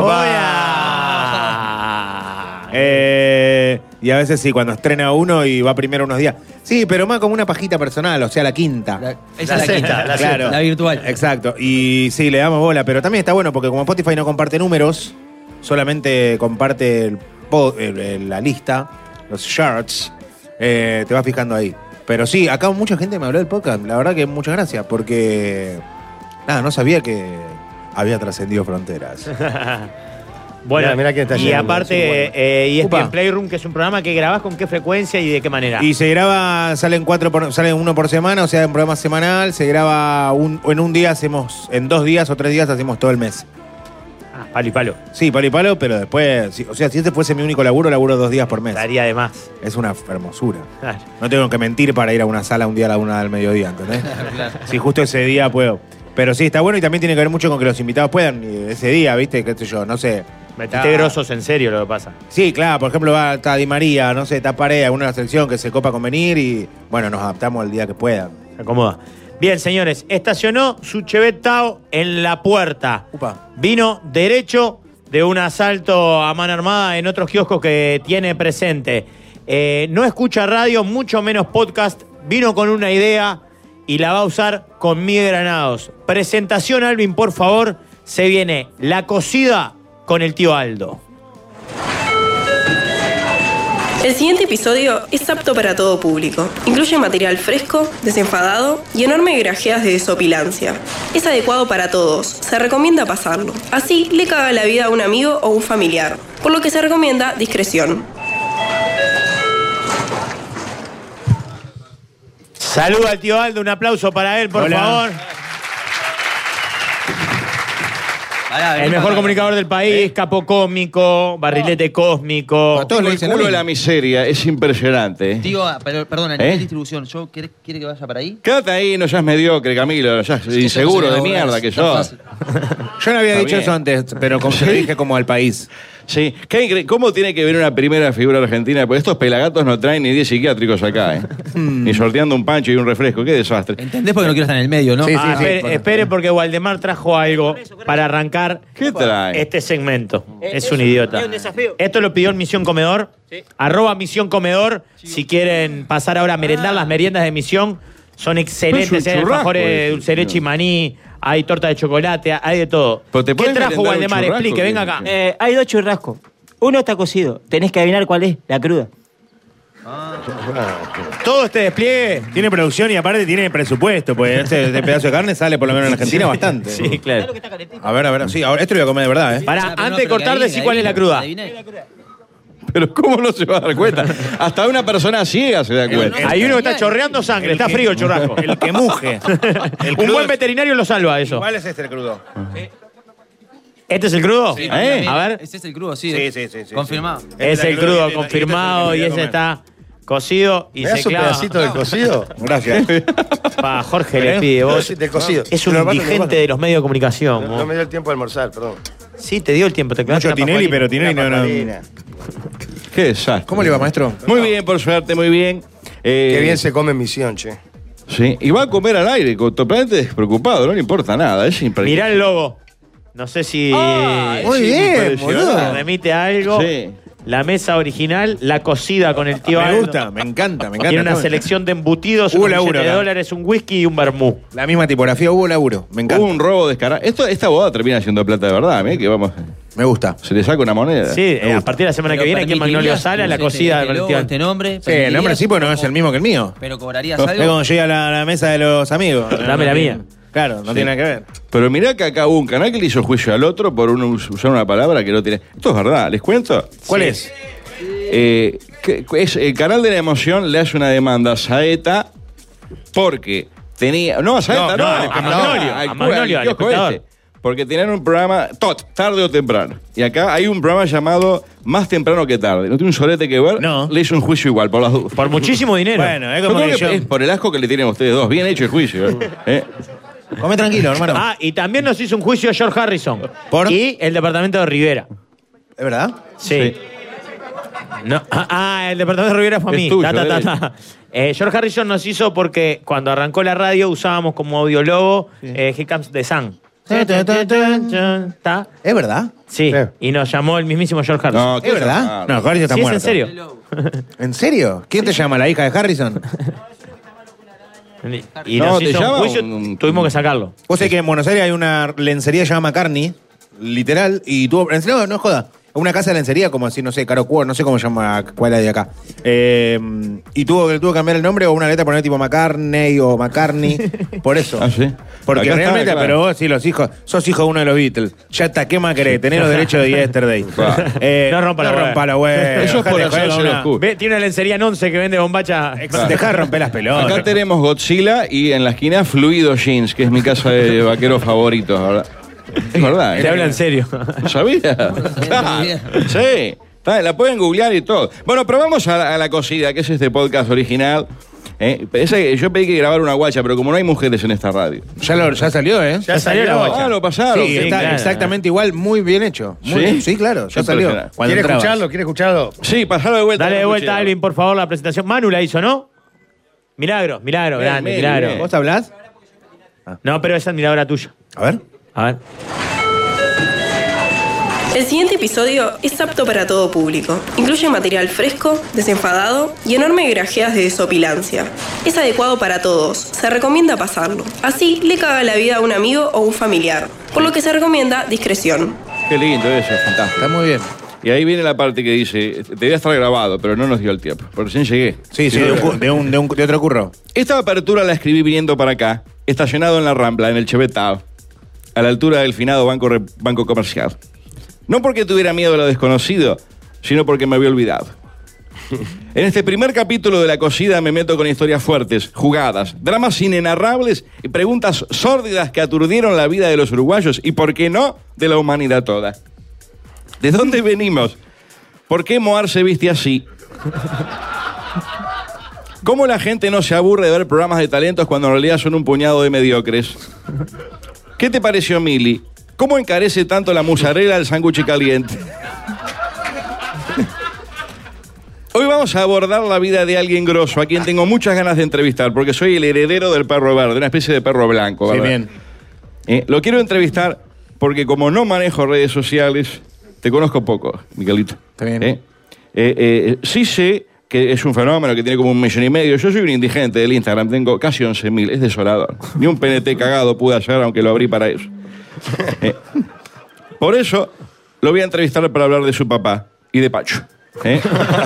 ¡Hola! Eh, y a veces sí, cuando estrena uno y va primero unos días. Sí, pero más como una pajita personal, o sea, la quinta. La- esa La es la sexta, quinta, la Claro. sexta. la virtual. Exacto. Y sí, le damos bola, pero también está bueno porque como Spotify no comparte números, solamente comparte el po- el- el- la lista, los charts, eh, te vas fijando ahí. Pero sí, acá mucha gente me habló del podcast, la verdad que muchas gracias, porque nada, no sabía que... había trascendido fronteras. Bueno, Mirá, mirá quién está y llegando, aparte, eh, E S P N Upa. Playroom, que es un programa que grabás con qué frecuencia y de qué manera. Y se graba, salen cuatro por, salen uno por semana, o sea, un programa semanal, se graba un, en un día hacemos, en dos días o tres días hacemos todo el mes. Ah, palo y palo. Sí, palo y palo, pero después, si- o sea, si este fuese mi único laburo, laburo dos días por mes. Daría de más. Es una hermosura. Claro. No tengo que mentir para ir a una sala un día a la una del mediodía, ¿entendés? Si justo ese día puedo. Pero sí, está bueno y también tiene que ver mucho con que los invitados puedan y ese día, ¿viste? ¿Qué sé yo? No sé. Metiste grosos en serio lo que pasa. Sí, claro, por ejemplo, va está Di María, no sé, está Pareja, una de la selección que se copa con venir y, bueno, nos adaptamos al día que puedan. Se acomoda. Bien, señores, estacionó su Chevette Tao en la puerta. Upa. Vino derecho de un asalto a mano armada en otros kioscos que tiene presente. Eh, no escucha radio, mucho menos podcast. Vino con una idea y la va a usar con Miguel Granados. Presentación, Alvin, por favor. Se viene la cocida con el tío Aldo. El siguiente episodio es apto para todo público. Incluye material fresco, desenfadado y enormes grajeas de desopilancia. Es adecuado para todos. Se recomienda pasarlo. Así le caga la vida a un amigo o un familiar. Por lo que se recomienda discreción. Saluda al tío Aldo, un aplauso para él, por Hola. favor. Pará, El vení mejor para- comunicador del país, capo cómico, barrilete cósmico. todos le el dicen lo culo de mismo. la miseria, es impresionante. ¿eh? Digo, ah, pero, perdón, a ¿Eh? nivel de distribución, ¿yo quiere, quiere que vaya para ahí? Quédate ahí, no seas mediocre, Camilo, ya que inseguro eso de no se mierda logra, que es tan sos. fácil. Yo no había Está dicho bien. eso antes, pero como se lo dije como al país. Sí, ¿Qué incre- ¿cómo tiene que ver una primera figura argentina? Porque estos pelagatos no traen ni diez psiquiátricos acá, ¿eh? Ni sorteando un pancho y un refresco, qué desastre. ¿Entendés? Porque no quiero estar en el medio, ¿no? Ah, espere, espere, porque Waldemar trajo algo para arrancar ¿Qué trae? este segmento. Es un idiota. es un desafío. Esto lo pidió en Misión Comedor. Arroba Misión Comedor. Si quieren pasar ahora a merendar las meriendas de Misión, son excelentes. Pero es un Hay churrasco alfajores de ese, dulce de leche y maní. Hay torta de chocolate, hay de todo. Pero te ¿Qué podés trajo merendar un Waldemar? churrasco, Explique, ¿qué? venga acá. Eh, hay dos churrascos. Uno está cocido. Tenés que adivinar cuál es, la cruda. Todo este despliegue. Tiene producción y aparte tiene presupuesto, pues este, este pedazo de carne sale por lo menos en Argentina bastante. Sí, claro. A ver, a ver, sí, ahora esto lo voy a comer de verdad, ¿eh? Para, Ah, pero no, antes de pero cortar, que decí cuál es la cruda. adiviné. Pero ¿cómo no se va a dar cuenta? Hasta una persona ciega se da cuenta. Hay uno que está chorreando sangre, está frío el churrasco. El que muge. El Un crudo buen es- veterinario lo salva eso. ¿Cuál es este el crudo? ¿Este es el crudo? Sí, ¿Eh? A ver. Ese es el crudo, sí. Sí, sí, sí, sí, Confirmado. Es Este el es la crudo cruda y- y confirmado este y es el que ese voy a está cocido y ¿Me das se un clava. pedacito del cocido? Gracias. Pa, Jorge le ¿Eh? pide vos. Del cocido. Es Te lo un paso, te lo indigente paso. de los medios de comunicación. No, vos. no me dio el tiempo de almorzar, perdón. Sí, te dio el tiempo, te clavaste Mucho una Tinelli, pascualina. pero Tinelli no, no. Papalina. Qué desastre. ¿Cómo le va, maestro? Muy bien, por suerte, muy bien. Eh, Qué bien se come en Misión, che. Sí, y va a comer al aire, totalmente despreocupado, no le importa nada, es impresionante. Mirá el logo. No sé si Ah, Muy es bien, impresionante. boludo. remite a algo. Sí. La mesa original, la cocida con el tío Me Aldo. gusta, me encanta, me encanta. Tiene una Está- selección de embutidos, Hubo un laburo billete de acá. dólares, un whisky y un vermú. La misma tipografía, hubo laburo. Me encanta. Hubo un robo descarado. Esto, esta boda termina siendo plata de verdad, ¿eh? Que vamos. Me gusta. Se le saca una moneda. Sí, eh, a partir de la semana que viene aquí en Magnolia Sala, la cocida este, con el logo, tío este nombre. Sí, el nombre sí, porque no es el mismo que el mío. Pero cobrarías Es algo. como llega a la, la mesa de los amigos. Dame la mía. Claro, no Sí. tiene nada que ver. Pero mirá que acá hubo un canal que le hizo juicio al otro por un- usar una palabra que no tiene. Esto es verdad, ¿les cuento? ¿Cuál Sí. es? Eh, que- es, el canal de la emoción le hace una demanda a Saeta porque tenía. No, a Saeta, No, no, no, a Magnolio, al- a Magnolio, al al kiosco espectador. este. Porque tenían un programa, tot, tarde o temprano. Y acá hay un programa llamado Más temprano que tarde. No tiene un solete que ver. No. Le hizo un juicio igual, por las dudas. Por muchísimo dinero. Bueno, es Yo como creo que que yo... es por el asco que le tienen a ustedes dos. Bien hecho el juicio. ¿eh? ¿Eh? Come tranquilo, hermano. Ah, y también nos hizo un juicio George Harrison. ¿Por? Y el departamento de Rivera. ¿Es verdad? Sí. No, ah, ah, el departamento de Rivera fue a Es mí. tuyo, Ta, ta, ta, eh. ta. Eh, George Harrison nos hizo porque cuando arrancó la radio usábamos como audiologo eh, Here Comes the Sun. ¿Ta? ¿Es verdad? Sí, Sí. y nos llamó el mismísimo George Harrison. No, ¿Es verdad? No, Harrison está Sí, es muerto. en serio. ¿En serio? ¿Quién te llama? ¿La hija de Harrison? Y No, nos te hizo llama un juicio, un- tuvimos que sacarlo. Vos sabés que en Buenos Aires hay una lencería llamada McCartney, literal, y tuvo. En serio, no joda. una casa de lencería, como así, no sé, Caro Cuor, no sé cómo se llama, cuál es de acá. Eh, y tuvo, tuvo que cambiar el nombre o una letra poner tipo McCartney o McCartney. Por eso. Ah, sí. Porque Acá realmente, está, claro. pero vos sí, los hijos, sos hijo de uno de los Beatles. Ya está, ¿qué más querés? Tenés los derechos de Yesterday. Eh, No rompa la no hueá. rompa la hueá. Eso es por Dejate de hacerse joder, los una- cubos. Ve, tiene una lencería en once que vende bombacha. Dejá de romper las pelotas. Acá tenemos Godzilla y en la esquina Fluido Jeans, que es mi casa de vaqueros favoritos. ¿Verdad? Es verdad. Te ¿eh? habla en serio. ¿No sabía? Claro. Sí. Está, la pueden googlear y todo. Bueno, pero vamos a la, a la cosida, que es este podcast original. ¿eh? Ese- yo pedí que grabar una guacha, pero como no hay mujeres en esta radio. Ya, lo- ya salió, ¿eh? Ya salió la guacha. Ah, lo pasaron. Sí, Sí, está claro. exactamente igual, muy bien hecho. Muy ¿Sí? bien. Sí, claro, ya Qué salió. impresionante. Cuando ¿Quiere entrabas. escucharlo? ¿Quiere escucharlo? Sí, pasalo de vuelta. Dale de no vuelta, escuché. Alvin, por favor, la presentación. Manu la hizo, ¿no? Milagro, milagro, Bien, grande, bien, milagro. bien. ¿Vos hablás? No, pero esa admiradora tuya. A ver. A ver. El siguiente episodio es apto para todo público. Incluye material fresco, desenfadado y enormes grajeas de desopilancia. Es adecuado para todos, se recomienda pasarlo. Así le caga la vida a un amigo o un familiar, por lo que se recomienda discreción. Qué lindo eso, fantástico. Está muy bien. Y ahí viene la parte que dice, debería estar grabado, pero no nos dio el tiempo. Por recién llegué. Sí, sí, de, un, cu- de, un, de, un- de otro curro. Esta apertura la escribí viniendo para acá, estacionado en la Rambla, en el Chevetao, a la altura del finado Banco, Re- Banco Comercial. No porque tuviera miedo a lo desconocido, sino porque me había olvidado. En este primer capítulo de La Cosida me meto con historias fuertes, jugadas, dramas inenarrables y preguntas sórdidas que aturdieron la vida de los uruguayos y, por qué no, de la humanidad toda. ¿De dónde venimos? ¿Por qué Moar se viste así? ¿Cómo la gente no se aburre de ver programas de talentos cuando en realidad son un puñado de mediocres? ¿Qué te pareció, Mili? ¿Cómo encarece tanto la mozzarella del sándwich caliente? Hoy vamos a abordar la vida de alguien grosso, a quien tengo muchas ganas de entrevistar, porque soy el heredero del perro verde, una especie de perro blanco, Sí, ¿verdad? bien. Eh, lo quiero entrevistar porque como no manejo redes sociales, te conozco poco, Miguelito. Está bien. Eh, eh, eh, sí sé que es un fenómeno que tiene como un millón y medio. Yo soy un indigente del Instagram, tengo casi once mil, es desolador. Ni un P N T cagado pude hacer, aunque lo abrí para eso. Eh, por eso lo voy a entrevistar para hablar de su papá y de Pacho. ¿eh?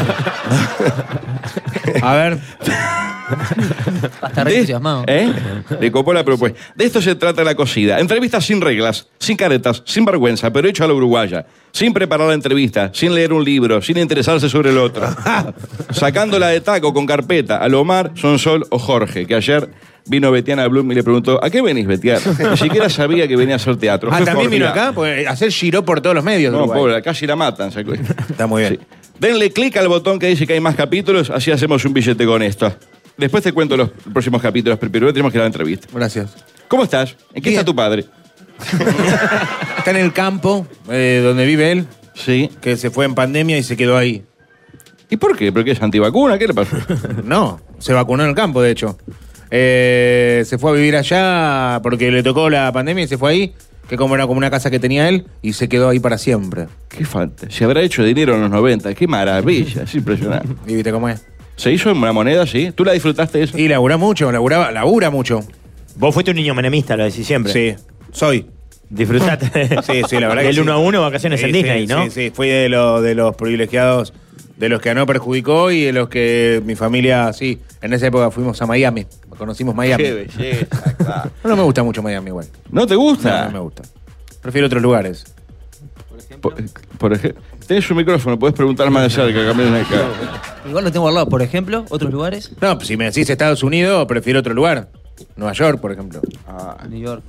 A ver. Hasta re entusiasmado. ¿Eh? Le copó la propuesta. De esto se trata La Cosida. Entrevistas sin reglas, sin caretas, sin vergüenza, pero hecho a la uruguaya. Sin preparar la entrevista, sin leer un libro, sin interesarse sobre el otro. Sacándola de taco con carpeta a Lomar, Sonsol o Jorge, que ayer vino Betiana Blum y le preguntó, ¿a qué venís, Betiana? Ni siquiera sabía que venía a hacer teatro. Ah, Fue también vino formidable. acá, pues hacer giró por todos los medios. de No, Uruguay. pobre, casi la matan. ¿se acuerda? Está muy bien. Sí. Denle clic al botón que dice que hay más capítulos, así hacemos un billete con esto. Después te cuento los próximos capítulos, pero primero tenemos que ir a la entrevista. Gracias. ¿Cómo estás? ¿En qué Bien. está tu padre? Está en el campo, eh, donde vive él, Sí. que se fue en pandemia y se quedó ahí. ¿Y por qué? ¿Porque es antivacuna? ¿Qué le pasó? No, se vacunó en el campo, de hecho. Eh, se fue a vivir allá porque le tocó la pandemia y se fue ahí, que como era como una casa que tenía él, y se quedó ahí para siempre. Qué falta. Se habrá hecho dinero en los noventa. Qué maravilla. Es impresionante. Y viste cómo es. ¿Se hizo en una moneda, sí? ¿Tú la disfrutaste eso? Y labura mucho, laburaba, labura mucho. Vos fuiste un niño menemista, lo decís siempre. Sí, soy. Disfrutaste. Sí, sí, la verdad que Del sí. uno a uno, vacaciones Sí, en sí, Disney, ¿no? Sí, sí, fui de, lo- de los privilegiados, de los que a no perjudicó y de los que mi familia, sí, en esa época fuimos a Miami, conocimos Miami. Qué belleza, claro. No me gusta mucho Miami igual. ¿No te gusta? No, no me gusta. Prefiero otros lugares. Por, por ejemplo, tenés un micrófono, podés preguntar más de cerca. Cambiar de acá. Igual lo tengo al lado, por ejemplo, otros lugares. No, pues si me decís Estados Unidos, prefiero otro lugar. Nueva York, por ejemplo. Ah. New York.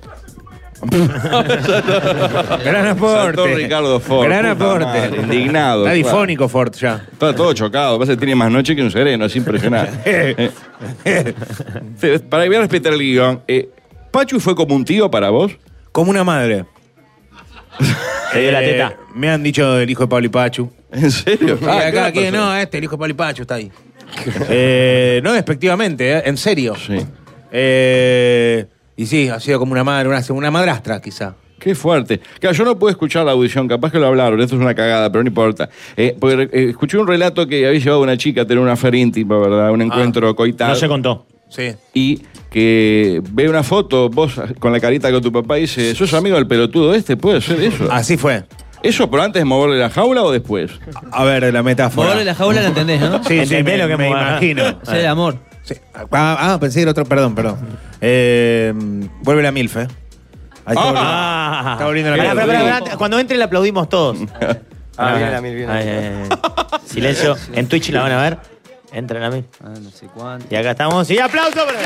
Gran aporte. Saltó Ricardo Ford. Gran puta aporte. madre, indignado. Está claro. difónico Ford ya. Está todo chocado. Pasa que tiene más noche que un sereno. Es impresionante. Eh. Sí, para voy a respetar el guión. Eh, ¿Pachu fue como un tío para vos? Como una madre. Te dio la Eh, teta. Me han dicho el hijo de Pablo y Pachu. ¿En serio? Y Ah, ¿qué acá, le aquí, pasó? no, este, el hijo de Pablo y Pachu está ahí. Eh, no despectivamente, eh, en serio. Sí. Eh, y sí, ha sido como una madre, una, una madrastra quizá. Qué fuerte. Claro, yo no pude escuchar la audición, capaz que lo hablaron, esto es una cagada, pero no importa. Eh, porque eh, escuché un relato que había llevado a una chica a tener una fer íntima, ¿verdad? Un encuentro coital. No se contó. Sí. Y que ve una foto, vos con la carita con tu papá y dice, ¿sos amigo del pelotudo este? ¿Puede ser eso? Así fue. ¿Eso pero antes de moverle la jaula o después? A ver, la metáfora. Moverle la jaula la entendés, ¿no? Sí, sí, ¿Entendés me, lo que me mover? imagino. Es el amor. Sí. Ah, ah, pensé que era otro, perdón, perdón. Eh, vuelve la MILF, ¿eh? Ahí está volviendo. Ah. Está volviendo la Pará, MILF. pará, pará, pará. Cuando entre le aplaudimos todos. Ah, viene la mil, viene la Ay, mil. ay, ay. Silencio. En Twitch la van a ver. Entra la mil. Ah, no sé cuánto. Y acá estamos. Y aplauso para.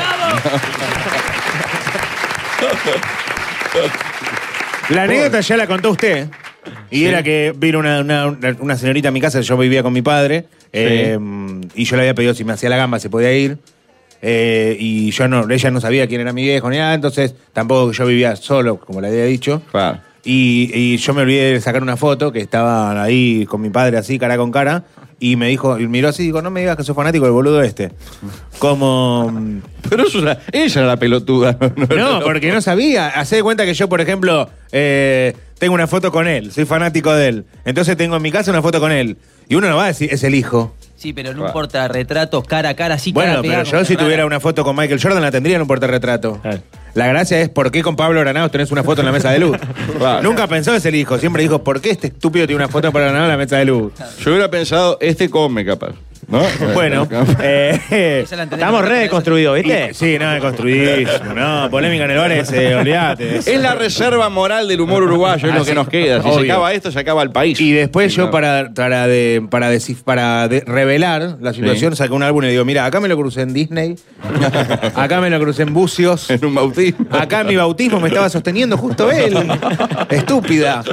La anécdota ya la contó usted. Y Sí. era que vino una, una- una señorita a mi casa, yo vivía con mi padre, eh, y yo le había pedido si me hacía la gamba, se podía ir. Eh, y yo no, ella no sabía quién era mi viejo ni nada, entonces tampoco yo vivía solo, como le había dicho. Claro. Y, y yo me olvidé de sacar una foto que estaban ahí con mi padre así, cara con cara, y me dijo, y miró así y dijo, no me digas que soy fanático del boludo este. Como... Pero eso era, ella era la pelotuda. No, porque no sabía. Hacé de cuenta que yo, por ejemplo, eh, tengo una foto con él, soy fanático de él. Entonces tengo en mi casa una foto con él. Y uno no va a decir, es el hijo. Sí, pero no importa, retratos cara a cara, así Bueno, cara pero pegada, yo como si rara. tuviera una foto con Michael Jordan la tendría en un portarretrato. La gracia es por qué con Pablo Granados tenés una foto en la mesa de luz. Nunca pensó es el hijo, siempre dijo, ¿por qué este estúpido tiene una foto de Pablo Granados en la mesa de luz? Yo hubiera pensado, este come capaz. ¿No? Bueno, eh, Estamos re deconstruidos, ¿viste? Y- sí, no, deconstruidísimo. No, polémica en el bar es, eh, olvídate. Es la reserva moral del humor uruguayo, es lo Así, que nos queda. Si se obvio. acaba esto, se acaba el país. Y después Sí, yo no. para, para, de, para, descif- para de- revelar la situación Sí. saqué un álbum y digo, mira, acá me lo crucé en Disney, acá me lo crucé en Bucios, En un bautismo. acá en mi bautismo me estaba sosteniendo justo él. Estúpida.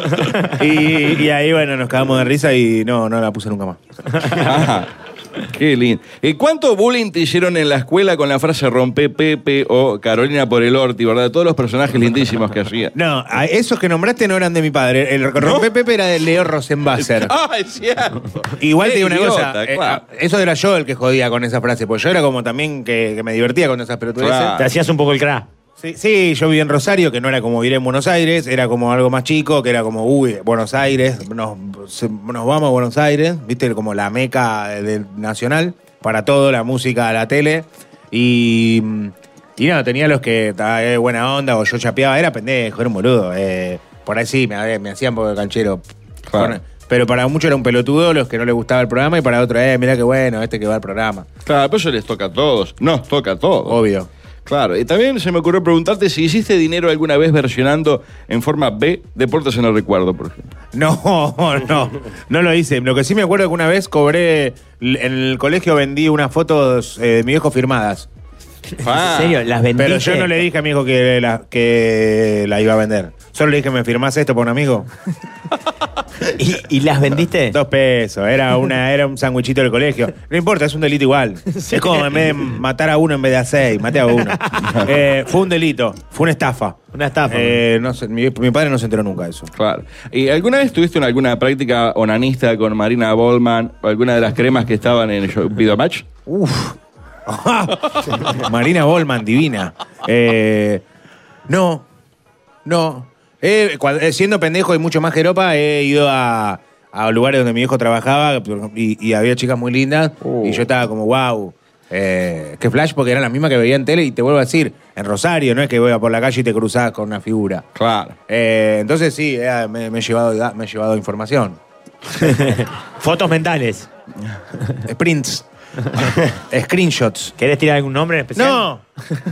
Y, y ahí, bueno, nos cagamos de risa y no, no la puse nunca más. Ajá. Qué lindo. ¿Y cuánto bullying te hicieron en la escuela con la frase rompe Pepe o Carolina por el Orti, verdad? Todos los personajes lindísimos que hacía. No, a esos que nombraste no eran de mi padre. El Rompe Pepe era de Leo Rosenbasser. Ah, es cierto. Igual Qué te digo una idiota, cosa, eh, claro. eso era yo el que jodía con esa frase, pues yo era como también que, que me divertía con esas pelotudeces. Claro. Te hacías un poco el crack. Sí, sí, yo vivía en Rosario, que no era como vivir en Buenos Aires, era como algo más chico, que era como, uy, Buenos Aires, nos, se- nos vamos a Buenos Aires, viste, como la meca del nacional, para todo, la música, la tele, y, y no, tenía los que, ta, eh, buena onda, o yo chapeaba, era pendejo, era un boludo, eh, por ahí sí, me, me hacían poco de canchero. Claro. Bueno, pero para muchos era un pelotudo, los que no les gustaba el programa, y para otros, eh, mirá qué bueno, este que va al programa. Claro, pero eso les toca a todos. Nos toca a todos. Obvio. Claro, y también se me ocurrió preguntarte si hiciste dinero alguna vez versionando en forma B Deportes en el Recuerdo, por ejemplo. No, no, no lo hice. Lo que sí me acuerdo es que una vez cobré, en el colegio vendí unas fotos eh, de mi viejo firmadas. Ah. ¿En serio? ¿Las vendiste? Pero yo no le dije a mi hijo que la, que la iba a vender. Solo le dije, ¿me firmás esto por un amigo? ¿Y, y las vendiste? Dos pesos. Era, una, era un sandwichito del colegio. No importa, es un delito igual. Es como en vez de matar a uno en vez de a seis. Maté a uno. Eh, fue un delito. Fue una estafa. Una estafa. Eh, no sé, mi, mi padre no se enteró nunca de eso. Claro. ¿Y alguna vez tuviste en alguna práctica onanista con Marina Bollman o alguna de las cremas que estaban en el show Video Match? Uf. Marina Bollman, divina. Eh, no, no. Eh, cuando- eh, siendo pendejo y mucho más jeropa, he ido a, a lugares donde mi viejo trabajaba y, y había chicas muy lindas y yo estaba como, wow. Eh, qué flash, porque eran las mismas que veía en tele y te vuelvo a decir, en Rosario, no es que voy a por la calle y te cruzás con una figura. Claro. Eh, entonces sí, eh, me, me he llevado, me he llevado información. Fotos mentales. Sprints. Screenshots. ¿Querés tirar algún nombre en especial? No.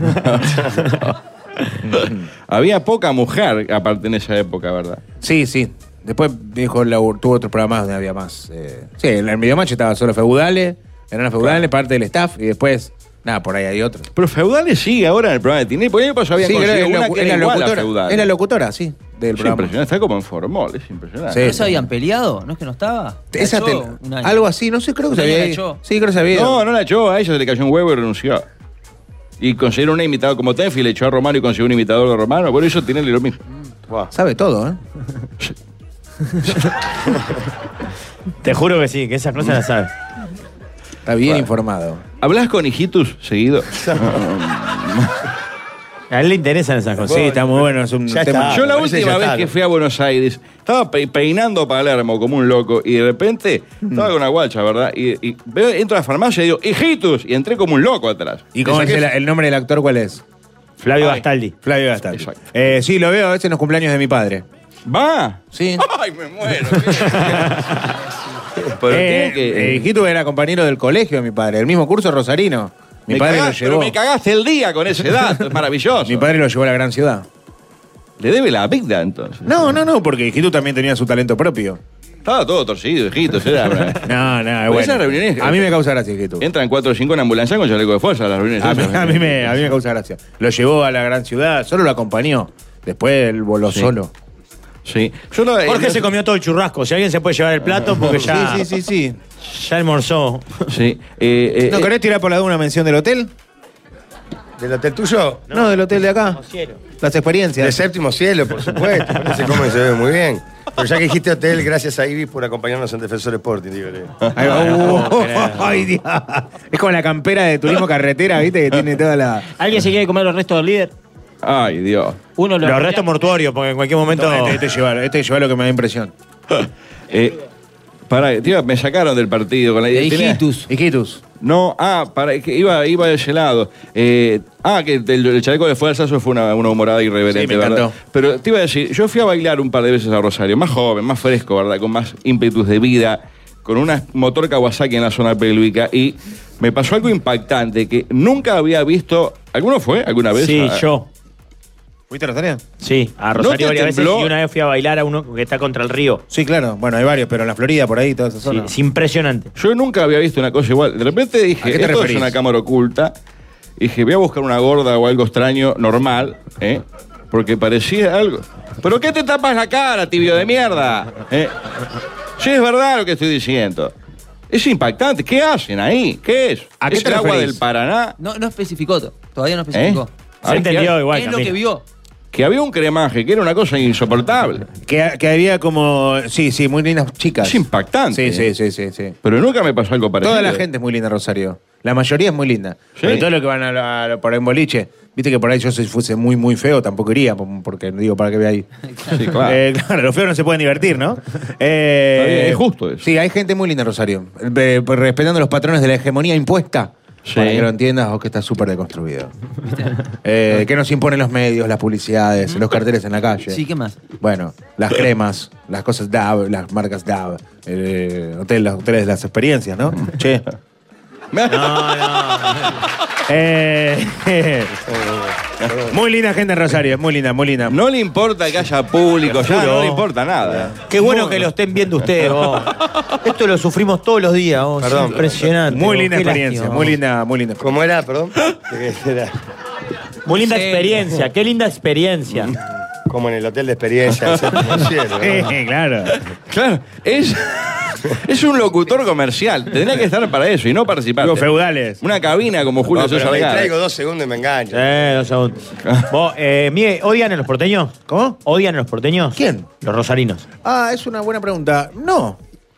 Había poca mujer, aparte en esa época, ¿verdad? Sí, sí. Después dijo, tuvo otros programas donde había más. Eh, sí, en el Videomatch estaba solo Feudales, eran Feudales, parte del staff, y después, nada, por ahí hay otro. Pero Feudales sigue ahora en el programa de Tinelli, porque el año pasado habían Sí, conseguido era, una locu- que era era igual a locutora, Feudales. era locutora, sí, del Sí, programa. impresionante, está como en Formol, es impresionante. Sí. ¿No se habían peleado? ¿No es que no estaba? ¿La Esa echó te- un año? algo así, no sé, creo que Un se año había la ido. echó. Sí, creo que se había ido. No, no la echó, a ella se le cayó un huevo y renunció. Y consiguieron un imitador como Tenfi, le echó a Romano y consiguió un imitador de Romano, por eso Tinelli lo mismo. Sabe todo, ¿eh? Te juro que sí, que esas cosas las sabes. Está bien Bueno. informado. ¿Hablas con hijitus seguido? A él le interesan esas cosas. Sí, está muy bueno, es un Ya tema. está. Yo la me parece última ya vez está. que fui a Buenos Aires, estaba pe- peinando Palermo como un loco y de repente estaba con una guacha, ¿verdad? Y, y veo, entro a la farmacia y digo, hijitus, y entré como un loco atrás. ¿Y cómo Le es saqué- el, el nombre del actor cuál es? Flavio Ay. Bastaldi. Flavio Gastaldi. Exacto. Eh, sí, lo veo a veces en los cumpleaños de mi padre. ¿Va? Sí. Ay, me muero. Pero Eh, tiene que- eh, hijito era compañero del colegio de mi padre, el mismo curso rosarino. Mi Me padre cagá- lo llevó. Pero me cagaste el día con ese dato, es maravilloso. Mi padre lo llevó a la gran ciudad. Le debe la vida entonces. No, no, no, porque hijito también tenía su talento propio. Estaba todo torcido, hijito. Era, No, no, Porque bueno. esas reuniones- A mí me causa gracia, hijito. Entran cuatro o cinco en ambulancia con chaleco de fuerza a las reuniones. A mí, esas. a mí me, a mí me causa gracia. Lo llevó a la gran ciudad, solo lo acompañó. Después él voló Sí. solo. Sí. Yo lo- Jorge eh, se comió todo el churrasco. Si alguien se puede llevar el plato, porque ya. Sí, sí, sí, sí. Ya almorzó. Sí. Eh, eh, ¿No eh, querés tirar por la duda una mención del hotel? ¿Del hotel tuyo? No, del hotel de acá. Las experiencias. De Séptimo Cielo, por supuesto. Parece cómo se ve muy bien. Pero ya que dijiste hotel, gracias a Ibis por acompañarnos en Defensor Sporting, dígale. Ahí va. Uh, ay, Dios. Es como la campera de turismo carretera, ¿viste? Que tiene toda la. ¿Alguien se quiere comer los restos del líder? Ay, Dios. Uno Los restos mortuorios, porque en cualquier momento. No, este, este lleva, este lleva lo que me da impresión. Eh, pará, tío, me sacaron del partido con la De tenía- hijitus. Hijitus. No, ah, para, que iba, iba de ese lado. Eh, ah, que el, el chaleco de fuerza, eso fue una, una humorada irreverente, Sí, me ¿verdad? encantó. Pero te iba a decir, yo fui a bailar un par de veces a Rosario, más joven, más fresco, ¿verdad? Con más ímpetus de vida, con una motor Kawasaki en la zona pélvica y me pasó algo impactante que nunca había visto. ¿Alguno fue alguna vez? Sí, a- yo. ¿Fuiste a Rosario? Sí, a ¿No Rosario te varias veces tembló? y una vez fui a bailar a uno que está contra el río. Sí, claro. Bueno, hay varios, pero en la Florida, por ahí, toda esa Sí, zona. es impresionante. Yo nunca había visto una cosa igual. De repente dije, ¿A qué te esto referís? es una cámara oculta. Y dije, voy a buscar una gorda o algo extraño, normal, ¿eh? Porque parecía algo. ¿Pero qué te tapas la cara, tibio de mierda? ¿Eh? Sí, es verdad lo que estoy diciendo. Es impactante. ¿Qué hacen ahí? ¿Qué es? ¿A qué ¿Es te el agua referís? del Paraná? No, no especificó, to- todavía no especificó. ¿Eh? Se entendió igual. ¿Qué es lo Camilo. que vio? Que había un cremaje, que era una cosa insoportable. Que, que había como. Sí, sí, muy lindas chicas. Es impactante. Sí, sí, sí, sí, sí. Pero nunca me pasó algo parecido. Toda la gente es muy linda en Rosario. La mayoría es muy linda. Sí. Pero todo lo que van a, la- a la- por ahí en boliche. Viste que por ahí yo si fuese muy, muy feo tampoco iría, por- porque digo, para que vea ahí. Sí, claro. Eh, claro, los feos no se pueden divertir, ¿no? Eh, Está bien, es justo eso. Sí, hay gente muy linda en Rosario. Eh, pues, respetando los patrones de la hegemonía impuesta. Sí. Para que lo entiendas, o que está súper deconstruido. Eh, que nos imponen los medios, las publicidades, los carteles en la calle. Sí, ¿qué más? Bueno, las cremas, las cosas D A B, las marcas D A B, eh, hotel, los hoteles de las experiencias, ¿no? Che. No, no. Eh, muy linda gente en Rosario, muy linda, muy linda. No le importa que haya público, ya juro. no le importa nada. Qué bueno que lo estén viendo ustedes, vos. Esto lo sufrimos todos los días, vos. Es Perdón. impresionante. Muy vos. linda Qué experiencia, lástima, muy vos. linda, muy linda. ¿Cómo era, perdón? ¿Qué era? Muy linda Sí. experiencia, qué linda experiencia. Como en el hotel de experiencia del Séptimo Cielo, ¿no? Sí, claro. Claro, es, es un locutor comercial. Tendría que estar para eso y no participar. Los feudales. Una cabina como Julio No, pero César me Gala. traigo dos segundos y me engancho. Eh, dos segundos. Vos, eh, Miguel, ¿odian a los porteños? ¿Cómo? ¿Odian a los porteños? ¿Quién? Los rosarinos. Ah, es una buena pregunta. No.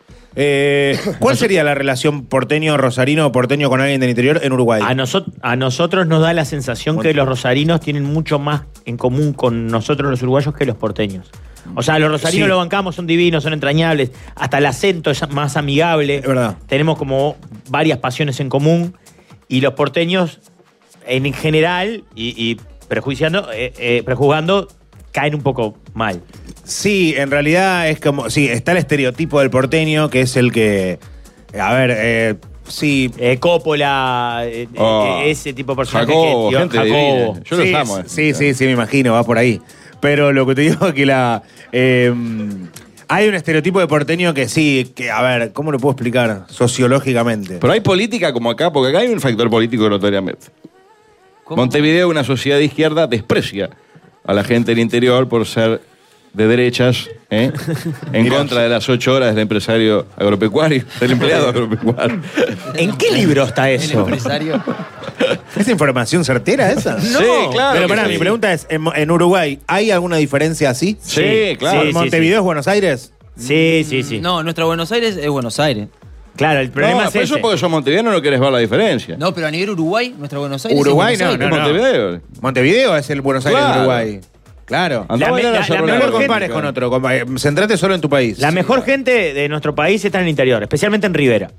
Eh, ¿Cuál sería la relación porteño-rosarino o porteño con alguien del interior en Uruguay? A, noso- a nosotros nos da la sensación que los rosarinos tienen mucho más en común con nosotros los uruguayos que los porteños. O sea, los rosarinos Sí. lo bancamos, son divinos, son entrañables. Hasta el acento es más amigable. Es verdad. Tenemos como varias pasiones en común. Y los porteños, en general, y, y prejuiciando, eh, eh, prejuzgando, caen un poco mal. Sí, en realidad es como. Sí, está el estereotipo del porteño, que es el que. A ver, eh, sí. Eh, Coppola, eh, Oh. eh, ese tipo de personajes. Jacobo, que, gente Jacobo. divina. Yo sí, los amo. eh. Sí, sí, sí, me imagino, va por ahí. Pero lo que te digo es que la. eh, hay un estereotipo de porteño que sí, que, a ver, ¿cómo lo puedo explicar? Sociológicamente. Pero hay política como acá, porque acá hay un factor político notoriamente. Montevideo, una sociedad de izquierda, desprecia a la gente del interior por ser de derechas, ¿eh? En contra de las ocho horas del empresario agropecuario, del empleado agropecuario. ¿En qué libro está El eso? empresario. ¿Es información certera esa? Sí, claro Pero que pará, sí. mi pregunta es: ¿en, en Uruguay hay alguna diferencia así? Sí, claro. Sí, sí, ¿Montevideo es Buenos Aires? Sí, sí, sí. No, nuestra Buenos Aires es Buenos Aires. Claro, el problema No, es por ese. eso porque sos montevideano no querés ver la diferencia. No, pero a nivel Uruguay, nuestra Buenos Aires Uruguay es Buenos no, Aires. no, no. Montevideo. Montevideo es el Buenos Aires Claro. de Uruguay. Claro. Andá La a bailar me- a la- Cerro la No Largo. lo compares con otro, compa- eh, centrate solo en tu país. La mejor gente de nuestro país está en el interior, especialmente en Rivera.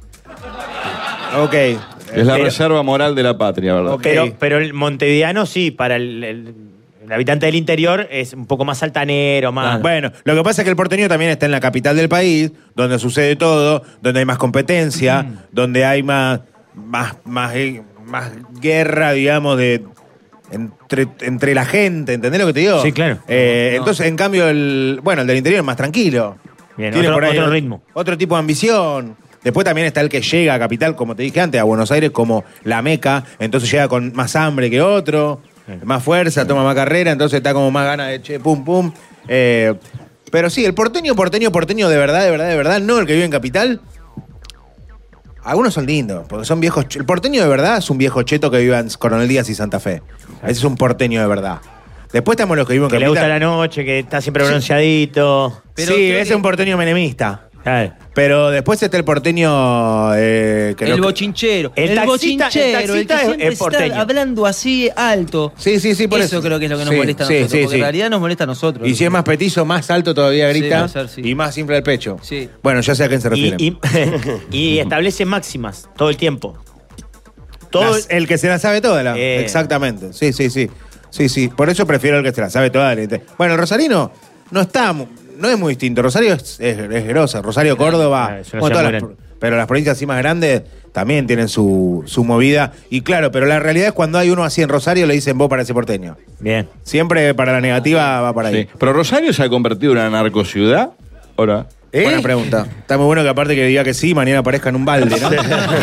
Ok. Es la Pero- reserva moral de la patria, ¿verdad? Ok. Pero, pero el montevideano sí, para el, el- El habitante del interior es un poco más altanero, más... Ah, bueno, lo que pasa es que el porteño también está en la capital del país, donde sucede todo, donde hay más competencia, mm. donde hay más, más, más, más guerra, digamos, de entre, entre la gente, ¿entendés lo que te digo? Sí, claro. Eh, No. Entonces, en cambio, el bueno, el del interior es más tranquilo. Bien, Tiene otro- por ahí otro ritmo. Otro tipo de ambición. Después también está el que llega a capital, como te dije antes, a Buenos Aires como la meca, entonces llega con más hambre que otro, más fuerza, toma más carrera, entonces está como más ganas de che, pum, pum. Eh, pero sí, el porteño, porteño, porteño de verdad, de verdad, de verdad, no el que vive en capital. Algunos son lindos, porque son viejos. ch- El porteño de verdad es un viejo cheto que vive en Coronel Díaz y Santa Fe. Ese es un porteño de verdad. Después estamos los que viven en Que le capital. gusta la noche, que está siempre bronceadito. sí, ese es un porteño menemista. Claro. Pero después está el porteño eh, que el no- bochinchero. El El, taxista- bochinchero, el el, taxista que es- siempre es porteño. está hablando así alto. Sí, sí, sí, por eso. eso. creo que es lo que nos Sí, molesta a sí, nosotros. sí, porque sí. en realidad nos molesta a nosotros. Y si es más petizo, más alto todavía Sí, grita puede ser, sí. y más infla el pecho. Sí. Bueno, ya sé a quién se refiere. Y, y, y establece máximas todo el tiempo. Todo Las- el que se la sabe toda. La, Eh. Exactamente. Sí, sí, sí. Sí, sí. Por eso prefiero el que se la sabe toda. Bueno, el rosarino no está, mu- no es muy distinto. Rosario es, es, es grosa. Rosario, Córdoba. Ah, es una bueno, ciudad todas muy las- pero las provincias así más grandes también tienen su, su movida. Y claro, pero la realidad es cuando hay uno así en Rosario le dicen vos parece porteño. Bien. Siempre para la negativa va para ahí. Sí. Pero Rosario se ha convertido en una narcociudad. Ahora. Buena pregunta. Está muy bueno que aparte que diga que sí, mañana aparezca en un balde, ¿no?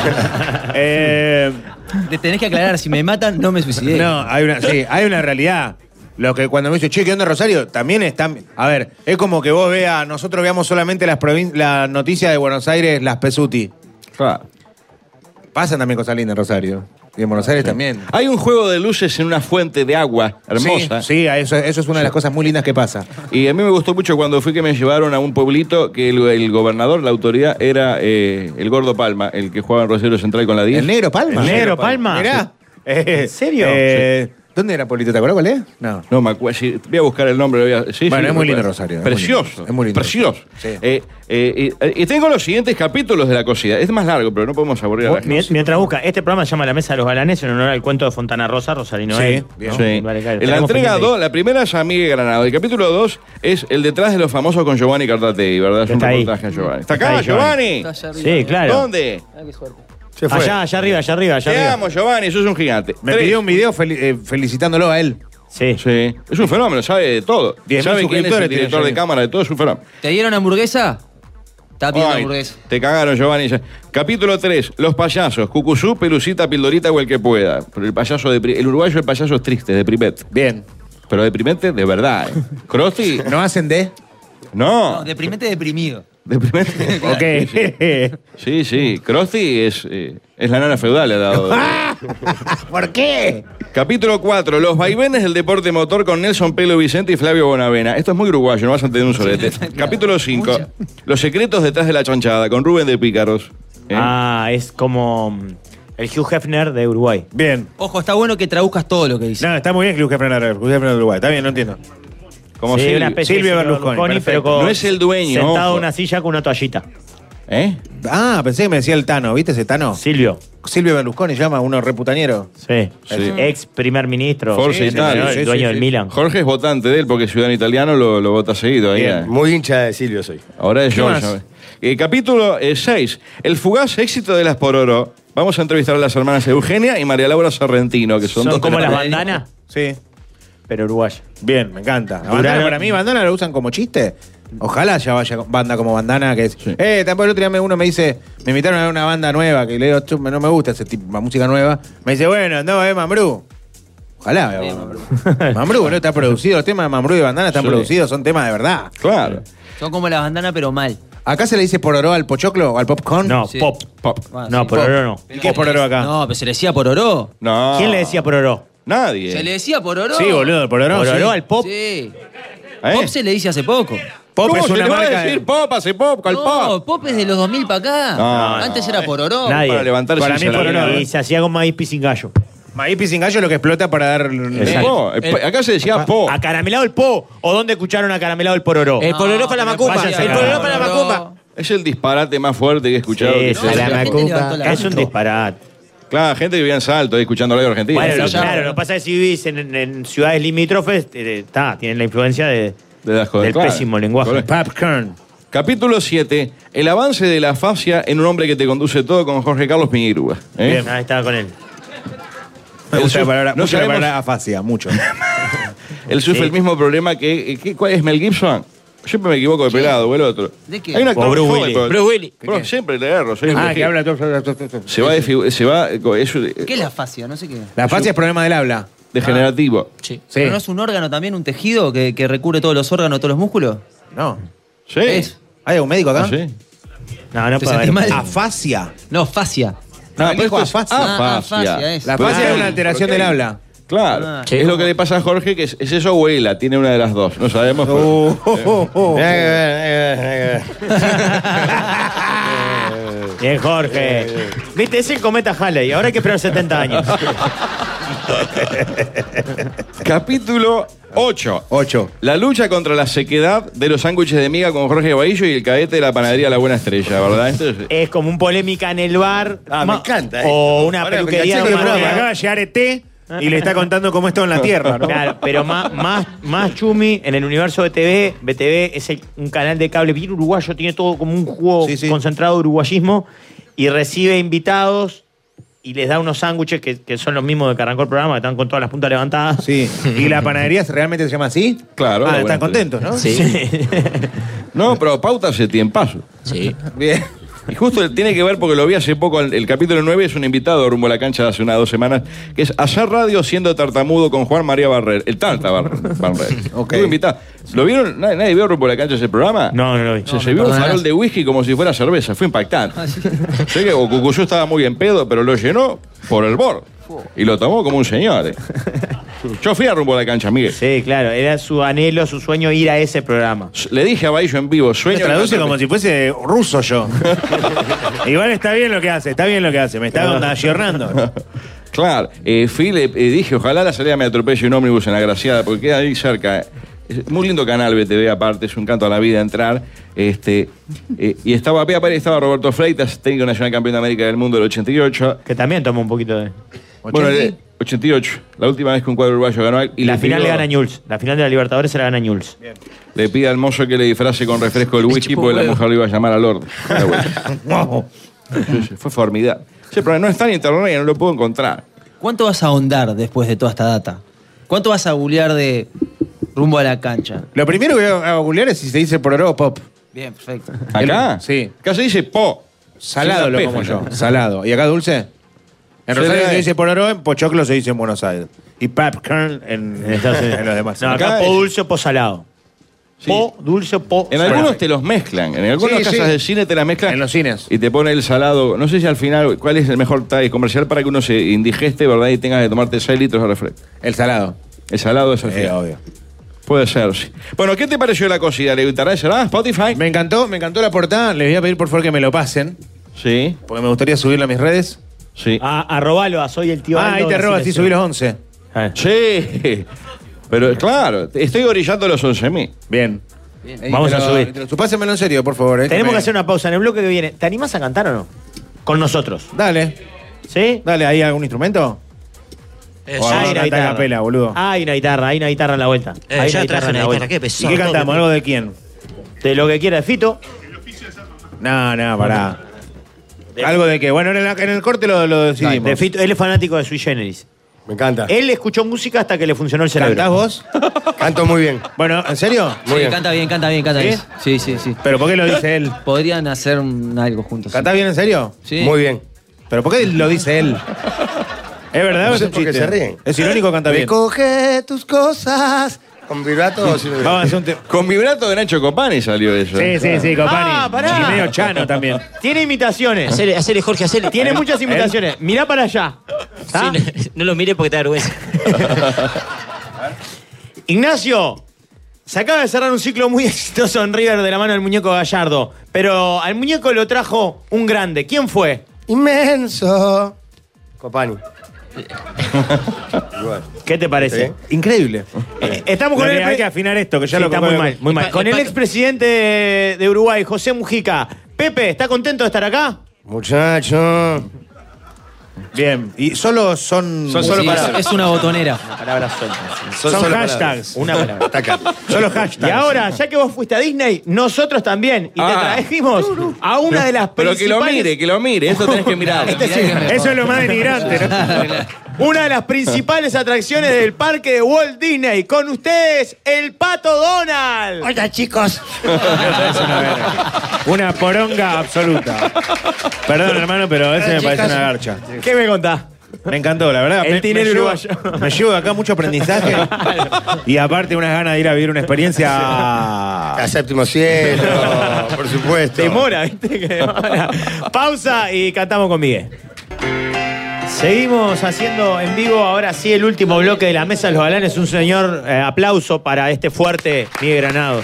eh, Te tenés que aclarar, si me matan, no me suicidé. no, hay una, sí, hay una realidad. Lo que cuando me dice, che, ¿qué onda Rosario? También están. A ver, es como que vos veas, nosotros veamos solamente las provin- la noticia de Buenos Aires, las Pesuti. Claro. Pasan también cosas lindas en Rosario. Y en Buenos Aires también. Hay un juego de luces en una fuente de agua hermosa. Sí, sí, eso, eso es una de las cosas muy lindas que pasa. Y a mí me gustó mucho cuando fui que me llevaron a un pueblito que el, el gobernador, la autoridad, era eh, el Gordo Palma, el que jugaba en Rosario Central con la diez. ¿El Negro Palma? El Negro Palma. Mirá. Eh, ¿En serio? eh, ¿Dónde era Polito? ¿Te acuerdas cuál es? No. No me acuerdo. sí, voy a buscar el nombre. voy a- sí, Bueno, sí, es muy me lindo acuerdo. Rosario, es muy Precioso. lindo. Es muy lindo. Precioso. Sí. Eh, eh, eh, y tengo los siguientes capítulos de la cocina. Es más largo, pero no podemos aburrir a la Vos, gente. mien- Mientras busca, este programa se llama La Mesa de los Galanes en honor al cuento de Fontana Rosa, Rosarino. Sí, él, bien. ¿no? Sí. Vale, claro, En la tenemos entrega pendiente dos, la primera es Amigue Granado. El capítulo dos es el detrás de los famosos con Giovanni Cartategui, ¿verdad? Es un Está ahí. reportaje de Giovanni. ¿Está Está acá, ahí, Giovanni? Está allá arriba. Sí, claro. ¿Dónde? Ah, qué suerte. Se fue. Allá, allá arriba, allá arriba, allá Te arriba. amo, Giovanni, sos un gigante. Me Tres. pidió un video fel- eh, felicitándolo a él. Sí. Sí, es un fenómeno, sabe de todo. diez mil Sabe quién es el suscriptores tiene director de Giovanni. cámara de todo, es un fenómeno. ¿Te dieron hamburguesa? Está pidiendo Ay, hamburguesa. te cagaron, Giovanni. Capítulo tres, los payasos. Cucuzú, Pelucita, Pildorita o el que pueda. Pero el payaso de, el uruguayo, el payaso es triste, deprimente. Bien. Pero deprimente de verdad, ¿eh? Crosti, ¿No hacen de? no. No, deprimente deprimido. Deprimente. Ok. Sí, sí. Crosti es, eh, es la nana feudal, le ha dado. ¿Por qué? Capítulo cuatro, los vaivenes del deporte motor con Nelson Pelo Vicente y Flavio Bonavena. Esto es muy uruguayo, no vas a entender un solete. Capítulo cinco, los secretos detrás de la chanchada con Rubén de Pícaros. ¿Eh? Ah, es como mm, el Hugh Hefner de Uruguay. Bien. Ojo, está bueno que traduzcas todo lo que dice. No, está muy bien que Luis Hefner Luis Hefner de Uruguay. Está bien, no entiendo. Como Sí, Silvio. una especie Silvio de Berlusconi, pero perfecto. con- No es el dueño, Sentado ojo. en una silla con una toallita. ¿Eh? Ah, pensé que me decía el Tano. ¿Viste ese Tano? Silvio. Silvio Berlusconi llama, uno reputaniero. Sí. Sí. Ex primer ministro. Forza Sí, Italia, ¿no? sí, El sí, dueño sí. del Milan. Jorge es votante de él porque es ciudadano italiano, lo, lo vota seguido. Ahí, Bien, eh. muy hincha de Silvio soy. Ahora es ¿Qué yo. más? ya ve. Eh, capítulo seis. El fugaz éxito de las Pororo. Vamos a entrevistar a las hermanas Eugenia y María Laura Sorrentino, que son, Son dos como de las las- bandanas, Sí. pero uruguayas. Bien, me encanta. La Duraron- bandana para mí, bandana lo usan como chiste. Ojalá ya vaya con banda como bandana que es. Sí. Eh, tampoco el otro día me- uno me dice, me invitaron a ver una banda nueva, que le digo, "Chu, no me gusta ese tipo de música nueva. Me dice, bueno, andaba a ver Mambrú. Ojalá vea Mambrú. Mambrú, boludo, está producido. Los temas de Mambrú y bandana están Sí. producidos, son temas de verdad. Claro. Son como la bandana, pero mal. ¿Acá se le dice pororó al pochoclo o al popcorn? No, Sí. pop. Pop. Ah, No, sí. por oro no. ¿Y qué es pororó acá? No, pero se le decía por oro. No. ¿Quién le decía por oro? Nadie. Se le decía por oro. Sí, boludo, el pororó. ¿Por sí. oro al pop? Sí. ¿Eh? Pop se le dice hace poco. Pop ¿Cómo es se una le va a marca. decir de- pop? Hace pop, ¿cuál No, pop? pop es de los dos mil para acá. No, Antes no. era por oro. Nadie. Para levantarse Para y mí se la por oro, liga. Y se hacía con maíz sin gallo. Maíz pisingallo lo que explota para dar. Eh, po, eh, po, acá se decía po. ¿Acaramelado el po? ¿O dónde escucharon acaramelado el pororó? El pororó para la macumba. váyanse El a pororó cagar. para la macumba. Es el disparate más fuerte que he escuchado. Sí, que sí, se la hace. gente macumba. levantó la Es un mano. disparate. Claro, gente que vivía en Salto, ahí escuchando radio argentina. Bueno, Sí, lo, claro, lo que pasa es que si vivís en, en- en ciudades limítrofes, está, tienen la influencia de, de las cosas, del claro. pésimo lenguaje. Correcto. Popcorn. Capítulo siete. El avance de la fascia en un hombre que te conduce todo con Jorge Carlos Piñirúa. ¿eh? Bien, ahí estaba con él. Me gusta la Él palabra, su- no mucho la sabemos- palabra afasia, mucho. Él sufre Sí. el mismo problema que, que- ¿cuál es Mel Gibson? Siempre me equivoco de pelado o el otro. ¿De qué? Hay un actor O Bruce joven, Willis. pero- Bruce Willis. Bro, siempre le erro. soy un Ah, veje- que habla todo. Se va de figu- se va es ¿Qué es la fascia? No sé qué. La afasia es problema del habla. degenerativo. Sí. Sí. ¿Pero no es un órgano también, un tejido que, que recubre todos los órganos, todos los músculos? No. Sí. Es. ¿Hay algún médico acá? Ah, sí. No, no ¿Te puede haber. sentís mal? Afasia. No, fascia. No, Ah, pero esto dijo es afasia. Ah, afasia. afasia es. La Pero afasia es es que- una alteración ¿por qué? del habla. Claro. Ah, es lo que le pasa a Jorge, que es, es eso o Ela, tiene una de las dos. No sabemos. pero- Oh, oh, oh, oh. Bien, Jorge. Viste, es el cometa Halley. Ahora hay que esperar setenta años. Capítulo ocho. Ocho. La lucha contra la sequedad de los sándwiches de miga con Jorge Bahillo y el cadete de la panadería La Buena Estrella, ¿verdad? Esto es- Es como un polémica en el bar. Ah, me Ma- encanta, eh. O una Ahora me peluquería. enganché de con el una programa. Acaba de llegar E T y le está contando cómo es todo en la Tierra, ¿no? Claro, pero más, más, más chumi en el universo de T V. B T V es el- un canal de cable bien uruguayo, tiene todo como un jugo Sí, sí. concentrado de uruguayismo y recibe invitados y les da unos sándwiches que, que son los mismos de que arrancó el programa, que están con todas las puntas levantadas. Sí. ¿Y la panadería realmente se llama así? Claro. Ah, La Buena están contentos, ¿no? Sí. No, pero pauta hace tiempazo. Sí. Bien. Y justo tiene que ver porque lo vi hace poco, el, el capítulo nueve es un invitado rumbo a la cancha de hace unas dos semanas, que es hacer radio siendo tartamudo con Juan María Barrer, el Tarta Bar- Barrer. Ok. Estuvo invitado. ¿Lo vieron? ¿Nadie, nadie vio rumbo a la cancha ese programa? No, no lo vi. Se No, sirvió me un farol perdonás. de whisky como si fuera cerveza, fue impactante. Ah, sí. Sé que Cucuyú estaba muy en pedo, pero lo llenó por el borde. Y lo tomó como un señor. eh. Yo fui a rumbo a la cancha, Miguel. Sí, claro, era su anhelo, su sueño ir a ese programa. Le dije a Bahillo en vivo, Me sueño... traduce como si fuese ruso yo. Igual está bien lo que hace, está bien lo que hace. Me está onda ayornando. Claro, eh, fui, le eh, dije, ojalá la salida me atropelle un ómnibus en la Graciada, porque queda ahí cerca. Es muy lindo canal B T V aparte, es un canto a la vida entrar. Este, eh, y estaba Pea Pérez, estaba Roberto Freitas, técnico nacional campeón de América del Mundo del ochenta y ocho. Que también tomó un poquito de. Bueno, el ochenta y ocho, la última vez que un cuadro uruguayo ganó. Y Y la le final pidió- le gana Ñuls. La final de la Libertadores se la gana Ñuls. Le pide al mozo que le disfrace con refresco el whisky, porque la mujer lo iba a llamar al Lord. Sí, sí, fue formidable. Sí, pero no está en internet y no lo puedo encontrar. ¿Cuánto vas a ahondar después de toda esta data? ¿Cuánto vas a googlear de rumbo a la cancha? Lo primero que voy a googlear es si se dice pororó o pop. Bien, perfecto. ¿Acá? El- sí. Acá se dice po. Salado Sin la lo P, como yo. fíjate. Salado. ¿Y acá dulce? En Se Rosario le- se dice pororó, en Pochoclo se dice en Buenos Aires. Y popcorn en, En Estados Unidos. en los demás. No, acá Acá po es- dulce o po salado. Sí. Po dulce o po En salado. algunos te los mezclan, en algunas Sí, casas sí. de cine te las mezclan. En los cines. Y te pone el salado. No sé si al final, ¿cuál es el mejor talle comercial para que uno se indigeste, verdad? Y tengas que tomarte seis litros de refresco. El salado. El salado es al Eh, final. obvio. Puede ser, sí. Bueno, ¿qué te pareció la cosida? ¿Le gustará esa? Spotify. Me encantó, me encantó la portada. Les voy a pedir por favor que me lo pasen. Sí, Porque me gustaría subirlo a mis redes. sí. Ah, arrobalo a soy el tío Ah, ahí Aldo, te robo, así así le subí los decía. once. Ah. Sí. Pero claro, estoy orillando los once mil. Bien. Bien. Vamos a subir. Te lo- Pásenmelo en serio, por favor. eh, Tenemos me- que hacer una pausa en el bloque que viene. ¿Te animás a cantar o no? Con nosotros. Dale, ¿Sí? dale, ¿hay algún instrumento? Eh, O sí. vamos a Hay una cantar a guitarra. capela, boludo. Hay una guitarra, hay una guitarra en la vuelta. Eh, hay ya una traje en una la vuelta. guitarra, qué ¿Y pesado. qué cantamos? ¿Algo de quién? De lo que quiera de Fito. No, no, pará. Algo de que, bueno, en el, en el corte lo, lo decidimos. De Fito. Él es fanático de Sui Generis. Me encanta. Él escuchó música hasta que le funcionó el cerebro. ¿Cantás vos? Canto muy bien. Bueno, ¿en serio? Sí, Muy bien. canta bien, canta bien, canta ¿Sí? bien. Sí, sí, sí. ¿Pero por qué lo dice él? Podrían hacer un- algo juntos. sí. ¿Cantás bien en serio? Sí. Muy bien. ¿Pero por qué lo dice él? ¿Es verdad o No es sé un por qué chiste? se ríen. Es irónico, canta bien. Recoge tus cosas. Con vibrato o sin vibrato. Vamos a hacer un tema. Con vibrato de Nacho Copani salió eso. Sí, sí, sí, Copani. Ah, pará. Y medio chano también. Tiene imitaciones. Hacele, hacele, Jorge, hacele. Tiene muchas imitaciones. Mirá para allá. ¿Está? Sí, no, no lo mire porque te da vergüenza. Ignacio, se acaba de cerrar un ciclo muy exitoso en River de la mano del muñeco Gallardo. Pero al muñeco lo trajo un grande. ¿Quién fue? Inmenso. Copani. Igual. ¿Qué te parece? Sí. Increíble. Eh, estamos con Lo el que hay que afinar esto, que ya Sí, lo está muy mal, muy mal. Con el expresidente de, de Uruguay, José Mujica. Pepe, ¿está contento de estar acá? Muchacho. Bien. Y solo son. Son solo palabras. Es una botonera. Palabras sueltas. Son, son hashtags. Una palabra. Está acá. Solo hashtags. Y ahora, ya que vos fuiste a Disney, nosotros también. Y Ah. te trajimos a una de las Pero que lo principales... mire, que lo mire. Eso tenés que mirar. Este sí. Eso es lo más denigrante, ¿no? Una de las principales atracciones del parque de Walt Disney. Con ustedes, el Pato Donald. Hola, chicos. Es una verga. Una poronga absoluta. Perdón, hermano, pero ese me parece una garcha. ¿Qué me contás? Me encantó, la verdad. El me, tinel me llevo- uruguayo. Me llevo de acá mucho aprendizaje. Y aparte unas ganas de ir a vivir una experiencia. A séptimo cielo, por supuesto. Demora, ¿viste? Que demora. Pausa y cantamos con Miguel. Seguimos haciendo en vivo, ahora sí, el último bloque de la Mesa de los Galanes. Un señor eh, aplauso para este fuerte Miguel Granados.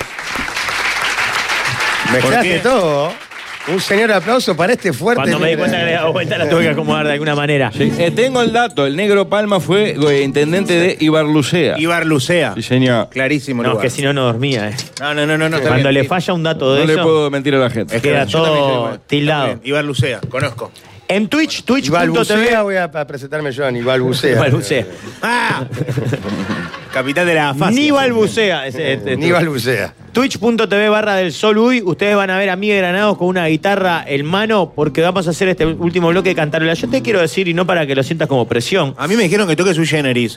Mezclaste todo. Un señor aplauso para este fuerte. Cuando me di cuenta que le daba vuelta la tuve que acomodar de alguna manera. Sí, eh, tengo el dato. El Negro Palma fue eh, intendente de Ibarlucea. Ibarlucea. Sí, señor. Clarísimo, No, es lugar. que si no, no dormía. Eh. No, no, no, no. no está Cuando bien. le falla un dato de No le eso, puedo mentir a la gente. Es que queda yo también todo soy- tildado. Está bien. Ibarlucea, conozco. En Twitch, twitch Igual punto t v. bucea, voy a, a presentarme yo, ni balbucea. Ni balbucea. ¡Ah! Capital de la fase. Ni balbucea. ese- este- Ni balbucea. Twitch punto t v barra del Sol Uy. Ustedes van a ver a Miguel Granados con una guitarra en mano porque vamos a hacer este último bloque de cantarola. Yo te quiero decir, y no para que lo sientas como presión. A mí me dijeron que toque Sui Generis.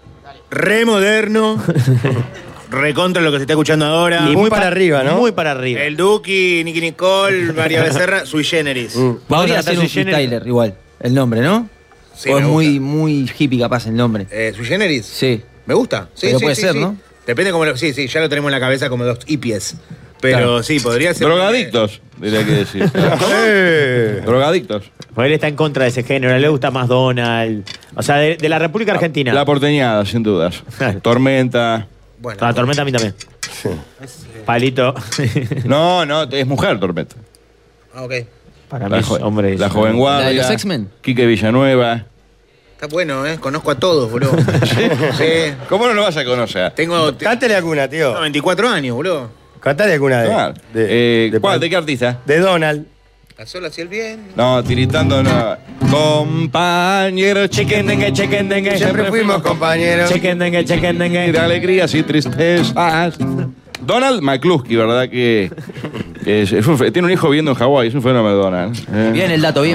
Re moderno. Recontra lo que se está escuchando ahora. Y muy para arriba, ¿no? Muy para arriba. El Duki, Nicky Nicole, María Becerra, Sui Generis. Vamos a Podría cantar ser un Sui Generis. freestyler igual, el nombre, ¿no? Sí, o es me muy, muy hippie capaz el nombre. Eh, ¿Sui Generis? Sí. ¿Me gusta? Sí, Pero sí, puede sí, ser, sí. ¿no? Depende cómo lo... Sí, sí, ya lo tenemos en la cabeza como dos hippies. Pero Claro. sí, podría ser... Drogadictos, diría que decir. Eh. Drogadictos. Porque él está en contra de ese género, a él le gusta más Donald. O sea, de, de la República Argentina. La porteñada, sin dudas. Tormenta. Bueno, La tormenta a mí también. Palito. No, no, es mujer Tormenta. Ah, ok. Para mí La, es jo- hombre. la joven guardia. ¿La de los X-Men? Quique Villanueva. Está bueno, ¿eh? Conozco a todos, boludo. Sí. ¿Cómo no lo vas a conocer? Tengo... te- Cántale alguna, tío. tengo veinticuatro años, boludo. Cántale alguna de. Claro. de, Eh, de- ¿cuál? ¿De qué artista? de Donald. La sola hacia el bien. No, tiritando no. Compañero, chequen dengue, chequen dengue. Siempre fuimos compañeros. Chequen dengue, chequen dengue. De alegrías y tristezas. Donald McCluskey, ¿verdad? Que, que es- es un fe- tiene un hijo viviendo en Hawái, es un fenómeno Donald. Eh. Bien el dato, bien.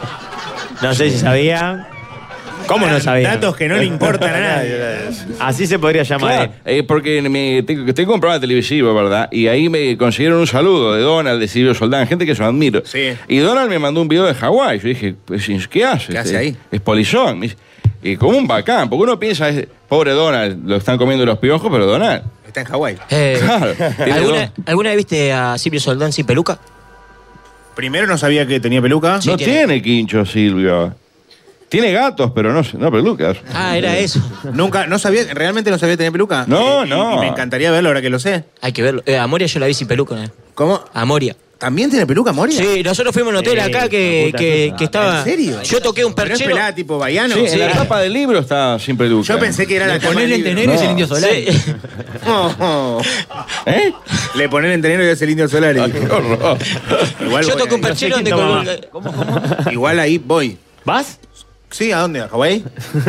No sé si sabían. ¿Cómo no sabían? Datos que no le importan a nadie. Así se podría llamar. Claro, eh, porque me, tengo, tengo un programa televisivo, ¿verdad? Y ahí me consiguieron un saludo de Donald, de Silvio Soldán, gente que yo admiro. Sí. Y Donald me mandó un video de Hawái. Yo dije, pues, ¿qué hace? ¿Qué hace Eh, ahí? Es polizón. Me dice, y como un bacán, porque uno piensa, es, pobre Donald, lo están comiendo los piojos, pero Donald. Está en Hawái. Eh, Claro. tiene ¿alguna, dos- ¿Alguna vez viste a Silvio Soldán sin peluca? Primero no sabía que tenía peluca. Sí, no tiene. tiene quincho, Silvio. Tiene gatos, pero no, no pelucas. Ah, era eso. Nunca, no sabía, realmente no sabía que tenía peluca. No, Y- y- no. Y me encantaría verlo ahora que lo sé. Hay que verlo. Eh, a Moria yo la vi sin peluca. ¿eh? ¿Cómo? A Moria. ¿También tiene peluca, Moria? Sí, nosotros fuimos a un hotel Sí, acá que, puta que, cosa. que estaba. ¿En serio? Yo toqué un Pero es perchero. pelada tipo baiano. Sí, Sí. en la tapa del libro está sin peluca. Yo pensé que era la Le tapa ponés del el libro. entenero y es el indio No. solar. Sí. Oh, oh. ¿Eh? Le pone el entenero y es el indio solar. Ay, qué horror. Igual, Yo voy toqué un ahí. perchero quién donde toma colgó el- Igual ahí voy. ¿Vas? Sí, ¿a dónde? ¿A Hawái?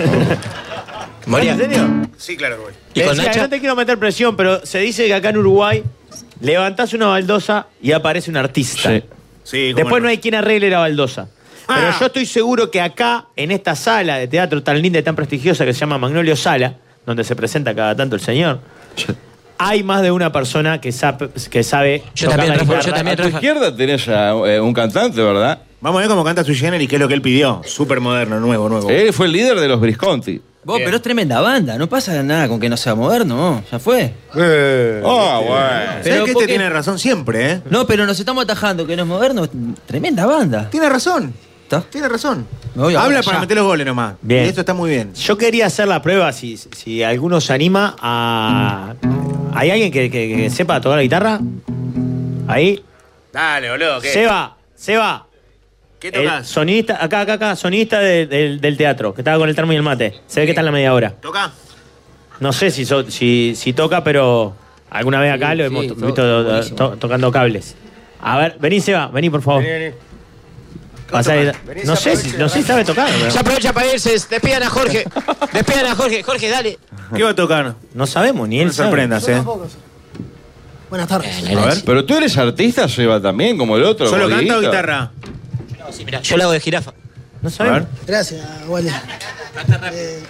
Moria. ¿En serio? Sí, claro que voy. ¿Y Le con decía, Nacha? no te quiero meter presión, pero se dice que acá en Uruguay levantás una baldosa y aparece un artista. Sí. Sí, cómo Después no hay quien arregle la baldosa. Pero Ah. yo estoy seguro que acá, en esta sala de teatro tan linda y tan prestigiosa que se llama Magnolio Sala, donde se presenta cada tanto el señor, hay más de una persona que sabe, que sabe Yo tocar también la trajo- yo guitarra. también A tu izquierda tenés a eh, un cantante, ¿verdad? Vamos a ver cómo canta Sui Generis, que es lo que él pidió. Súper moderno, nuevo, nuevo. Él fue el líder de los Brisconti. Vos, pero es tremenda banda, no pasa nada con que no sea moderno, ¿no? Ya fue. Eh. Ah, bueno. ¿Sabes Pero que este porque- tiene razón siempre, eh? No, pero nos estamos atajando que no es moderno. Tremenda banda. Tiene razón. ¿Está? Tiene razón. Me voy ahora, Habla ya. para meter los goles nomás. Bien. Y esto está muy bien. Yo quería hacer la prueba si, si alguno se anima a... ¿Hay alguien que, que- que sepa tocar la guitarra? Ahí. Dale, boludo. ¿Qué? Seba, Seba. ¿Qué El tocas? sonidista, acá, acá, acá, sonidista de- del- del teatro, que estaba con el termo y el mate. Se ve que está en la media hora. ¿Toca? No sé si, so- si, si toca, pero alguna vez acá Sí, lo sí, hemos to- visto to- buenísimo. to- tocando cables. A ver, vení, Seba, vení, por favor. Vení, vení. Pasar el- no sé, si- no sé si sabe tocar. pero- Ya aprovecha para irse. Despidan a Jorge. Despidan a Jorge. Jorge, dale. ¿Qué va a tocar? No sabemos, ni él No sabe. sorprendas, ¿eh? Buenas tardes. A ver. Pero tú eres artista, Seba, también, como el otro. ¿Solo como canta o Dieguito. guitarra? No, sí, mira, yo lo hago de jirafa. No sabemos. Gracias, Walter. Eh,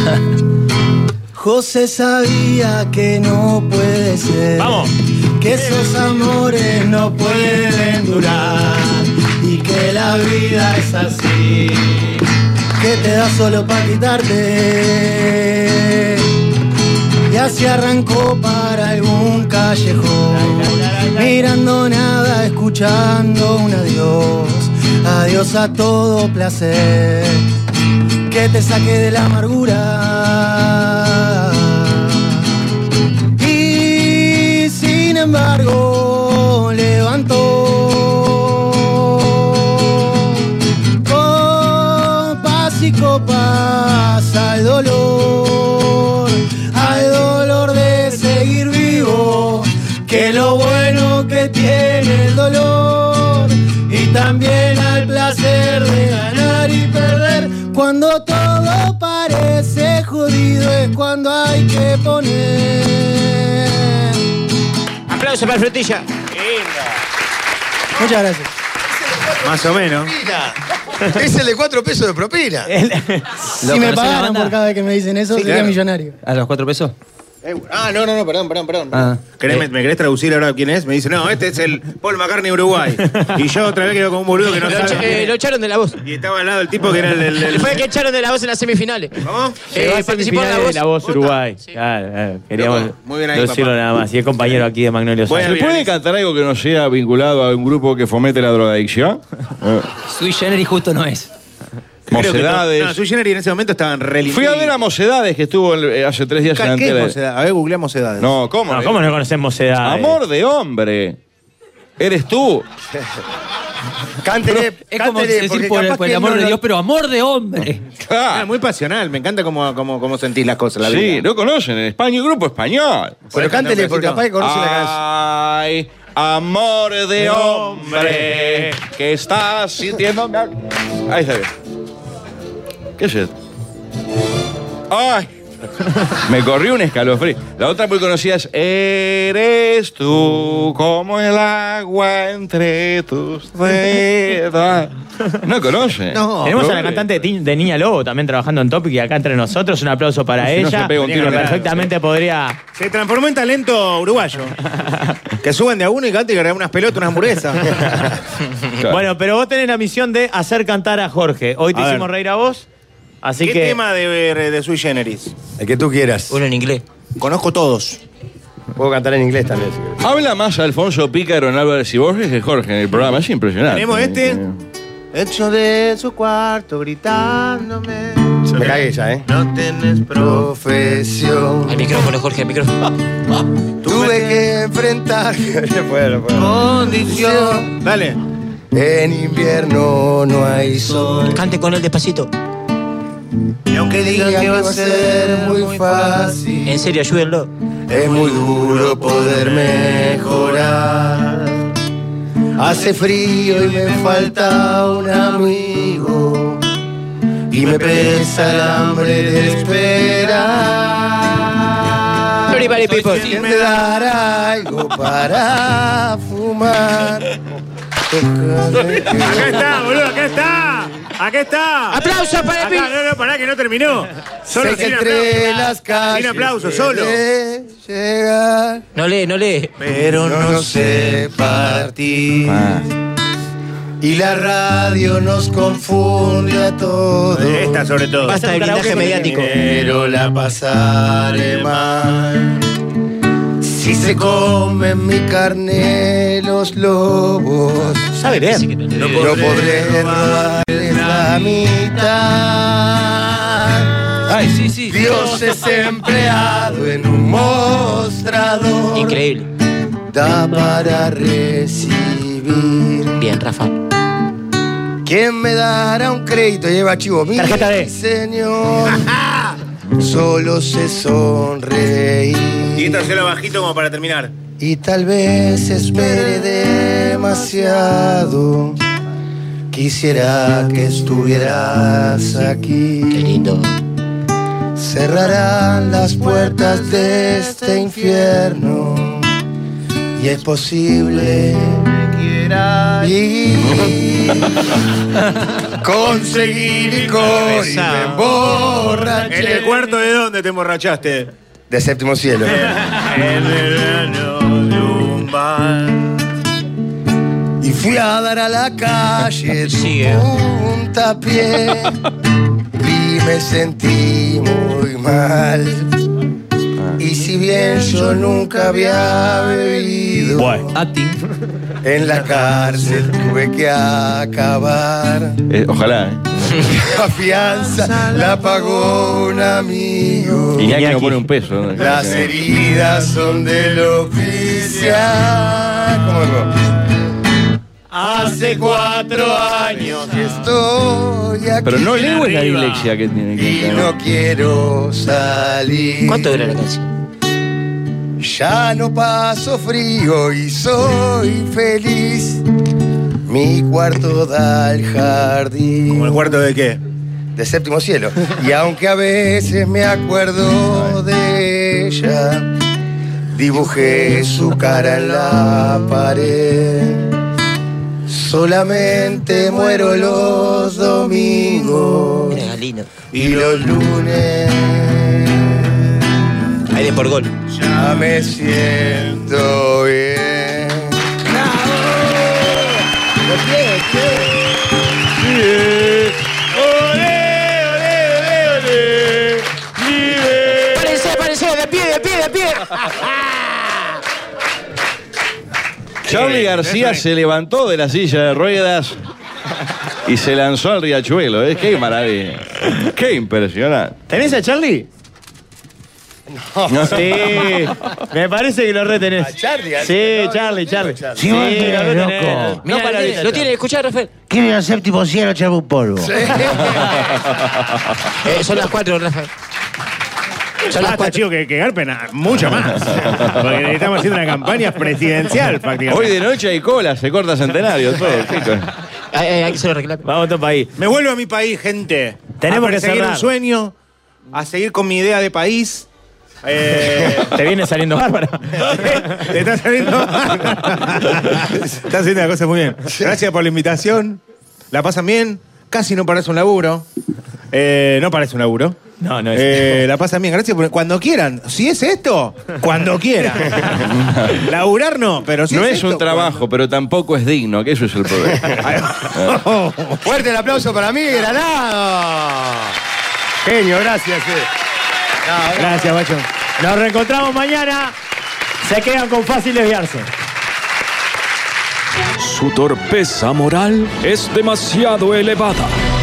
José sabía que no puede ser. Vamos. Que esos amores no pueden durar. Y que la vida es así. Que te da solo para quitarte. Y así arrancó para algún callejón. Mirando nada, escuchando un adiós. Adiós a todo placer. Que te saque de la amargura. Y sin embargo, levantó copas y copas al dolor. Al dolor de seguir vivo. Que lo bueno que tiene el dolor. Y también al placer de ganar y perder. Cuando todo parece jodido es cuando hay que poner. Aplauso para el Frutilla. Muchas gracias. Más o menos. Es el de cuatro pesos de propina. Si me pagaran por cada vez que me dicen eso, Sí, sería claro. millonario. ¿A los cuatro pesos? Ah, no, no, no, perdón, perdón, perdón. Ah. ¿Querés- me, me querés traducir ahora quién es? Me dice, no, este es el Paul McCartney Uruguay. Y yo otra vez quedo como un boludo que no Lo, sabe. echa- quién eh, es. lo echaron de la voz. Y estaba al lado el tipo que era el... el, el- Fue el que echaron de la voz en las semifinales. ¿Cómo? Eh, Eh, participó en la voz. de la voz Uruguay. Claro, claro. Queríamos Loco, muy bien ahí, decirlo papá. nada más. Y es compañero aquí de Magnolio ¿Se Sáenz. puede cantar algo que no sea vinculado a un grupo que fomente la drogadicción? Eh, Sui Generis justo no es. Creo que Mocedades. No, no, Sui Generis en ese momento estaban re Fui a ver a Mocedades, que estuvo eh, hace tres días en ¿Qué es Antela. Mocedades? A ver, googleamos Mocedades. No, ¿cómo? No, ¿cómo no conocemos edades? Amor de hombre. Eres tú. Cántele, Es como cántele, decir porque por el, capaz por el que amor no de lo- Dios, pero amor de hombre. Ah, muy pasional, me encanta cómo, cómo, cómo sentís las cosas, la Sí, vida. no conocen en España, un grupo español. Pero cántele, porque capaz que conoce la canción. Ay, amor de hombre, que estás sintiendo. Ahí está bien. ¿Qué es esto? ¡Ay! Me corrió un escalofrío. La otra muy conocida es Eres tú como el agua entre tus dedos. No conoce. No. Tenemos a la Pobre. cantante de, Ti- de Niña Lobo también trabajando en Topic y acá entre nosotros. Un aplauso para Si no ella. se pega un tiro que en la- perfectamente podría. Se transformó en talento uruguayo. Que suben de a uno y canten y cargan unas pelotas, unas hamburguesas. Claro. Bueno, pero vos tenés la misión de hacer cantar a Jorge. Hoy te A ver. hicimos reír a vos. Así ¿Qué que. tema de, de Sui Generis? El que tú quieras. Uno en inglés. Conozco todos. Puedo cantar en inglés también, si querés. Habla más Alfonso Pícaro en Álvarez y Borges que Jorge en el programa. Es impresionante. Tenemos este. Hecho de su cuarto gritándome. Me cagué ya, ¿eh? No tenés Profesión. Al micrófono, Jorge, al micrófono. Ah, ah. Tuve que enfrentar. No puedo, no puedo. condición. Dale. En invierno no hay sol. Cante con él despacito. Y aunque digan que va a ser muy fácil, En serio, ayúdenlo. Es muy duro poder mejorar. Hace frío y me falta un amigo. Y me pesa el hambre de esperar. Everybody people. ¿Quién me dará algo para fumar? acá está, boludo, acá está. Acá está. ¡Aplausos para el Acá, pi- no, no, pará que no terminó. Solo Sé que sin entre aplausos. las calles Sin aplausos, solo. puede llegar, No lee, no lee. Pero no sé partir. Ah. Y la radio nos confunde a todos. Esta sobre todo. Basta de blindaje mediático. Pero la pasaré mal. Si se comen mi carne los lobos, ¿Sabe leer? no podré robarles la mitad. Ay, sí, sí. Dios es empleado en un mostrador. Increíble. Da para recibir. Bien, Rafa. ¿Quién me dará un crédito? Lleva chivo. Mi Tarjeta B. señor. Solo sé sonreír. Y esto hacelo bajito como para terminar. Y tal vez espere demasiado. Quisiera que estuvieras aquí. Qué lindo. Cerrarán las puertas de este infierno y es posible y conseguir licor y me emborraché. ¿En el cuarto de dónde te emborrachaste? De Séptimo Cielo. En el verano de un bar. Y fui a dar a la calle Sigue. de puntapié y me sentí muy mal. Y si bien yo nunca había bebido, Bueno. en la cárcel tuve que acabar. Eh, ojalá, ¿eh? La fianza la pagó un amigo. Y ya que no pone un peso. ¿no? Las heridas son del oficial. ¿Cómo es? Hace cuatro años que estoy aquí. Pero no leo la dislexia que tiene que Y tener. no quiero salir. ¿Cuánto dura la canción? Ya no paso frío y soy feliz. Mi cuarto da al jardín. ¿Como el cuarto de qué? De Séptimo Cielo. Y aunque a veces me acuerdo de ella, dibujé su cara en la pared. Solamente muero los domingos Eres galino. y los lunes. Ahí de por gol. Ya me siento bien. ¡Párense, párense! ¡De pie, de pie, de pie! Charly García se levantó de la silla de ruedas y se lanzó al riachuelo. ¿eh? ¡Qué maravilla! ¡Qué impresionante! ¿Tenés a Charlie? No. Sí, me parece que lo retenés. A Charlie, a- Sí, no, Charlie, no, Charlie. Charlie. Sí, Sí, lo loco. retenés. Mira, No para lo, lo tiene que escuchar, Rafael. Quiero ir al Séptimo Cielo a echarme un polvo. Eh, son las cuatro, Rafael. Son las Basta, cuatro. chico, que, que garpen a- mucho más. Porque estamos haciendo una campaña presidencial, prácticamente. Hoy de noche hay cola, se corta centenario, todo, chicos. Ay, ay, ay, que se lo reclame. Vamos a otro país. Me vuelvo a mi país, gente. Tenemos a que perseguir cerrar. un sueño, a seguir con mi idea de país. Eh, Te viene saliendo bárbaro. ¿Te está saliendo? Estás haciendo la cosa muy bien. Gracias por la invitación. ¿La pasan bien? Casi no parece un laburo. Eh, no parece un laburo. No, no es. Eh, la pasan bien, gracias por... Cuando quieran. Si es esto, cuando quieran. Laburar no, pero si No es, es esto, un trabajo, pero tampoco es digno, que eso es el problema. cuando- Fuerte el aplauso para mí, Granado. Genio, gracias. eh. No, Gracias, Bacho. Nos reencontramos mañana. Se quedan con fácil desviarse. Su torpeza moral es demasiado elevada.